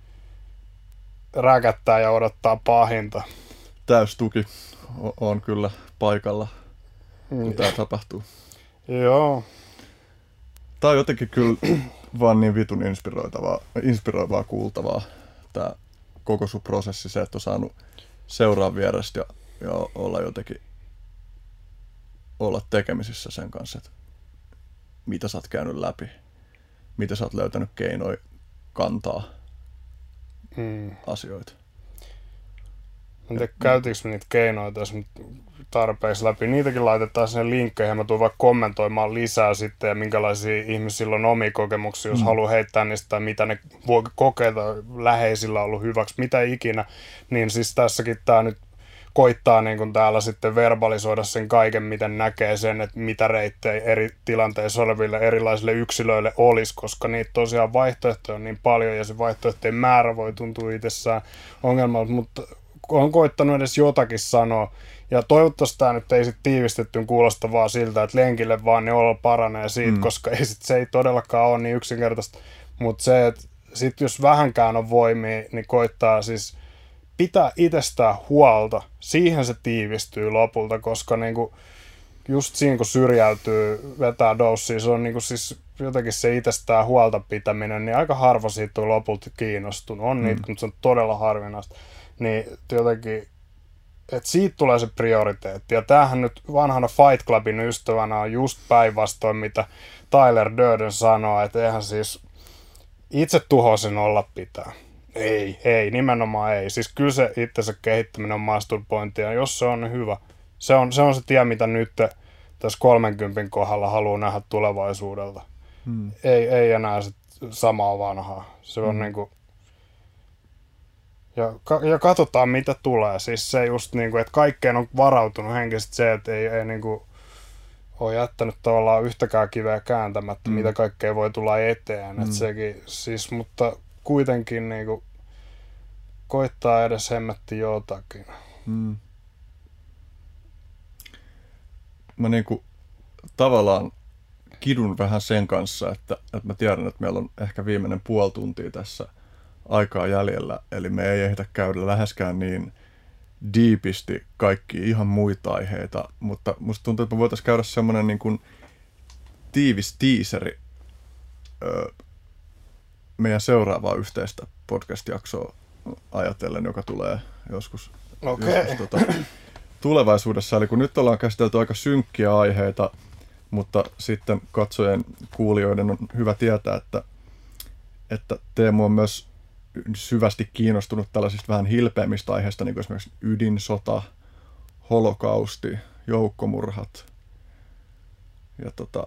räkättää ja odottaa pahinta. Täystuki on kyllä paikalla, kun tämä tapahtuu. Joo. Tämä on jotenkin kyllä vaan niin vitun inspiroivaa, inspiroivaa kuultavaa, tämä koko sun prosessi, se, että on saanut seuraa vierestä ja, ja olla jotenkin olla tekemisissä sen kanssa, että mitä sä oot käynyt läpi, mitä sä oot löytänyt keinoja kantaa hmm. asioita. En tiedä, käytiinkö me niitä keinoja tässä tarpeeksi läpi. Niitäkin laitetaan sinne linkkeihin. Mä tuun vaikka kommentoimaan lisää sitten, ja minkälaisia ihmisillä on omia kokemuksia, jos mm. haluaa heittää niistä, tai mitä ne voi kokeilla läheisillä on ollut hyväksi, mitä ikinä. Niin siis tässäkin tää nyt koittaa niin kuin täällä sitten verbalisoida sen kaiken, miten näkee sen, että mitä reittejä eri tilanteissa oleville erilaisille yksilöille olisi, koska niitä tosiaan vaihtoehtoja on niin paljon, ja se vaihtoehtojen määrä voi tuntua itsessään ongelmalta, mutta on koittanut edes jotakin sanoa. Ja toivottavasti tämä nyt ei sitten tiivistetty kuulosta vaan siltä, että lenkille vaan ne olo paranee siitä, mm. koska ei sit, se ei todellakaan ole niin yksinkertaista. Mutta se, että sitten jos vähänkään on voimia, niin koittaa siis pitää itsestään huolta. Siihen se tiivistyy lopulta, koska niinku just siinä kun syrjäytyy, vetää doussia, se on niinku siis jotenkin se itsestään huolta pitäminen, niin aika harva siitä on lopulta kiinnostunut. On mm. niitä, mutta se on todella harvinaista. Niin jotenkin, että siitä tulee se prioriteetti. Ja tämähän nyt vanhana Fight Clubin ystävänä on just päinvastoin, mitä Tyler Durden sanoo, että eihän siis itse tuhoisin olla pitää. Ei, ei, nimenomaan ei. Siis kyllä se itsensä kehittäminen on masturbointia, ja jos se on niin hyvä. Se on, se on se tie, mitä nyt tässä kolmenkympin kohdalla haluaa nähdä tulevaisuudelta. Hmm. Ei, ei enää se samaa vanhaa. Se on hmm. niinku... Ja, ja katsotaan, mitä tulee. Siis se just niin kuin, että kaikkeen on varautunut henkisesti se, että ei, ei niin kuin ole jättänyt tavallaan yhtäkään kiveä kääntämättä, mm. mitä kaikkea voi tulla eteen. Mm. Että sekin, siis, mutta kuitenkin niin kuin, koittaa edes hemmetti jotakin. Mm. Mä niin kuin, tavallaan kidun vähän sen kanssa, että, että mä tiedän, että meillä on ehkä viimeinen puoli tuntia tässä aikaa jäljellä, eli me ei ehditä käydä läheskään niin diipisti kaikki ihan muita aiheita, mutta musta tuntuu, että me voitaisiin käydä semmoinen niin kuin tiivis teaseri öö, meidän seuraavaa yhteistä podcast-jaksoa ajatellen, joka tulee joskus, okay. joskus tota, tulevaisuudessa. Eli kun nyt ollaan käsitelty aika synkkiä aiheita, mutta sitten katsojien kuulijoiden on hyvä tietää, että että Teemu on myös syvästi kiinnostunut tällaisista vähän hilpeämmistä aiheista, niin kuin esimerkiksi ydinsota, holokausti, joukkomurhat ja tota,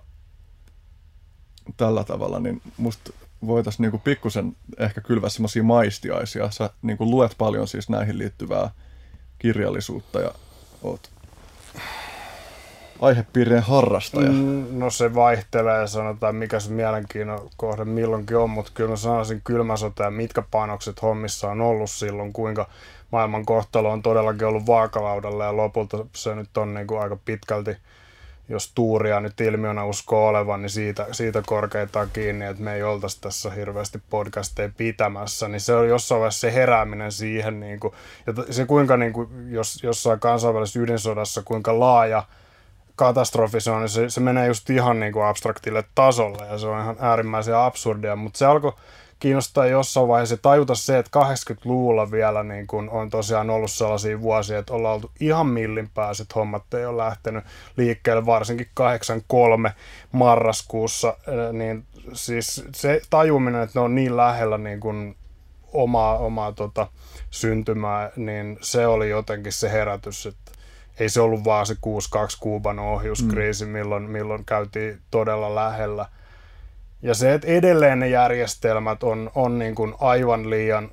tällä tavalla, niin musta voitaisiin niinku pikkusen ehkä kylvää semmoisia maistiaisia. Sä niinku luet paljon siis näihin liittyvää kirjallisuutta ja oot aihepiirien harrastaja. No se vaihtelee, sanotaan mikä se mielenkiinnon kohde milloinkin on, mutta kyllä mä sanoisin kylmä sota ja mitkä panokset hommissa on ollut silloin, kuinka maailman kohtalo on todellakin ollut vaakalaudalla ja lopulta se nyt on niin kuin aika pitkälti, jos tuuria nyt ilmiönä uskoo olevan, niin siitä, siitä korkeitaan kiinni, että me ei oltaisi tässä hirveästi podcasteja pitämässä, niin se on jossain vaiheessa se herääminen siihen, niin kuin, ja se kuinka niin kuin, jos, jossain kansainvälisessä ydinsodassa, kuinka laaja katastrofi se on, niin se, se menee just ihan niin kuin abstraktille tasolle ja se on ihan äärimmäisen absurdia, mutta se alkoi kiinnostaa jossain vaiheessa tajuta se, että kahdeksankymmentäluvulla vielä niin kuin on tosiaan ollut sellaisia vuosia, että ollaan oltu ihan millinpääiset hommat ei ole lähtenyt liikkeelle, varsinkin kahdeksankymmentäkolme marraskuussa, niin siis se tajuminen, että ne on niin lähellä niin kuin omaa, omaa tota, syntymää, niin se oli jotenkin se herätys, että ei se ollut vaan se kuusikymmentäkaksi Kuuban ohjuskriisi, mm. milloin, milloin käytiin todella lähellä. Ja se, että edelleen ne järjestelmät on, on niin kuin aivan liian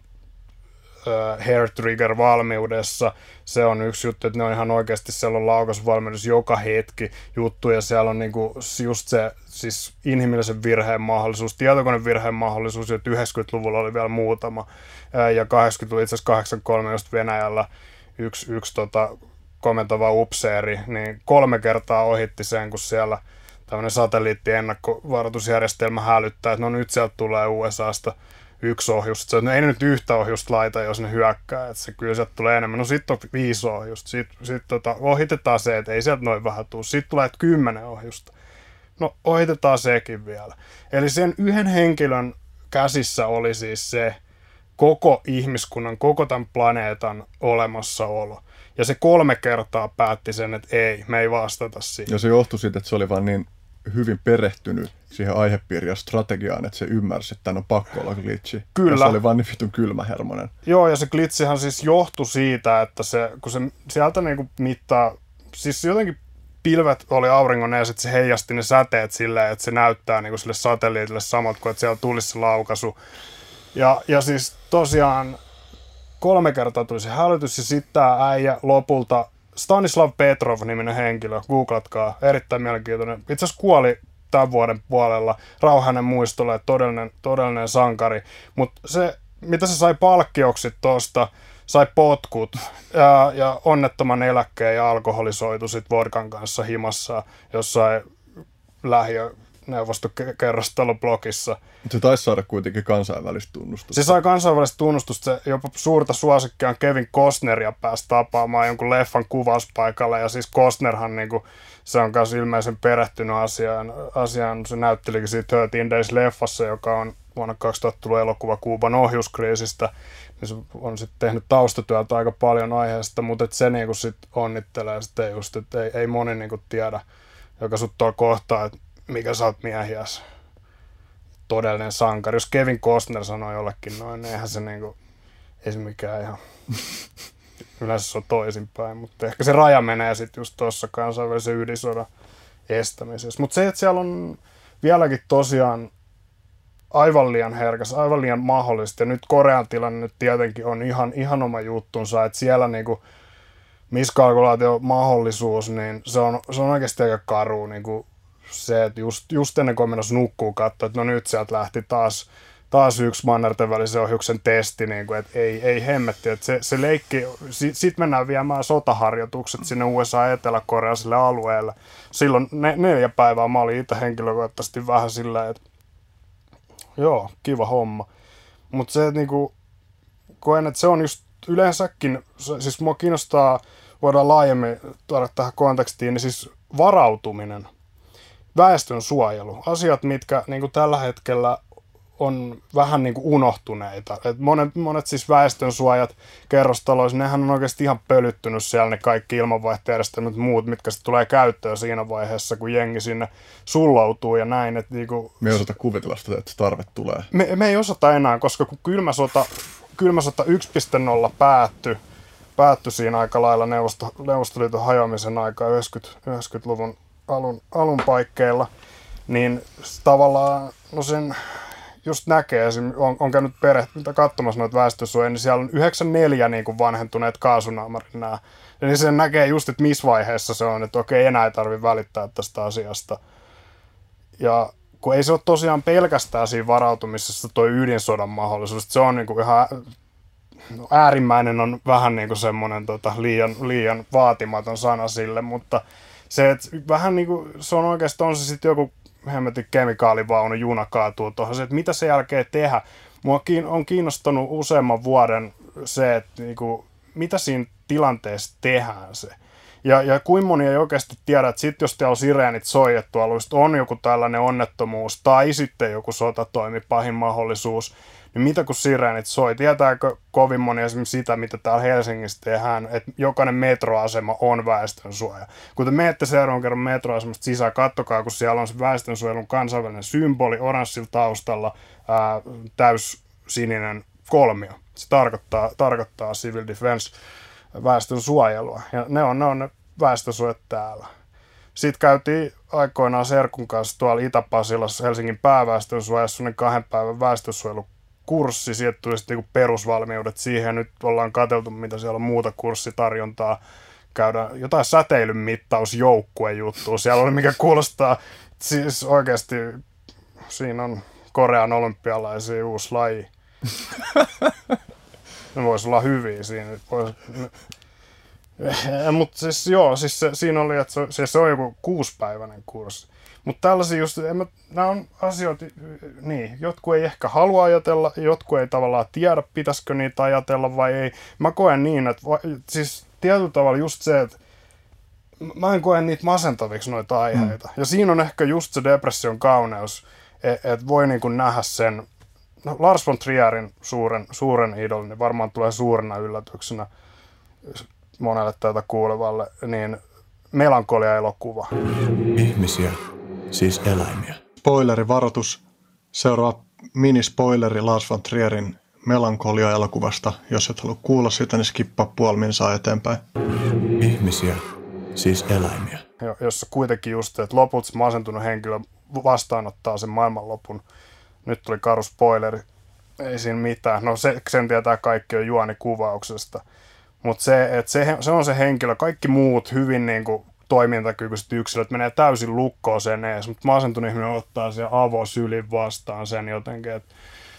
uh, hair trigger valmiudessa. Se on yksi juttu, että ne on ihan oikeasti, siellä on laukausvalmiudus joka hetki juttu, ja siellä on niin kuin just se siis inhimillisen virheen mahdollisuus, tietokonevirheen mahdollisuus, että yhdeksänkymmentäluvulla oli vielä muutama, uh, ja kahdeksankymmentäluvulla itse asiassa kahdeksankymmentäkolme just Venäjällä yksi, yksi tota, komentava upseeri, niin kolme kertaa ohitti sen, kun siellä tämmöinen satelliitti-ennakkovaroitusjärjestelmä hälyttää, että no nyt sieltä tulee U S A:sta yksi ohjus. Se, no ei nyt yhtä ohjusta laita, jos ne hyökkää, että se kyllä sieltä tulee enemmän. No sitten on viisi ohjusta. Sitten sit, tota, ohitetaan se, että ei sieltä noin vähän tule. Sitten tulee kymmenen ohjusta. No ohitetaan sekin vielä. Eli sen yhden henkilön käsissä oli siis se koko ihmiskunnan, koko tämän planeetan olemassaolo. Ja se kolme kertaa päätti sen, että ei, me ei vastata siihen. Ja se johtui siitä, että se oli vaan niin hyvin perehtynyt siihen aihepiiriin ja strategiaan, että se ymmärsi, että tämän on pakko olla glitchi. Kyllä. Ja se oli vaan niin vitun kylmähermonen. Joo, ja se glitchihan siis johtui siitä, että se, kun se sieltä niinku mittaa, siis jotenkin pilvet oli auringon ja sitten se heijasti ne säteet silleen, että se näyttää niinku sille satelliitille samat kuin, että siellä tulisi se laukaisu. Ja, ja siis tosiaan kolme kertaa tuli se hälytys ja sitten tämä äijä lopulta, Stanislav Petrov-niminen henkilö, googlatkaa, erittäin mielenkiintoinen. Itse asiassa kuoli tämän vuoden puolella, rauhainen muistolle, todellinen, todellinen sankari. Mutta se, mitä se sai palkkioksi tuosta, sai potkut ja, ja onnettoman eläkkeen ja alkoholisoitu sitten vodkan kanssa himassa jossain lähiöneuvostokerrostaloblogissa. Se taisi saada kuitenkin kansainvälistä tunnustusta. Se sai kansainvälistä tunnustusta, se jopa suurta suosikkia Kevin Costneria pääsi tapaamaan jonkun leffan kuvauspaikalla, ja siis Costnerhan niinku, se on myös ilmeisen perehtynyt asiaan, asiaan. Se näyttelikin siitä thirteen Days-leffassa, joka on vuonna kaksituhatta tullut elokuva Kuuban ohjuskriisistä, niin se on sitten tehnyt taustatyötä aika paljon aiheesta, mutta et se niinku sit onnittelee sitten just, että ei, ei moni niinku tiedä, joka sut tuolla kohtaa, että mikä sä oot miehiäs. Todellinen sankari. Jos Kevin Costner sanoi jollekin noin, niin eihän se niinku, ei se mikään ihan, yleensä se on toisinpäin, mutta ehkä se raja menee sitten just tuossa kansainvälisen ydinsodan estämisessä. Mutta se, että siellä on vieläkin tosiaan aivan liian herkäs, aivan liian mahdollista, ja nyt Korean tilanne nyt tietenkin on ihan, ihan oma juttunsa, että siellä niinku miskalkulaation mahdollisuus, niin se on, se on oikeasti aika karu, niinku se, että just, just ennen kuin menossa nukkuu katsoa, että no nyt sieltä lähti taas, taas yksi mannerten välisen ohjuksen testi, niin kuin, että ei, ei hemmetti, että se, se leikki, sitten sit mennään viemään sotaharjoitukset sinne U S A Etelä-Koreasille alueelle. Silloin ne, neljä päivää mä olin itse henkilökohtaisesti vähän sillä, että joo, kiva homma. Mutta se, että niinku, koen, että se on just yleensäkin, siis mua kiinnostaa, voidaan laajemmin tuoda tähän kontekstiin, niin siis varautuminen. Väestön suojelu. Asiat, mitkä niin kuin tällä hetkellä on vähän niin kuin unohtuneita. Et monet, monet siis väestönsuojat kerrostaloissa, nehän on oikeasti ihan pölyttynyt siellä ne kaikki ilmanvaihtojärjestelmät ja muut, mitkä sitten tulee käyttöön siinä vaiheessa, kun jengi sinne sulloutuu ja näin. Et niinku, me ei osata kuvitella sitä, että tarve tulee. Me, me ei osata enää, koska kun kylmä sota, kylmä sota yksi piste nolla päättyi, päättyi siinä aika lailla Neuvosto, Neuvostoliiton hajoamisen aikaa yhdeksänkymmentäluvun alun, alun paikkeilla, niin tavallaan no sen just näkee, on, on käynyt perehtynyt katsomassa noita väestösuojia, niin siellä on yhdeksänkymmentäneljä niin kuin vanhentuneet kaasunaamarit nämä. Eli sen näkee just, että missä vaiheessa se on, että okei, enää ei tarvitse välittää tästä asiasta. Ja kun ei se ole tosiaan pelkästään siinä varautumisessa toi ydinsodan mahdollisuus, se on niin kuin ihan no, äärimmäinen on vähän niin kuin semmoinen tota, liian, liian vaatimaton sana sille, mutta se, että vähän niin kuin, se on oikeastaan on se sitten joku hemmetin kemikaalivaunu, juna kaatuu tuohon, se, että mitä sen jälkeen tehdä. Mua on kiinnostanut useamman vuoden se, että niinku, mitä siinä tilanteessa tehdään se. Ja, ja kuin moni ei oikeasti tiedä, että sitten jos teillä on sireenit soijettu alueesta, on joku tällainen onnettomuus tai sitten joku sotatoimi, pahin mahdollisuus, niin mitä kun sireenit soi? Tietääkö kovin moni esimerkiksi sitä, mitä täällä Helsingissä tehdään, että jokainen metroasema on väestönsuoja. Kun te menette seuraavan kerran metroasemasta sisään, kattokaa, kun siellä on se väestönsuojelun kansainvälinen symboli oranssilla taustalla, ää, täyssininen kolmio. Se tarkoittaa, tarkoittaa civil defense väestönsuojelua. Ja ne on ne, on ne väestönsuojat täällä. Sitten käytiin aikoinaan Serkun kanssa tuolla Itä-Pasilassa Helsingin pääväestönsuojassa kahden päivän väestönsuojelukurssi. Sieltä tuli sitten niinku perusvalmiudet siihen. Nyt ollaan katseltu, mitä siellä on muuta kurssitarjontaa. Käydään jotain säteilyn mittausjoukkuejuttua. Siellä oli, mikä kuulostaa, siis oikeasti siinä on Korean olympialaisia uusi laji. Ne voisi olla hyviä siinä. Mutta siis joo, siis se, siinä oli, että se, se, se on joku kuusipäiväinen kurssi. Mutta tällaisia just, en mä, nämä on asioita, niin, jotkut ei ehkä halua ajatella, jotkut ei tavallaan tiedä, pitäisikö niitä ajatella vai ei. Mä koen niin, että va, siis tietyllä tavalla just se, että mä en koe niitä masentaviksi noita aiheita. Mm. Ja siinä on ehkä just se depression kauneus, että et voi niinku nähdä sen. No, Lars von Trierin suuren, suuren idolin, niin varmaan tulee suurena yllätyksenä monelle tätä kuulevalle, niin Melankolia-elokuva. Ihmisiä, siis eläimiä. Spoilerivaroitus. Seuraava minispoileri Lars von Trierin Melankolia-elokuvasta. Jos et halua kuulla sitä, niin skippaa puoli minsaa eteenpäin. Ihmisiä, siis eläimiä. Jo, jossa kuitenkin just, että lopulta masentunut henkilö vastaanottaa sen maailmanlopun. Nyt tuli karu spoileri. Ei siinä mitään. No se, sen tietää kaikki on juonikuvauksesta. Mutta se, että se, se on se henkilö, kaikki muut hyvin niin kuin toimintakykyiset yksilöt menee täysin lukkoon sen ees, mutta masentunut ihminen ottaa sen avosylin vastaan sen jotenkin, että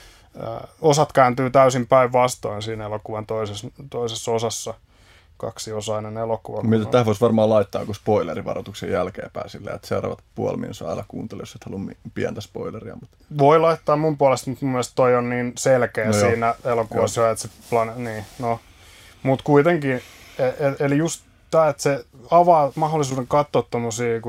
äh, osat kääntyy täysin päinvastoin siinä elokuvan toisessa, toisessa osassa. Kaksiosainen elokuva. Mitä tähän voisi varmaan laittaa kuin spoilerivaroituksen jälkeenpäin silleen, että seuraavat puoli minsaa älä kuuntele, jos et halua pientä spoileria. Mutta... Voi laittaa mun puolesta, mutta mun mielestä toi on niin selkeä no siinä elokuvassa, jo, että se plane... Niin, no. Mutta kuitenkin, eli just tämä, että se avaa mahdollisuuden katsoa tommosia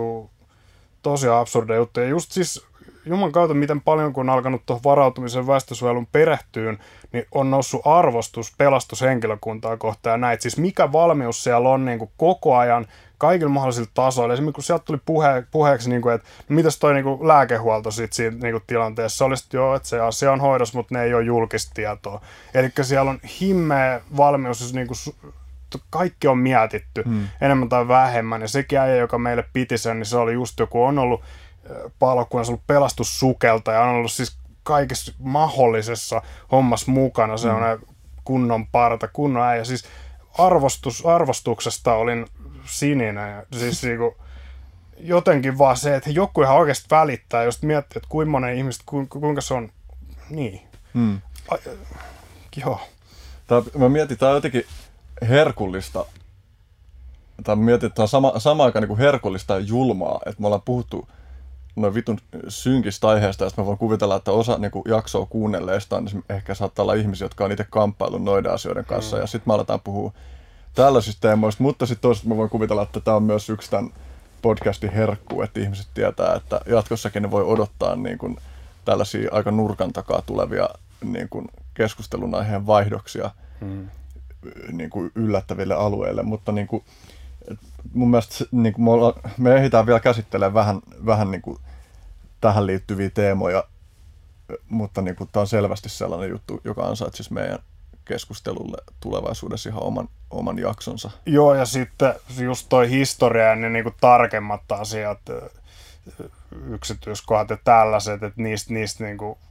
tosi absurdeja juttuja. Just siis Juman kautta, miten paljon kun on alkanut tuohon varautumisen väestösuojelun perehtyyn, niin on noussut arvostus pelastushenkilökuntaa kohtaan ja näitä. Siis mikä valmius siellä on niin kuin koko ajan kaikilla mahdollisilla tasoilla. Esimerkiksi kun sieltä tuli puhe, puheeksi, niin kuin, että mitäs toi niin kuin lääkehuolto sit siinä niin kuin tilanteessa. Se olisi, joo, että se asia on hoidossa, mutta ne ei ole julkista tietoa. Eli siellä on himmeä valmius, jos niin kuin kaikki on mietitty hmm. enemmän tai vähemmän. Ja sekin äijä, joka meille piti sen, niin se oli just joku, on ollut palokunnassa, ollut pelastussukelta ja on ollut siis kaikessa mahdollisessa hommassa mukana. Se on hmm. kunnon parta, kunnon äijä. Siis arvostus, arvostuksesta olin sininen. Ja siis niinku, jotenkin vaan se, että joku ihan oikeasti välittää, jos miettii, että kuinka monen ihmistä, kuinka se on, niin. Hmm. Ai, joo. Tää, mä mietin, tää on jotenkin herkullista, tai mä mietin, että tää on sama, sama aikaan niin herkullista ja julmaa, että me ollaan puhuttu noin vitun synkistä aiheesta, ja mä voin kuvitella, että osa niin kuin jaksoa kuunnelleista, niin ehkä saattaa olla ihmisiä, jotka on itse kamppaillut noiden asioiden kanssa, hmm. ja sitten me aletaan puhua tällaisista teemoista, mutta sitten toisaalta mä voin kuvitella, että tämä on myös yksi tämän podcastin herkku, että ihmiset tietää, että jatkossakin ne voi odottaa niin kuin tällaisia aika nurkan takaa tulevia niin kuin keskustelun aiheen vaihdoksia hmm. niin kuin yllättäville alueille, mutta niin kuin, mun mielestä niin kuin me, ollaan, me ehditään vielä käsittelemään vähän, vähän niin kuin tähän liittyviä teemoja, mutta niin kuin, tämä on selvästi sellainen juttu, joka ansaitsisi meidän keskustelulle tulevaisuudessa ihan oman, oman jaksonsa. Joo, ja sitten just toi historia ja ne niin kuin tarkemmat asiat, yksityiskohdat ja tällaiset, että niistä, niistä niin kuin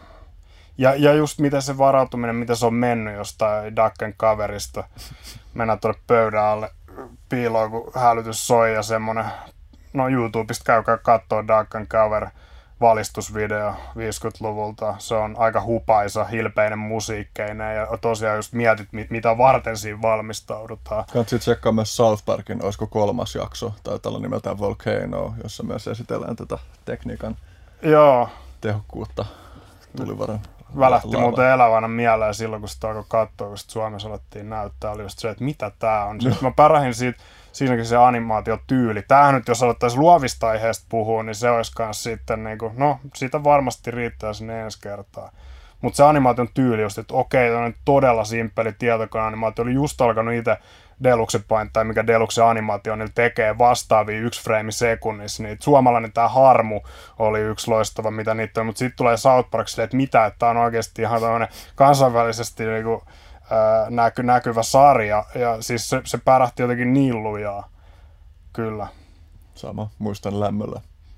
ja, ja just miten se varautuminen, mitä se on mennyt jostain Ducken coverista. Mennään tuonne pöydän alle piiloon, kun hälytys soi ja semmonen, no YouTubesta käykää kattoo Ducken cover valistusvideo viisikymmentäluvulta. Se on aika hupaisa, hilpeinen musiikkeineen ja tosiaan just mietit, mitä varten siinä valmistaudutaan. Kannattaa tsekkaa myös South Parkin, olisiko kolmas jakso, tai tällä nimeltään Volcano, jossa myös esitellään tätä tekniikan Joo. tehokkuutta tulivaran. Välähti lailla. Muuten elävänä mieleen silloin, kun sitä alkoi katsoa, kun Suomessa alettiin näyttää, oli just se, että mitä tää on. Sitten mä pärähin siitä, siinäkin se animaatiotyyli. Tämähän nyt, jos alettaisiin luovista aiheesta puhua, niin se olisi kans sitten, niin kuin, no, siitä varmasti riittää sinne ensi kertaa. Mutta se animaation tyyli just, että okei, on todella simppeli tietokoneanimaatio, oli just alkanut itse Deluxe Paint, tai mikä Deluxe animaatio niillä tekee vastaavia yksi frame sekunnissa, niin suomalainen tämä Harmu oli yksi loistava, mitä niitä on, mutta sitten tulee South Park silleen, että mitä, että tämä on oikeasti ihan tämmöinen kansainvälisesti niinku, ää, näky, näkyvä sarja, ja siis se, se pärähti jotenkin niin lujaa, kyllä. Sama, muistan lämmöllä.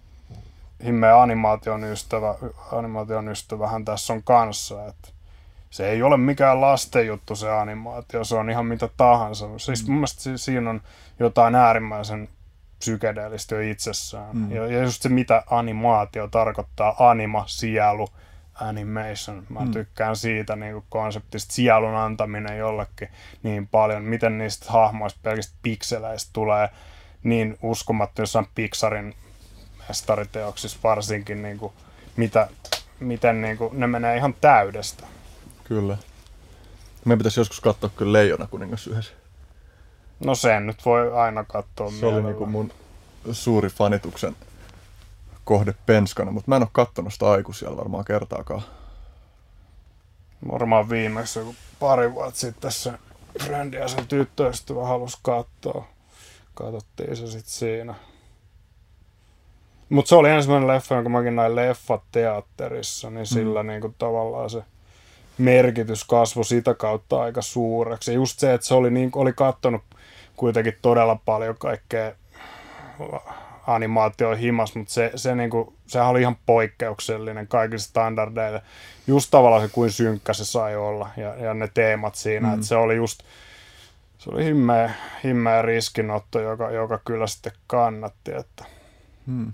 Himmeä animaation ystävä, animaation ystävähän tässä on kanssa, että se ei ole mikään lasten juttu se animaatio, se on ihan mitä tahansa. Siis mm. mun mielestä siinä on jotain äärimmäisen psykedeellistä jo itsessään. Mm. Ja, ja just se, mitä animaatio tarkoittaa, anima, sielu, animation. Mä mm. tykkään siitä niin kuin konseptista, sielun antaminen jollekin niin paljon. Miten niistä hahmoista pelkistä pikseleistä tulee niin uskomattu jossain Pixarin mestariteoksissa varsinkin, niin kuin, mitä, miten niin kuin, ne menee ihan täydestä. Kyllä. Meidän pitäisi joskus katsoa kyllä Leijona kuningas yhdessä. No sen nyt voi aina katsoa. Se oli niinku mun suuri fanituksen kohde penskana, mutta mä en ole kattonut sitä aikuisella varmaan kertaakaan. Varmaan viimeksi joku pari vuotta sitten se frendi ja sen tyttöystävä halusi katsoa. Katsottiin se sitten siinä. Mutta se oli ensimmäinen leffa, jonka mäkin näin leffat teatterissa, niin sillä mm. niinku tavallaan se merkitys kasvoi sitä kautta aika suureksi. Ja just se, että se oli, niin, oli kattonut kuitenkin todella paljon kaikkea animaatioon himas, mutta se, se niinku, sehän oli ihan poikkeuksellinen kaikille standardeille. Just tavallaan se, kuin synkkä se sai olla ja, ja ne teemat siinä, mm. että se oli just, se oli himmeä, himmeä riskinotto, joka, joka kyllä sitten kannatti. Että. Hmm.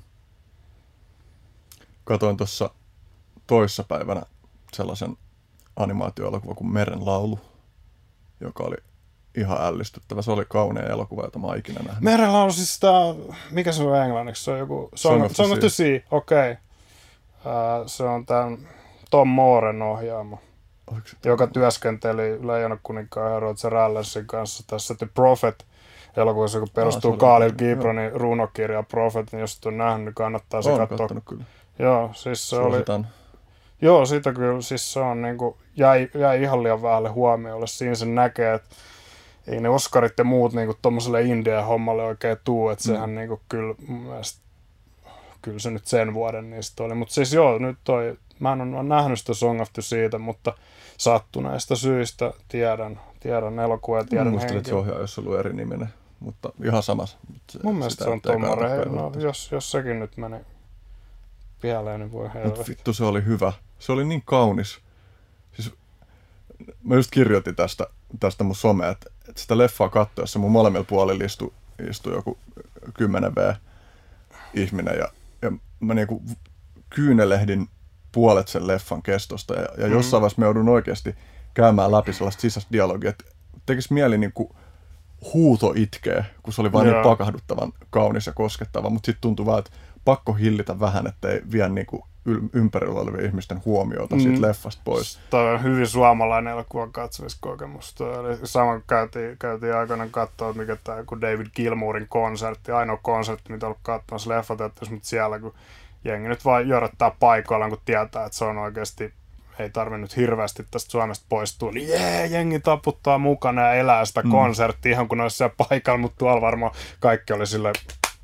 Katoin tuossa toissapäivänä sellaisen animaatioelokuva kuin Meren laulu, joka oli ihan ällistyttävä. Se oli kaunein elokuva, jota mä oon ikinä nähnyt. Meren laulu, siis tää, mikä se on englanniksi? Se on joku Song, Song of the Sea, okei. Okay. Uh, se on tämän Tom Mooren ohjaama, joka työskenteli Leijona kuninkaan ja Roger Allensin kanssa tässä The Prophet elokuvassa, joka perustuu ah, Khalil Gibranin runokirjaan Prophet, niin jos et ole nähnyt, niin kannattaa se katsoa. Kyllä. Joo, siis se Suositaan. oli... Joo, siitä kyllä, siis se on niinku, jäi, jäi ihan liian vähälle huomiolle. Siinä se näkee, että ei ne Oscarit ja muut niinku tommoselle India-hommalle oikein tuu, että sehän mm. niinku kyllä mun mielestä, kyllä se nyt sen vuoden niistä oli. Mutta siis joo, nyt toi, mä en ole nähnyt sitä Song of the siitä, mutta sattuneista syistä tiedän, tiedän elokuvaa ja tiedän henkilöä. Että se ohjaaja olisi ollut eri niminen, mutta ihan samassa. Mun mielestä se on tommoinen, no, jos, jos sekin nyt meni pieleen, niin voi helvetti. Mutta vittu, se oli hyvä. Se oli niin kaunis. Siis, mä just kirjoitin tästä, tästä mun somea, että, että sitä leffaa katsoessa mun molemmilla puolilla istui, istui joku kymmenen vuotias ihminen ja, ja mä niinku kyynelehdin puolet sen leffan kestosta ja, ja mm-hmm. jossain vaiheessa me joudun oikeasti käymään läpi sellaista sisäistä dialogia, että tekisi mieli niinku huuto itkeä, kun se oli vaan niin pakahduttavan kaunis ja koskettava, mutta sitten tuntui vaan, että pakko hillitä vähän, ettei vie niinku ympärillä olevien ihmisten huomiota siitä mm. leffasta pois. Toi on hyvin suomalainen elokuvan katsomiskokemus. Toi oli sama, kun käytiin, käytiin aikoinaan katsoa, mikä tämä David Gilmourin konsertti, ainoa konsertti, mitä on ollut katsomassa leffateatterissa, mutta siellä kun jengi nyt vaan jöröttää paikoillaan, kun tietää, että se on oikeasti, ei tarvinnut hirveästi tästä Suomesta poistua, niin jee, jengi taputtaa mukana ja elää sitä mm. konserttia, ihan kun olisi siellä paikalla, mutta tuolla varmaan kaikki oli silleen,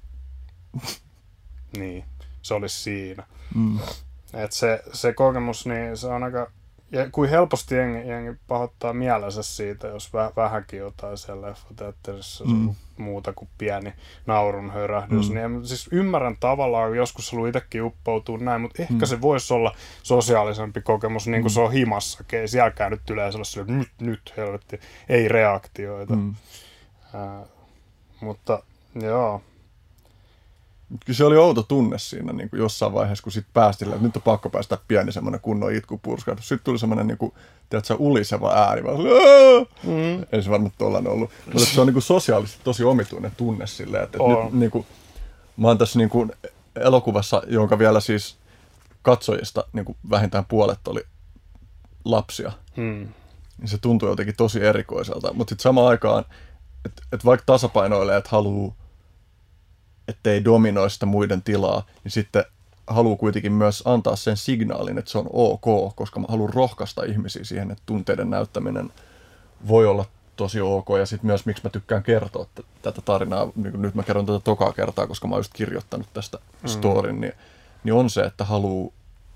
niin, se oli siinä. Mm. Et se, se kokemus, niin se on aika, ja kuin helposti jengi, jengi pahoittaa mielensä siitä, jos väh, vähänkin jotain siellä leffateatterissa mm. muuta kuin pieni naurun hörähdys. Mm. Niin, siis ymmärrän tavallaan, joskus haluaa itsekin uppoutua näin, mutta ehkä mm. se voisi olla sosiaalisempi kokemus, niin kuin mm. se on himassakin. Ei sielläkään nyt yleensä ole sille, että nyt, nyt helvetti, ei reaktioita. Mm. Äh, mutta joo. Kyllä se oli outo tunne siinä niin kuin jossain vaiheessa, kun sitten päästiin, että nyt on pakko päästä pieni semmoinen kunnon itkupurskahdus. Sitten tuli semmoinen niin kuin, tiedätkö, uliseva ääni, vaan mm. ei se varmaan tollainen ollut. Mutta se on niin kuin sosiaalisesti tosi omituinen tunne silleen, että, että nyt niin kuin, mä oon tässä niin kuin elokuvassa, jonka vielä siis katsojista niin kuin vähintään puolet oli lapsia, mm. niin se tuntui jotenkin tosi erikoiselta. Mutta sitten samaan aikaan, että, että vaikka tasapainoilee, että haluaa ettei dominoi sitä muiden tilaa, niin sitten haluaa kuitenkin myös antaa sen signaalin, että se on ok, koska mä haluan rohkaista ihmisiä siihen, että tunteiden näyttäminen voi olla tosi ok, ja sitten myös miksi mä tykkään kertoa t- tätä tarinaa, niin nyt mä kerron tätä tokaa kertaa, koska mä oon just kirjoittanut tästä mm. storyn, niin, niin on se, että haluaa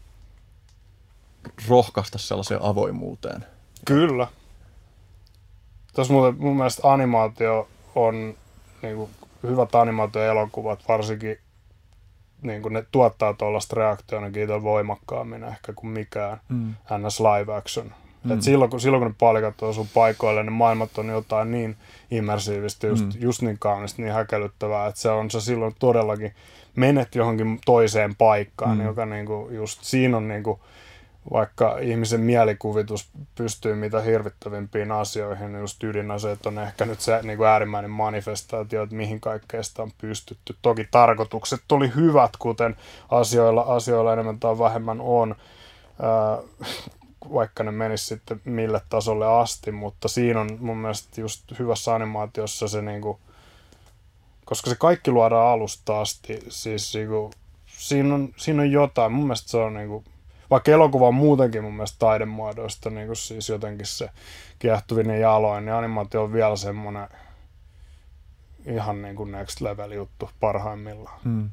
rohkaista sellaiseen avoimuuteen. Kyllä. Tuossa muuten mun mielestä animaatio on niin kuin hyvät animaatioelokuvat, varsinkin niin kun ne tuottaa tuollaista reaktiota voimakkaammin ehkä kuin mikään mm. ns. Live action. Mm. Et silloin, kun, silloin kun ne palikat on sun paikoille, ne maailmat on jotain niin immersiivistä, just, mm. just niin kaunista, niin häkellyttävää, että se on se silloin todellakin menet johonkin toiseen paikkaan, mm. joka niinku just siinä on niinku, vaikka ihmisen mielikuvitus pystyy mitä hirvittävimpiin asioihin, niin just ydinaseet on ehkä nyt se niin kuin äärimmäinen manifestaatio, että mihin kaikkea sitä on pystytty. Toki tarkoitukset oli hyvät, kuten asioilla, asioilla enemmän tai vähemmän on, ää, vaikka ne menis sitten mille tasolle asti, mutta siinä on mun mielestä just hyvässä animaatiossa se, niin kuin, koska se kaikki luodaan alusta asti, siis niin kuin, siinä, on, siinä on jotain, mun mielestä se on niin kuin, vaikka elokuva on muutenkin mun mielestä taidemuodoista, niin kuin siis jotenkin se kiehtuvinen ja aloin, niin animaatio on vielä semmoinen ihan niin kuin next level juttu parhaimmillaan. Hmm.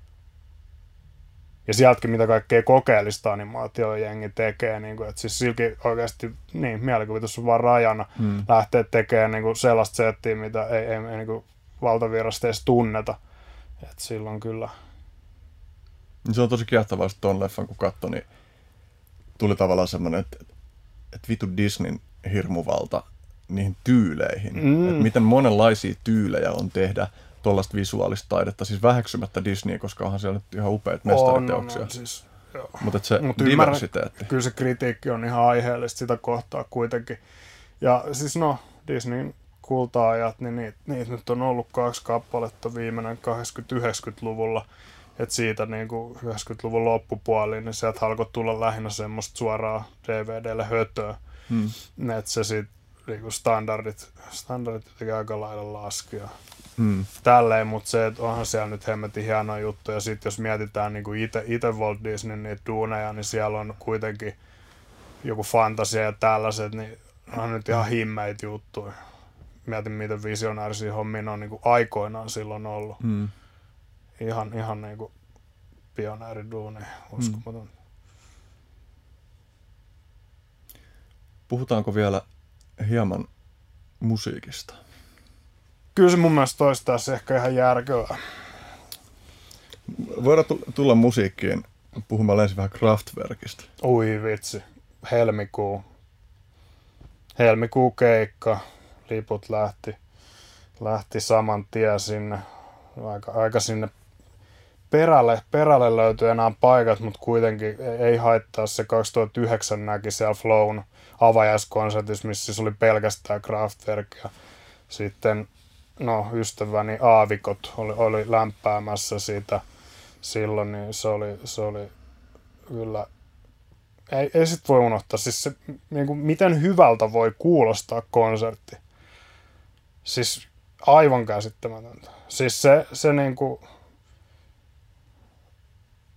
Ja sieltäkin mitä kaikkea kokeellista animaatioa jengi tekee, niin kuin, että siis silläkin oikeasti niin, mielikuvitus on vaan rajana hmm. lähteä tekemään niin kuin sellaista settiä, mitä ei, ei, ei niin kuin valtavirrasta edes tunneta. Että silloin kyllä. Se on tosi kiehtovaa, että ton leffan kun katsoi, niin tuli tavallaan semmoinen, että, että vitu Disneyn hirmuvalta niihin tyyleihin. Mm. Että miten monenlaisia tyylejä on tehdä tuollaista visuaalista taidetta, siis väheksymättä Disneyä, koska onhan siellä nyt ihan upeat mestariteoksia. On, on, siis, mutta se Mut diversiteetti. Kyllä se kritiikki on ihan aiheellista sitä kohtaa kuitenkin. Ja siis no, Disneyn kulta-ajat, niin niitä, niitä nyt on ollut kaksi kappaletta, viimeinen kahdeksankymmentä-yhdeksänkymmentäluvulla. Että siitä niin kuin yhdeksänkymmentäluvun loppupuoliin, niin sieltä alkoi tulla lähinnä semmoista suoraa D V D:lle hötöä. Hmm. Että se sitten niin standardit, standardit jotenkin aika lailla laski ja hmm. tälleen, mutta se, että onhan siellä nyt hemmetin hieno juttu. Ja sitten jos mietitään niin kuin ite, ite Walt Disneyn niitä duuneja, niin siellä on kuitenkin joku fantasia ja tällaiset, niin on nyt ihan himmeitä juttuja. Mietin, miten visionäärisiä hommia on niin kuin aikoinaan silloin ollut. Hmm. Ihan, ihan niin kuin pioneeriduuni, uskomaton. Mm. Puhutaanko vielä hieman musiikista? Kyllä se mun mielestä olisi tässä ehkä ihan järkevää. Voidaan tulla musiikkiin puhumaan ensin vähän Kraftwerkista. Ui vitsi, helmikuu. Helmikuu keikka, liput lähti, lähti saman tien sinne, aika, aika sinne Perälle, perälle löytyy enää paikat, mutta kuitenkin ei haittaa. Se kaksituhattayhdeksän näki siellä Flown avajaiskonsertissa, missä siis oli pelkästään Kraftwerk. Ja sitten no, ystäväni aavikot oli, oli lämpäämässä sitä silloin, niin se oli, se oli kyllä, ei, ei sit voi unohtaa. Siis se, niin kuin, miten hyvältä voi kuulostaa konsertti. Siis aivan käsittämätöntä. Siis se, se niin kuin,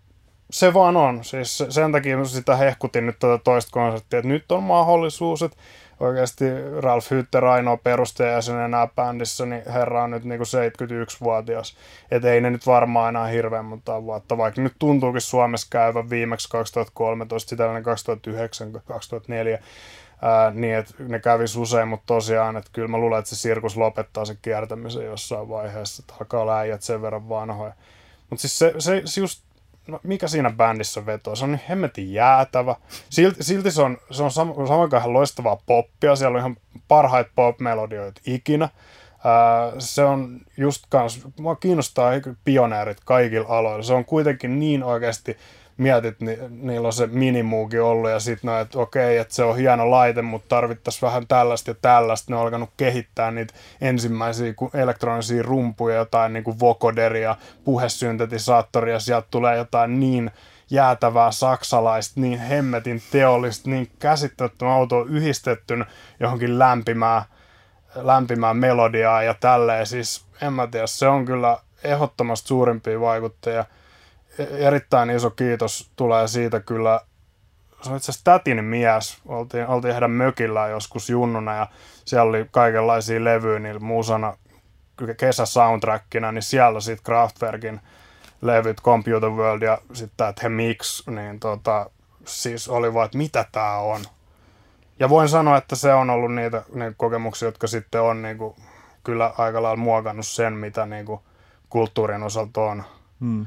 se vaan on. Siis sen takia sitä hehkutin nyt tätä toista konserttia, että nyt on mahdollisuus, että oikeasti Ralf Hütter ainoa perustajajäsen enää bändissä, niin herra on nyt niinku seitsemänkymmentäyksivuotias. Että ei ne nyt varmaan enää hirveän monta vuotta, vaikka nyt tuntuukin Suomessa käyvän viimeksi kaksituhattakolmetoista, sitä ennen kaksituhattayhdeksän kaksituhattaneljä, ää, niin että ne kävisi usein, mutta tosiaan, että kyllä mä luulen, että se sirkus lopettaa sen kiertämisen jossain vaiheessa, että alkaa olla äijät sen verran vanhoja. Mutta siis se, se, se just, no mikä siinä bändissä vetoo? Se on niin hemmetin jäätävä. Silti, silti se on, se on sam- samaan ihan loistavaa poppia. Siellä on ihan parhaita pop-melodioita ikinä. Ää, se on just kans, mua kiinnostaa pioneerit kaikilla aloilla. Se on kuitenkin niin oikeasti, mietit, ni, niillä on se minimuukin ollut ja sitten no, että okei, että se on hieno laite, mutta tarvittaisiin vähän tällaista ja tällaista. Ne on alkanut kehittää niitä ensimmäisiä elektronisia rumpuja, jotain niin kuin vocoderia, puhesyntetisaattoria, sieltä tulee jotain niin jäätävää saksalaista, niin hemmetin teollista, niin käsittämättömän autoa yhdistetty johonkin lämpimään, lämpimään melodiaan ja tälleen. Siis en mä tiedä, se on kyllä ehdottomasti suurimpia vaikuttajia. Erittäin iso kiitos tulee siitä kyllä. Se on itse asiassa tätin mies. Oltiin, oltiin heidän mökillään joskus junnuna ja siellä oli kaikenlaisia levyjä niillä muusana kesäsoundtrackina, niin siellä sitten Kraftwerkin levyt, Computer World ja sitten tämä The Mix, niin tota, siis oli vaan, että mitä tää on. Ja voin sanoa, että se on ollut niitä, niitä kokemuksia, jotka sitten on niinku, kyllä aika lailla muokannut sen, mitä niinku, kulttuurin osalta on. Hmm.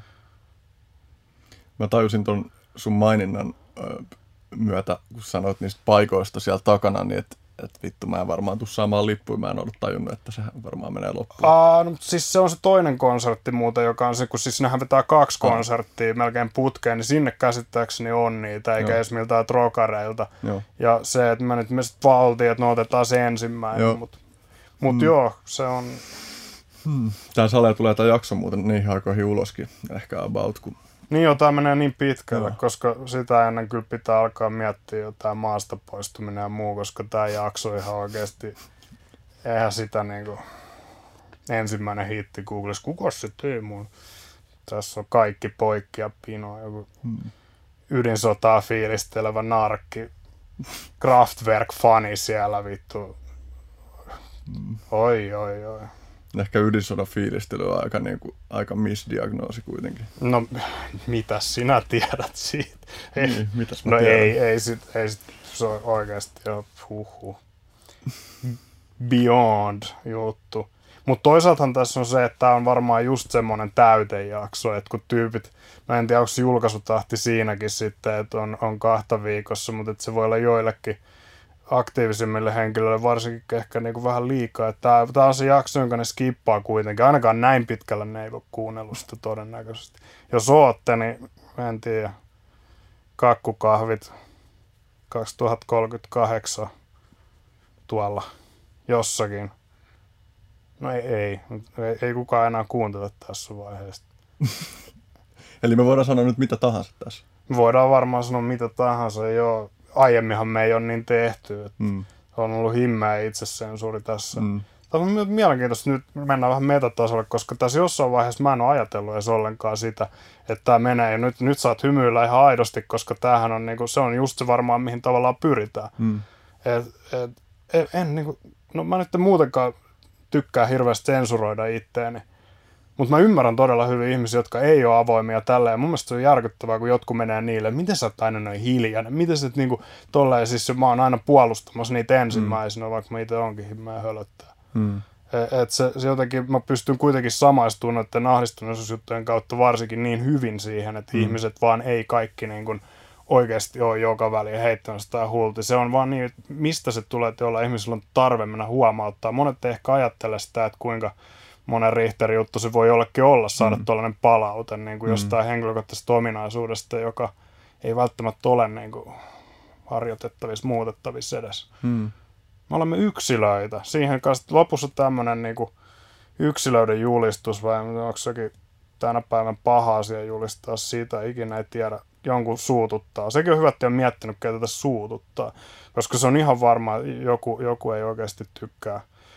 Mä tajusin ton sun maininnan ö, myötä, kun sanoit niistä paikoista siellä takana, niin että et vittu, mä en varmaan tuu saamaan lippuja, mä en ollut tajunnut, että sehän varmaan menee loppuun. Aa, no, siis se on se toinen konsertti muuten, joka on se, kun siis nehän vetää kaksi ah. konserttia melkein putkeen, niin sinne käsittääkseni on niitä, eikä Joo. edes miltään trokareilta. Joo. Ja se, että me nyt me sit vaan oltiin, että no otetaan se ensimmäinen, mutta mut hmm. joo, se on... Hmm. Tää Sale tulee tää jakso muuten niihin aikoihin uloskin, ehkä about, kun... Niin joo, tää menee niin pitkälle, Joo. koska sitä ennen kyllä pitää alkaa miettiä jotain maasta poistuminen ja muu, koska tää jakso ihan oikeesti, eihän sitä niinku ensimmäinen hitti Googlessa, kukos se tee mun? Tässä on kaikki poikki ja pino, joku hmm. ydinsotaa fiilistelevä narkki, Kraftwerk-fani siellä vittu. Hmm. Oi, oi, oi. Ehkä ydinsodan fiilistely on aika, niin kuin, aika misdiagnoosi kuitenkin. No, mitäs sinä tiedät siitä? Niin, mitäs mä no tiedän? ei, ei, sit, ei sit, se on oikeasti jo huhhuh. Beyond juttu. Mutta toisaaltahan tässä on se, että tämä on varmaan just semmoinen täytejakso, että kun tyypit, mä en tiedä onko se julkaisutahti siinäkin sitten, että on, on kahta viikossa, mutta että se voi olla joillekin aktiivisimmille henkilöille varsinkin ehkä niinku vähän liikaa. Tämä on se jakso, jonka ne skippaa kuitenkin. Ainakaan näin pitkällä ne ei voi kuunnella sitä todennäköisesti. Jos ootte, niin en tiedä. Kakkukahvit kaksituhattakolmekymmentäkahdeksan tuolla jossakin. No ei, ei. Ei, ei kukaan enää kuuntele tässä vaiheessa. Eli me voidaan sanoa nyt mitä tahansa tässä. Me voidaan varmaan sanoa mitä tahansa, joo. Aiemminhan me ei ole niin tehty. Mm. On ollut himmeä itsesensuuri tässä. Mm. Tämä on mielenkiintoista, nyt mennään vähän metatasolle, koska tässä jossain vaiheessa mä en ole ajatellut edes ollenkaan sitä, että tämä menee. Ja nyt, nyt saat hymyillä ihan aidosti, koska tämähän on, niinku, se on just se varmaan, mihin tavallaan pyritään. Mm. Et, et, et, en, niinku, no mä nyt muutenkaan tykkää hirveästi sensuroida itteeni. Mutta mä ymmärrän todella hyvin ihmisiä, jotka ei ole avoimia tälleen. Mun mielestä se on järkyttävää, kun jotkut menee niille, miten sä oot aina noin hiljainen, miten sä niinku tolleen, siis mä oon aina puolustamassa niitä ensimmäisenä, mm. vaikka mä itse onkin himmeä hölöttää. Mm. Et se, se jotenkin, mä pystyn kuitenkin samaistumaan noiden ahdistuneisuusjuttujen kautta varsinkin niin hyvin siihen, että mm. ihmiset vaan ei kaikki niin kuin oikeasti ole joka väliin heittänyt sitä hulti. Se on vaan niin, että mistä se tulee, että jolla ihmisillä on tarve mennä huomauttaa. Monet ei ehkä ajattele sitä, että kuinka monen Richterin juttu se voi jollekin olla saada mm. tuollainen palaute niin kuin mm. jostain henkilökohtaisesta ominaisuudesta, joka ei välttämättä ole niin kuin harjoitettavissa, muutettavissa edes. Mm. Me olemme yksilöitä. Siihen kanssa lopussa tämmöinen niin kuin yksilöiden julistus, vai onko sekin tänä päivän paha asia julistaa siitä, ikinä ei tiedä, jonkun suututtaa. Sekin on hyvä, että ei ole miettinyt, ketä tässä suututtaa, koska se on ihan varma, joku, joku ei oikeasti tykkää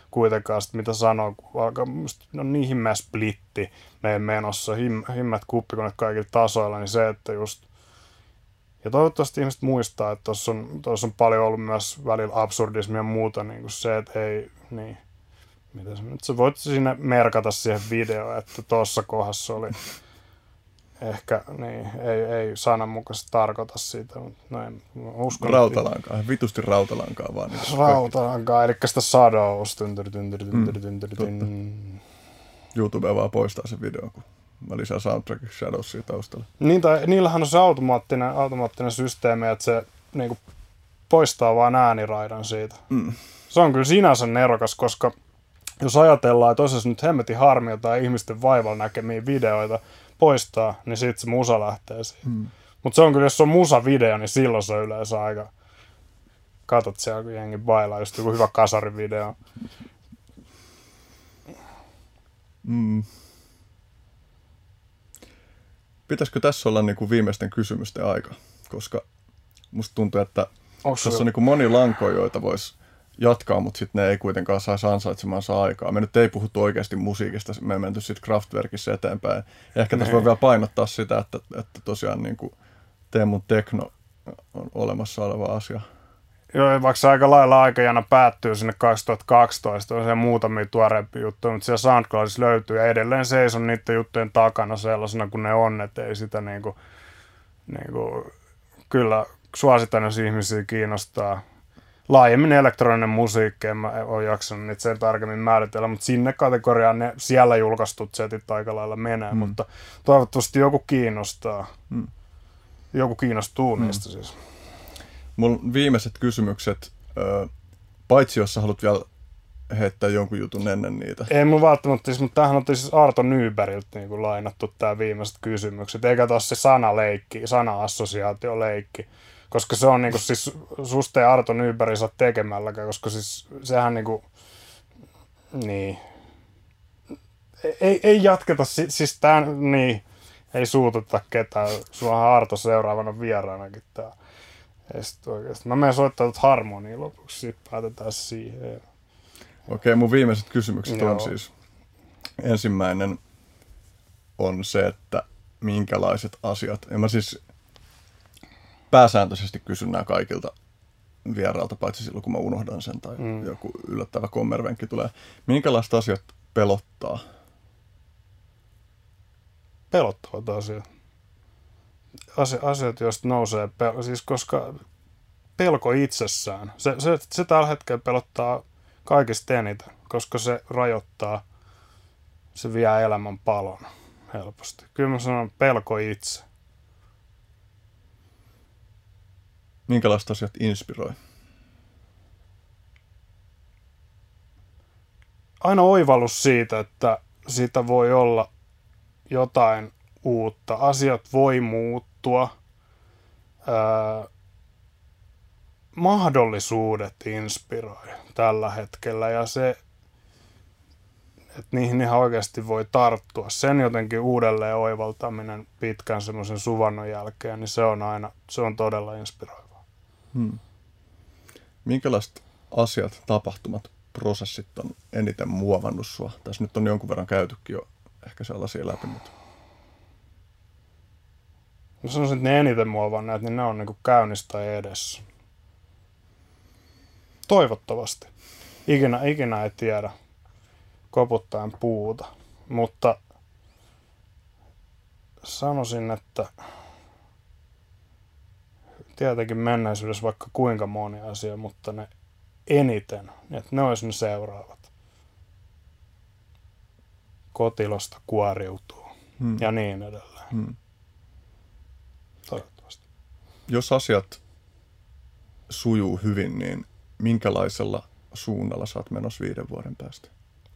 kuitenkaan sit, mitä sanoo, kun alkaa, no niin himmeä splitti meidän menossa, him, himmät kuppikoneet kaikilla tasoilla, niin se, että just, ja toivottavasti ihmiset muistaa, että tuossa on, on paljon ollut myös välillä absurdismia ja muuta, niin kuin se, että ei, niin, mitä sä nyt, sä voit sinne merkata siihen videoon, että tuossa kohdassa oli ehkä, niin, ei, ei sananmukaisesti tarkoita siitä, mutta no en, uskon. Rautalankaa, vitusti rautalankaa vaan. Niin rautalankaa, eli sitä sadous. Tyntyri, tyntyri, tyntyri, tyntyri, mm, YouTube vaan poistaa se video, kun mä lisään soundtrackin Shadowsia taustalla. Niin, tai niillähän on se automaattinen, automaattinen systeemi, että se niin poistaa vaan ääniraidan siitä. Mm. Se on kyllä sinänsä nerokas, koska jos ajatellaan, että olisi nyt hemmetin harmia tai ihmisten vaivalla näkemiä videoita poistaa, niin sitten se musa lähtee siihen. Mm. Mutta se on kyllä, jos se on musavideo, niin silloin se on yleensä aika... Katot siellä, kun jengi bailaa, just joku hyvä kasarivideo. Mm. Pitäisikö tässä olla niinku viimeisten kysymysten aika? Koska musta tuntuu, että Onko tässä on niinku moni lanko, joita voisi jatkaa, mutta sitten ne ei kuitenkaan saisi ansaitsemansa aikaa. Me nyt ei puhuttu oikeasti musiikista, me ei menty sitten Kraftwerkissa eteenpäin. Ja ehkä tässä voi vielä painottaa sitä, että, että tosiaan niin kuin Teemun Tekno on olemassa oleva asia. Joo, vaikka se aika lailla aikajana päättyy sinne kaksituhattakaksitoista, on siellä muutamia tuoreempia juttuja, mutta siellä SoundCloudissa löytyy ja edelleen seison niiden juttujen takana sellaisena kuin ne on, että ei sitä niinku, niinku, kyllä suositan, jos ihmisiä kiinnostaa. Laajemmin elektroninen musiikki, en mä ole jaksanut niitä sen tarkemmin määritellä, mutta sinne kategoriaan ne siellä julkaistut setit aika lailla menee, mm. mutta toivottavasti joku kiinnostaa. Mm. Joku kiinnostuu mm. niistä siis. Mulla viimeiset kysymykset, paitsi jos sä haluat vielä heittää jonkun jutun ennen niitä. Ei mun välttämättä, mutta tämähän on siis Arto Nybergiltä niin kuin lainattu tämä viimeiset kysymykset, eikä tos se sanaleikki, sana-assosiaatioleikki. Koska se on niinku siis susta ja Arto Nyberg saa tekemälläkään, koska siis sehän niinku, niin, ei, ei jatketa, siis tää, niin, ei suuteta ketään, sullahan Arto seuraavana vieraanakin tää. Ei sit oikeesti. Mä menen soittaa tuot harmoniin lopuksi, sit päätetään siihen. Okei, mun viimeiset kysymykset Joo. on siis, ensimmäinen on se, että minkälaiset asiat, ja mä siis pääsääntöisesti kysyn nämä kaikilta vierailta, paitsi silloin kun mä unohdan sen tai mm. joku yllättävä kommervenkki tulee. Minkälaiset asiat pelottaa? Pelottavat asiat. Asi- asiat, joista nousee, pel- siis koska pelko itsessään, se, se, se tällä hetkellä pelottaa kaikista eniten, koska se rajoittaa, se vie elämän palon helposti. Kyllä mä sanon pelko itse. Minkälaiset asiat inspiroi? Aina oivallus siitä, että siitä voi olla jotain uutta. Asiat voi muuttua. Öö, mahdollisuudet inspiroi tällä hetkellä ja se, että niihin ihan oikeasti voi tarttua. Sen jotenkin uudelleen oivaltaminen pitkän semmoisen suvannon jälkeen, niin se on aina, se on todella inspiroivaa. Hmm. Minkälaiset asiat, tapahtumat, prosessit on eniten muovannut sua? Tässä nyt on jonkun verran käytykin jo ehkä sellaisia läpi, mutta... No sanoisin, että ne eniten muovanneet, niin ne on niin kuin käynnissä tai edessä. Toivottavasti. Ikinä, ikinä ei tiedä koputtaen puuta, mutta sanoisin, että tietenkin menneisyydessä vaikka kuinka moni asia, mutta ne eniten, että ne olisi ne seuraavat. Kotilosta kuoriutuu hmm. ja niin edelleen. Hmm. Toivottavasti. Jos asiat sujuu hyvin, niin minkälaisella suunnalla sä oot menossa viiden vuoden päästä?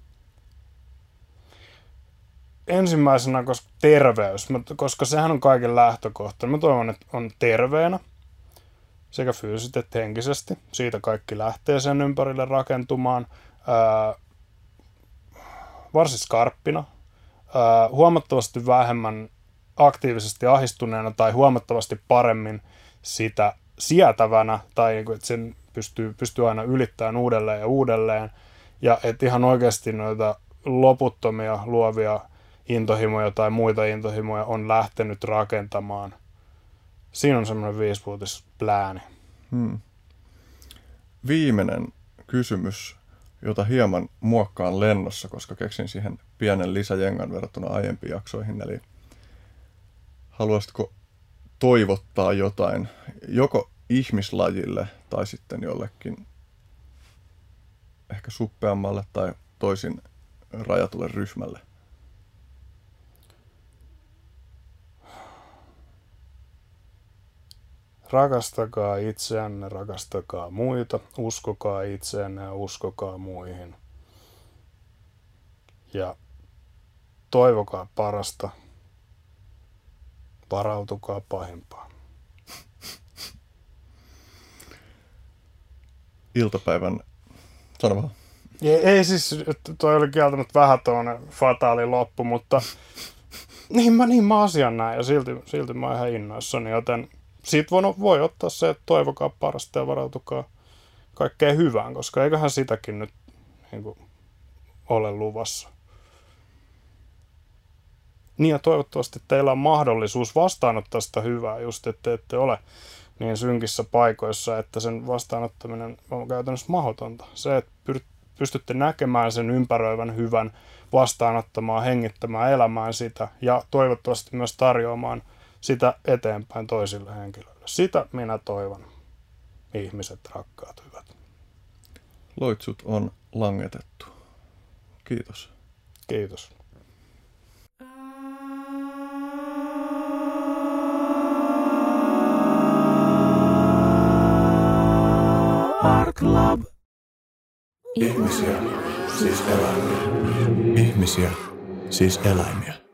Ensimmäisenä, koska terveys, koska sehän on kaiken lähtökohta. Mä toivon, että on terveenä sekä fyysisesti että henkisesti. Siitä kaikki lähtee sen ympärille rakentumaan. Ää, varsin skarppina, ää, huomattavasti vähemmän aktiivisesti ahdistuneena tai huomattavasti paremmin sitä sietävänä, tai että sen pystyy, pystyy aina ylittämään uudelleen ja uudelleen. Ja että ihan oikeasti noita loputtomia luovia intohimoja tai muita intohimoja on lähtenyt rakentamaan. Siinä on semmoinen viisivuotisplääni. Hmm. Viimeinen kysymys, jota hieman muokkaan lennossa, koska keksin siihen pienen lisäjengan verrattuna aiempiin jaksoihin. Eli haluaisitko toivottaa jotain joko ihmislajille tai sitten jollekin ehkä suppeammalle tai toisin rajatulle ryhmälle? Rakastakaa itseänne, rakastakaa muita, uskokaa itseänne ja uskokaa muihin. Ja toivokaa parasta, varautukaa pahimpaan. Iltapäivän, sano vaan. Ei, ei siis, toi oli kieltämättä vähän tuonne fataali loppu, mutta niin mä, niin mä asian näin ja silti, silti mä oon ihan innoissani, joten siitä voi, voi ottaa se, että toivokaa parasta ja varautukaa kaikkeen hyvään, koska eiköhän sitäkin nyt niin kuin, ole luvassa. Niin ja toivottavasti teillä on mahdollisuus vastaanottaa sitä hyvää, just että ette ole niin synkissä paikoissa, että sen vastaanottaminen on käytännössä mahdotonta. Se, että pystytte näkemään sen ympäröivän hyvän, vastaanottamaan, hengittämään, elämään sitä ja toivottavasti myös tarjoamaan sitä eteenpäin toisille henkilöille. Sitä minä toivon, ihmiset, rakkaat, hyvät. Loitsut on langetettu. Kiitos. Kiitos. Art Club. Ihmisiä, siis eläimiä. Ihmisiä, siis eläimiä.